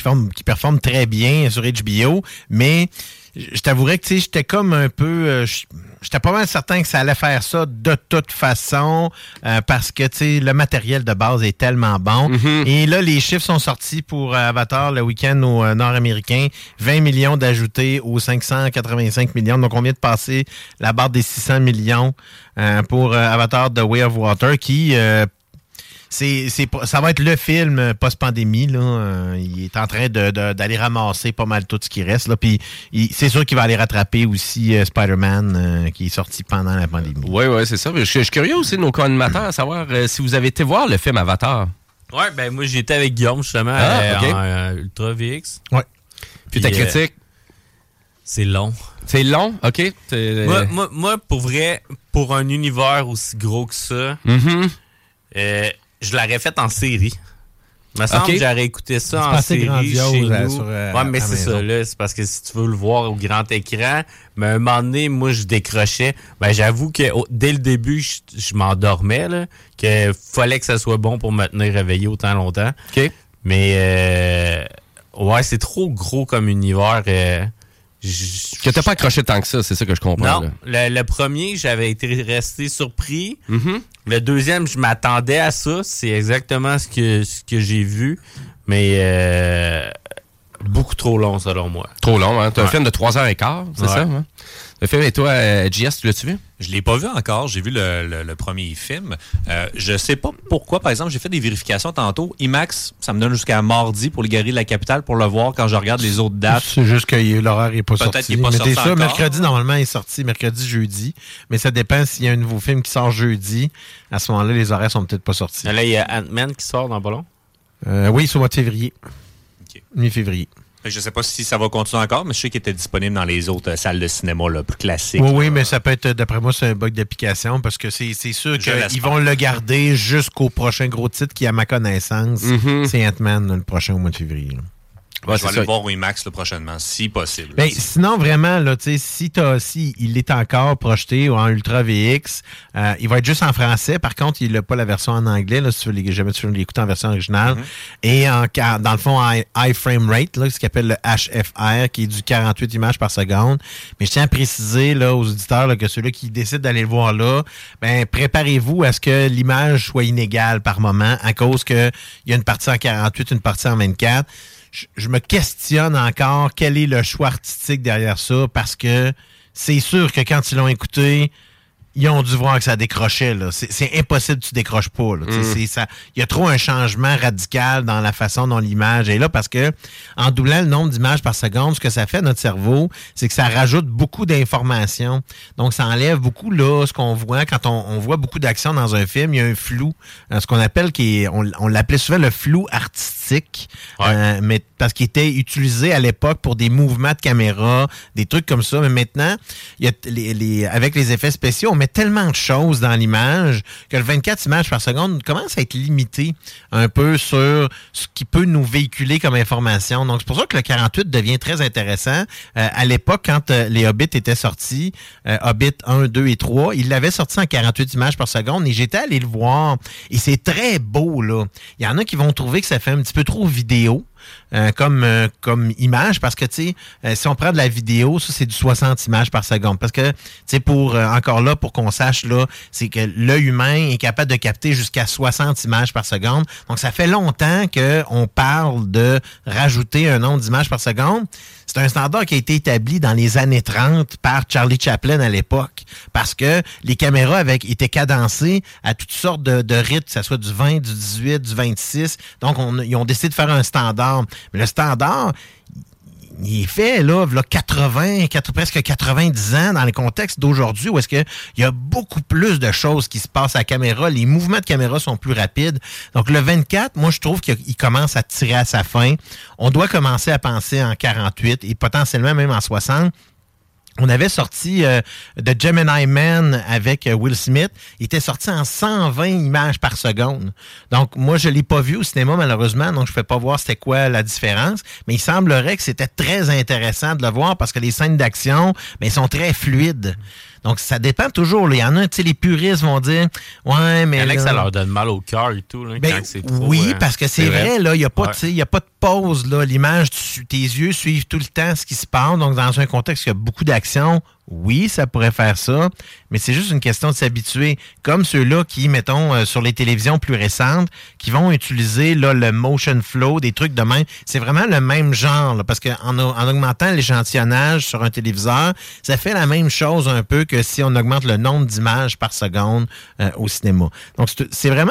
très bien sur HBO, mais je t'avouerais que j'étais comme un peu... j'étais pas mal certain que ça allait faire ça de toute façon parce que le matériel de base est tellement bon. Mm-hmm. Et là, les chiffres sont sortis pour Avatar le week-end au nord-américain. 20 millions d'ajoutés aux 585 millions. Donc, on vient de passer la barre des 600 millions pour Avatar The Way of Water qui... ça va être le film post-pandémie. Là. Il est en train d'aller ramasser pas mal tout ce qui reste. Là. Puis c'est sûr qu'il va aller rattraper aussi Spider-Man qui est sorti pendant la pandémie. Oui, c'est ça. Je suis curieux aussi de nos co-animateurs à savoir si vous avez été voir le film Avatar. Ouais, moi j'étais avec Guillaume justement okay. en Ultra VX. Ouais. Puis ta critique? C'est long. C'est long? OK. Moi, pour vrai, pour un univers aussi gros que ça, je l'aurais fait en série. Il me semble que j'aurais écouté ça en série chez nous. Mais c'est ça, là. C'est parce que si tu veux le voir au grand écran, mais à un moment donné, moi, je décrochais. J'avoue que dès le début, je m'endormais, là, que fallait que ça soit bon pour me tenir réveillé autant longtemps. OK. Mais, c'est trop gros comme univers. Que t'as pas accroché tant que ça, c'est ça que je comprends. Non, le premier, j'avais été resté surpris. Mm-hmm. Le deuxième, je m'attendais à ça. C'est exactement ce que j'ai vu. Mais beaucoup trop long, selon moi. Trop long, hein? T'as un film de 3h15, c'est ça? Hein? Le film, et toi, JS, tu l'as-tu vu? Je l'ai pas vu encore. J'ai vu le premier film. Je sais pas pourquoi. Par exemple, j'ai fait des vérifications tantôt. IMAX, ça me donne jusqu'à mardi pour les Galeries de la Capitale pour le voir quand je regarde les autres dates. C'est juste que l'horaire n'est pas sorti. Peut-être qu'il n'est pas sorti ça, encore. mercredi, normalement, il est sorti. Mercredi, jeudi. Mais ça dépend s'il y a un nouveau film qui sort jeudi. À ce moment-là, les horaires sont peut-être pas sortis. Là, il y a Ant-Man qui sort dans pas long. Oui, c'est au mois de février. Okay. Mi-février. Je ne sais pas si ça va continuer encore, mais je sais qu'il était disponible dans les autres salles de cinéma là, plus classiques. Oui, mais ça peut être, d'après moi, c'est un bug d'application parce que c'est sûr qu'ils vont le garder jusqu'au prochain gros titre qui, à ma connaissance, c'est Ant-Man le prochain au mois de février. Là. Ouais, je vais aller le voir au IMAX là, prochainement, si possible. Ben, sinon, vraiment, là, si il est encore projeté ou en Ultra VX, il va être juste en français. Par contre, il n'a pas la version en anglais. Là, si tu veux l'écouter en version originale. Et dans le fond, en high frame rate, là, ce qu'on appelle le HFR, qui est du 48 images par seconde. Mais je tiens à préciser là, aux auditeurs là, que ceux-là qui décident d'aller le voir là, ben, préparez-vous à ce que l'image soit inégale par moment à cause qu'il y a une partie en 48, une partie en 24. Je me questionne encore quel est le choix artistique derrière ça, parce que c'est sûr que quand ils l'ont écouté, ils ont dû voir que ça décrochait. Là. C'est impossible que tu décroches pas. Là. Il y a trop un changement radical dans la façon dont l'image est là, parce que en doublant le nombre d'images par seconde, ce que ça fait à notre cerveau, c'est que ça rajoute beaucoup d'informations. Donc, ça enlève beaucoup là ce qu'on voit. Quand on voit beaucoup d'action dans un film, il y a un flou. Ce qu'on appelle, on l'appelait souvent le flou artistique, mais parce qu'il était utilisé à l'époque pour des mouvements de caméra, des trucs comme ça. Mais maintenant, il y a avec les effets spéciaux, on met tellement de choses dans l'image que le 24 images par seconde commence à être limité un peu sur ce qui peut nous véhiculer comme information. Donc, c'est pour ça que le 48 devient très intéressant. À l'époque, quand les Hobbits étaient sortis, Hobbit 1, 2 et 3, ils l'avaient sorti en 48 images par seconde et j'étais allé le voir. Et c'est très beau, là. Il y en a qui vont trouver que ça fait un petit peu trop vidéo. Comme image, parce que, tu sais, si on prend de la vidéo, ça, c'est du 60 images par seconde. Parce que, tu sais, encore là, pour qu'on sache, là, c'est que l'œil humain est capable de capter jusqu'à 60 images par seconde. Donc, ça fait longtemps qu'on parle de rajouter un nombre d'images par seconde. C'est un standard qui a été établi dans les années 30 par Charlie Chaplin à l'époque, parce que les caméras étaient cadencées à toutes sortes de rythmes, que ce soit du 20, du 18, du 26. Donc, ils ont décidé de faire un standard. Mais le standard, il est fait, là 80, presque 90 ans dans le contexte d'aujourd'hui, où est-ce qu'il y a beaucoup plus de choses qui se passent à la caméra. Les mouvements de caméra sont plus rapides. Donc, le 24, moi, je trouve qu'il commence à tirer à sa fin. On doit commencer à penser en 48 et potentiellement même en 60. On avait sorti The Gemini Man avec Will Smith. Il était sorti en 120 images par seconde. Donc, moi, je ne l'ai pas vu au cinéma, malheureusement, donc je ne peux pas voir c'était quoi la différence. Mais il semblerait que c'était très intéressant de le voir parce que les scènes d'action, ben, sont très fluides. Donc, ça dépend toujours. Là. Il y en a, tu sais, les puristes vont dire, ouais, mais. Il y en a que ça leur donne mal au cœur et tout, là, ben, quand c'est trop. Oui, parce que c'est vrai, là, il n'y a pas, il y a pas de pause, là. L'image, tes yeux suivent tout le temps ce qui se passe. Donc, dans un contexte où il y a beaucoup d'action, oui, ça pourrait faire ça, mais c'est juste une question de s'habituer. Comme ceux-là qui, mettons, sur les télévisions plus récentes, qui vont utiliser là, le motion flow, des trucs de même. C'est vraiment le même genre, là, parce qu'en augmentant l'échantillonnage sur un téléviseur, ça fait la même chose un peu que si on augmente le nombre d'images par seconde au cinéma. Donc, c'est vraiment,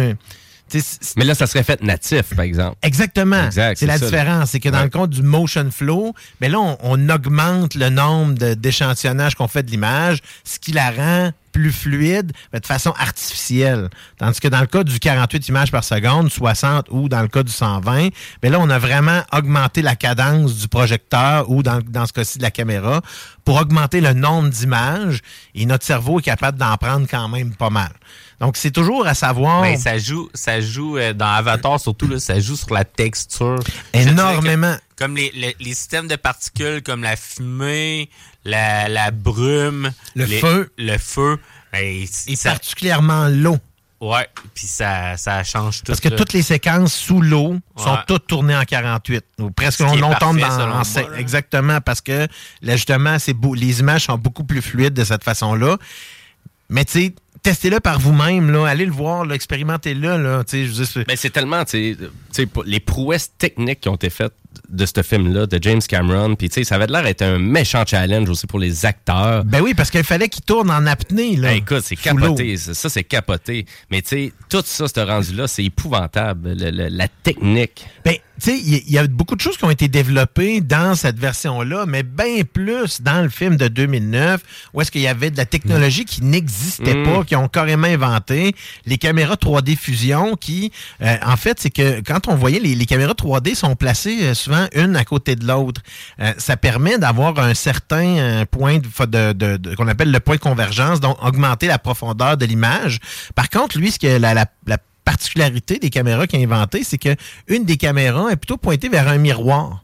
mais là, ça serait fait natif, par exemple. Exactement. Exact, c'est la différence. C'est que dans le cas du motion flow, ben là, on augmente le nombre d'échantillonnages qu'on fait de l'image, ce qui la rend plus fluide, mais de façon artificielle. Tandis que dans le cas du 48 images par seconde, 60 ou dans le cas du 120, ben là, on a vraiment augmenté la cadence du projecteur ou dans ce cas-ci de la caméra pour augmenter le nombre d'images et notre cerveau est capable d'en prendre quand même pas mal. Donc, c'est toujours à savoir... Ben, ça joue dans Avatar, surtout, là, ça joue sur la texture. Énormément. Comme les systèmes de particules, comme la fumée, la brume, le feu. Ben, et particulièrement l'eau. Ouais, puis ça change tout. Parce que toutes les séquences sous l'eau sont toutes tournées en 48. Ou presque on tombe dans exactement, parce que là, justement, les images sont beaucoup plus fluides de cette façon-là. Mais tu sais, testez-le par vous-même, là. Allez le voir, là, expérimentez-le. Là, ben, c'est tellement les prouesses techniques qui ont été faites de ce film-là, de James Cameron. Puis, tu sais, ça avait l'air d'être un méchant challenge aussi pour les acteurs. Ben oui, parce qu'il fallait qu'ils tournent en apnée, là. Ben, écoute, c'est capoté. Ça, c'est capoté. Mais, tu sais, tout ça, ce rendu-là, c'est épouvantable. La technique. Ben, tu sais, il y a beaucoup de choses qui ont été développées dans cette version-là, mais bien plus dans le film de 2009, où est-ce qu'il y avait de la technologie qui n'existait pas, qui ont carrément inventé. Les caméras 3D fusion qui, en fait, c'est que quand on voyait les caméras 3D sont placées souvent une à côté de l'autre. Ça permet d'avoir un certain point qu'on appelle le point de convergence, donc augmenter la profondeur de l'image. Par contre, lui, ce que la particularité des caméras qu'il a inventé, c'est que une des caméras est plutôt pointée vers un miroir.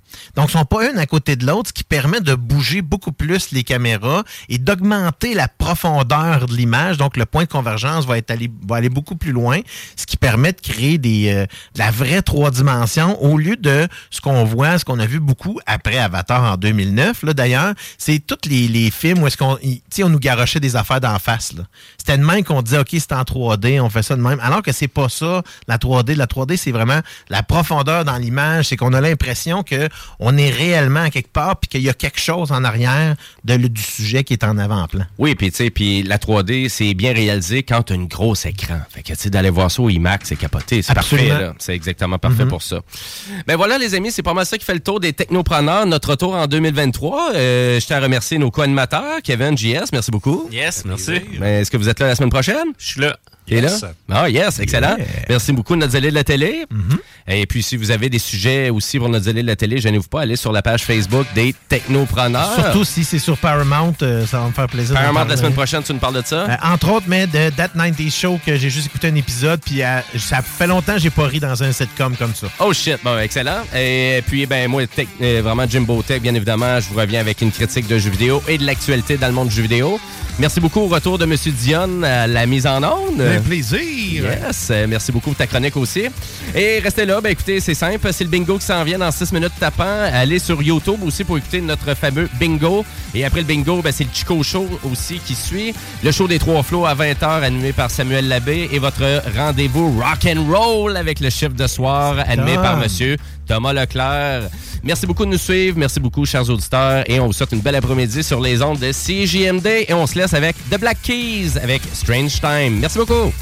Donc, ils ne sont pas une à côté de l'autre, ce qui permet de bouger beaucoup plus les caméras et d'augmenter la profondeur de l'image. Donc, le point de convergence va aller beaucoup plus loin, ce qui permet de créer de la vraie 3 dimensions au lieu de ce qu'on voit, ce qu'on a vu beaucoup après Avatar en 2009. Là, d'ailleurs, c'est tous les films où est-ce qu'on nous garochait des affaires d'en face. Là. C'était de même qu'on disait, OK, c'est en 3D, on fait ça de même. Alors que c'est pas ça, la 3D. La 3D, c'est vraiment la profondeur dans l'image. C'est qu'on a l'impression qu'on est réellement à quelque part puis qu'il y a quelque chose en arrière du sujet qui est en avant-plan. Oui, puis la 3D, c'est bien réalisé quand tu as un gros écran. Fait que, d'aller voir ça au IMAX, c'est capoté. C'est Absolument. parfait, là. C'est exactement parfait pour ça. Ben voilà, les amis, c'est pas mal ça qui fait le tour des technopreneurs. Notre retour en 2023. Je tiens à remercier nos co-animateurs, Kevin, JS, merci beaucoup. Yes, merci. Ben, est-ce que vous êtes là la semaine prochaine? Je suis là. T'es là? Ah, yes, excellent. Yeah. Merci beaucoup, notre zélé de la télé. Et puis, si vous avez des sujets aussi pour notre zélé de la télé, gênez-vous pas, allez sur la page Facebook des technopreneurs. Surtout si c'est sur Paramount, ça va me faire plaisir. Paramount, la semaine prochaine, tu nous parles de ça? Entre autres, mais de That 90s Show, que j'ai juste écouté un épisode, puis ça fait longtemps que j'ai pas ri dans un sitcom comme ça. Oh shit, bon, excellent. Et puis, moi, vraiment Jimbo Tech, bien évidemment, je vous reviens avec une critique de jeux vidéo et de l'actualité dans le monde du jeu vidéo. Merci beaucoup au retour de M. Dion à la mise en onde. Un plaisir. Yes, merci beaucoup pour ta chronique aussi. Et restez là, écoutez, c'est simple, c'est le bingo qui s'en vient dans 6 minutes tapant. Allez sur YouTube aussi pour écouter notre fameux bingo. Et après le bingo, c'est le Chico Show aussi qui suit. Le show des 3 flots à 20h animé par Samuel Labbé et votre rendez-vous rock'n'roll avec le chiffre de soir animé par M. Thomas Leclerc. Merci beaucoup de nous suivre. Merci beaucoup, chers auditeurs. Et on vous souhaite une belle après-midi sur les ondes de CJMD. Et on se laisse avec The Black Keys avec Strange Time. Merci beaucoup.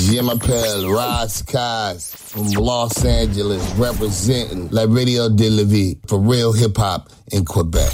Jim Appel, Roz Kaz from Los Angeles, representing La Radio de la Vie for real hip hop in Quebec.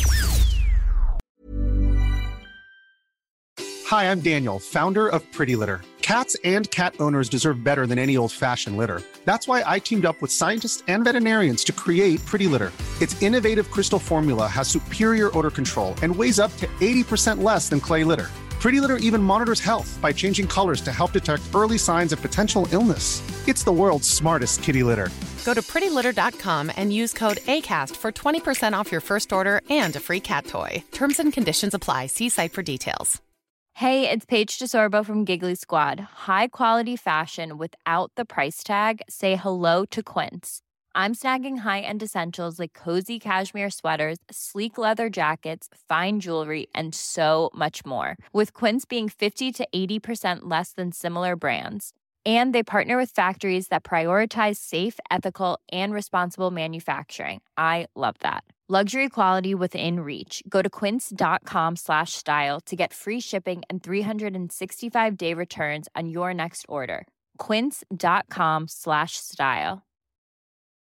Hi, I'm Daniel, founder of Pretty Litter. Cats and cat owners deserve better than any old-fashioned litter. That's why I teamed up with scientists and veterinarians to create Pretty Litter. Its innovative crystal formula has superior odor control and weighs up to 80% less than clay litter. Pretty Litter even monitors health by changing colors to help detect early signs of potential illness. It's the world's smartest kitty litter. Go to prettylitter.com and use code ACAST for 20% off your first order and a free cat toy. Terms and conditions apply. See site for details. Hey, it's Paige DeSorbo from Giggly Squad. High quality fashion without the price tag. Say hello to Quince. I'm snagging high-end essentials like cozy cashmere sweaters, sleek leather jackets, fine jewelry, and so much more. With Quince being 50 to 80% less than similar brands. And they partner with factories that prioritize safe, ethical, and responsible manufacturing. I love that. Luxury quality within reach. Go to quince.com/style to get free shipping and 365-day returns on your next order. Quince.com/style.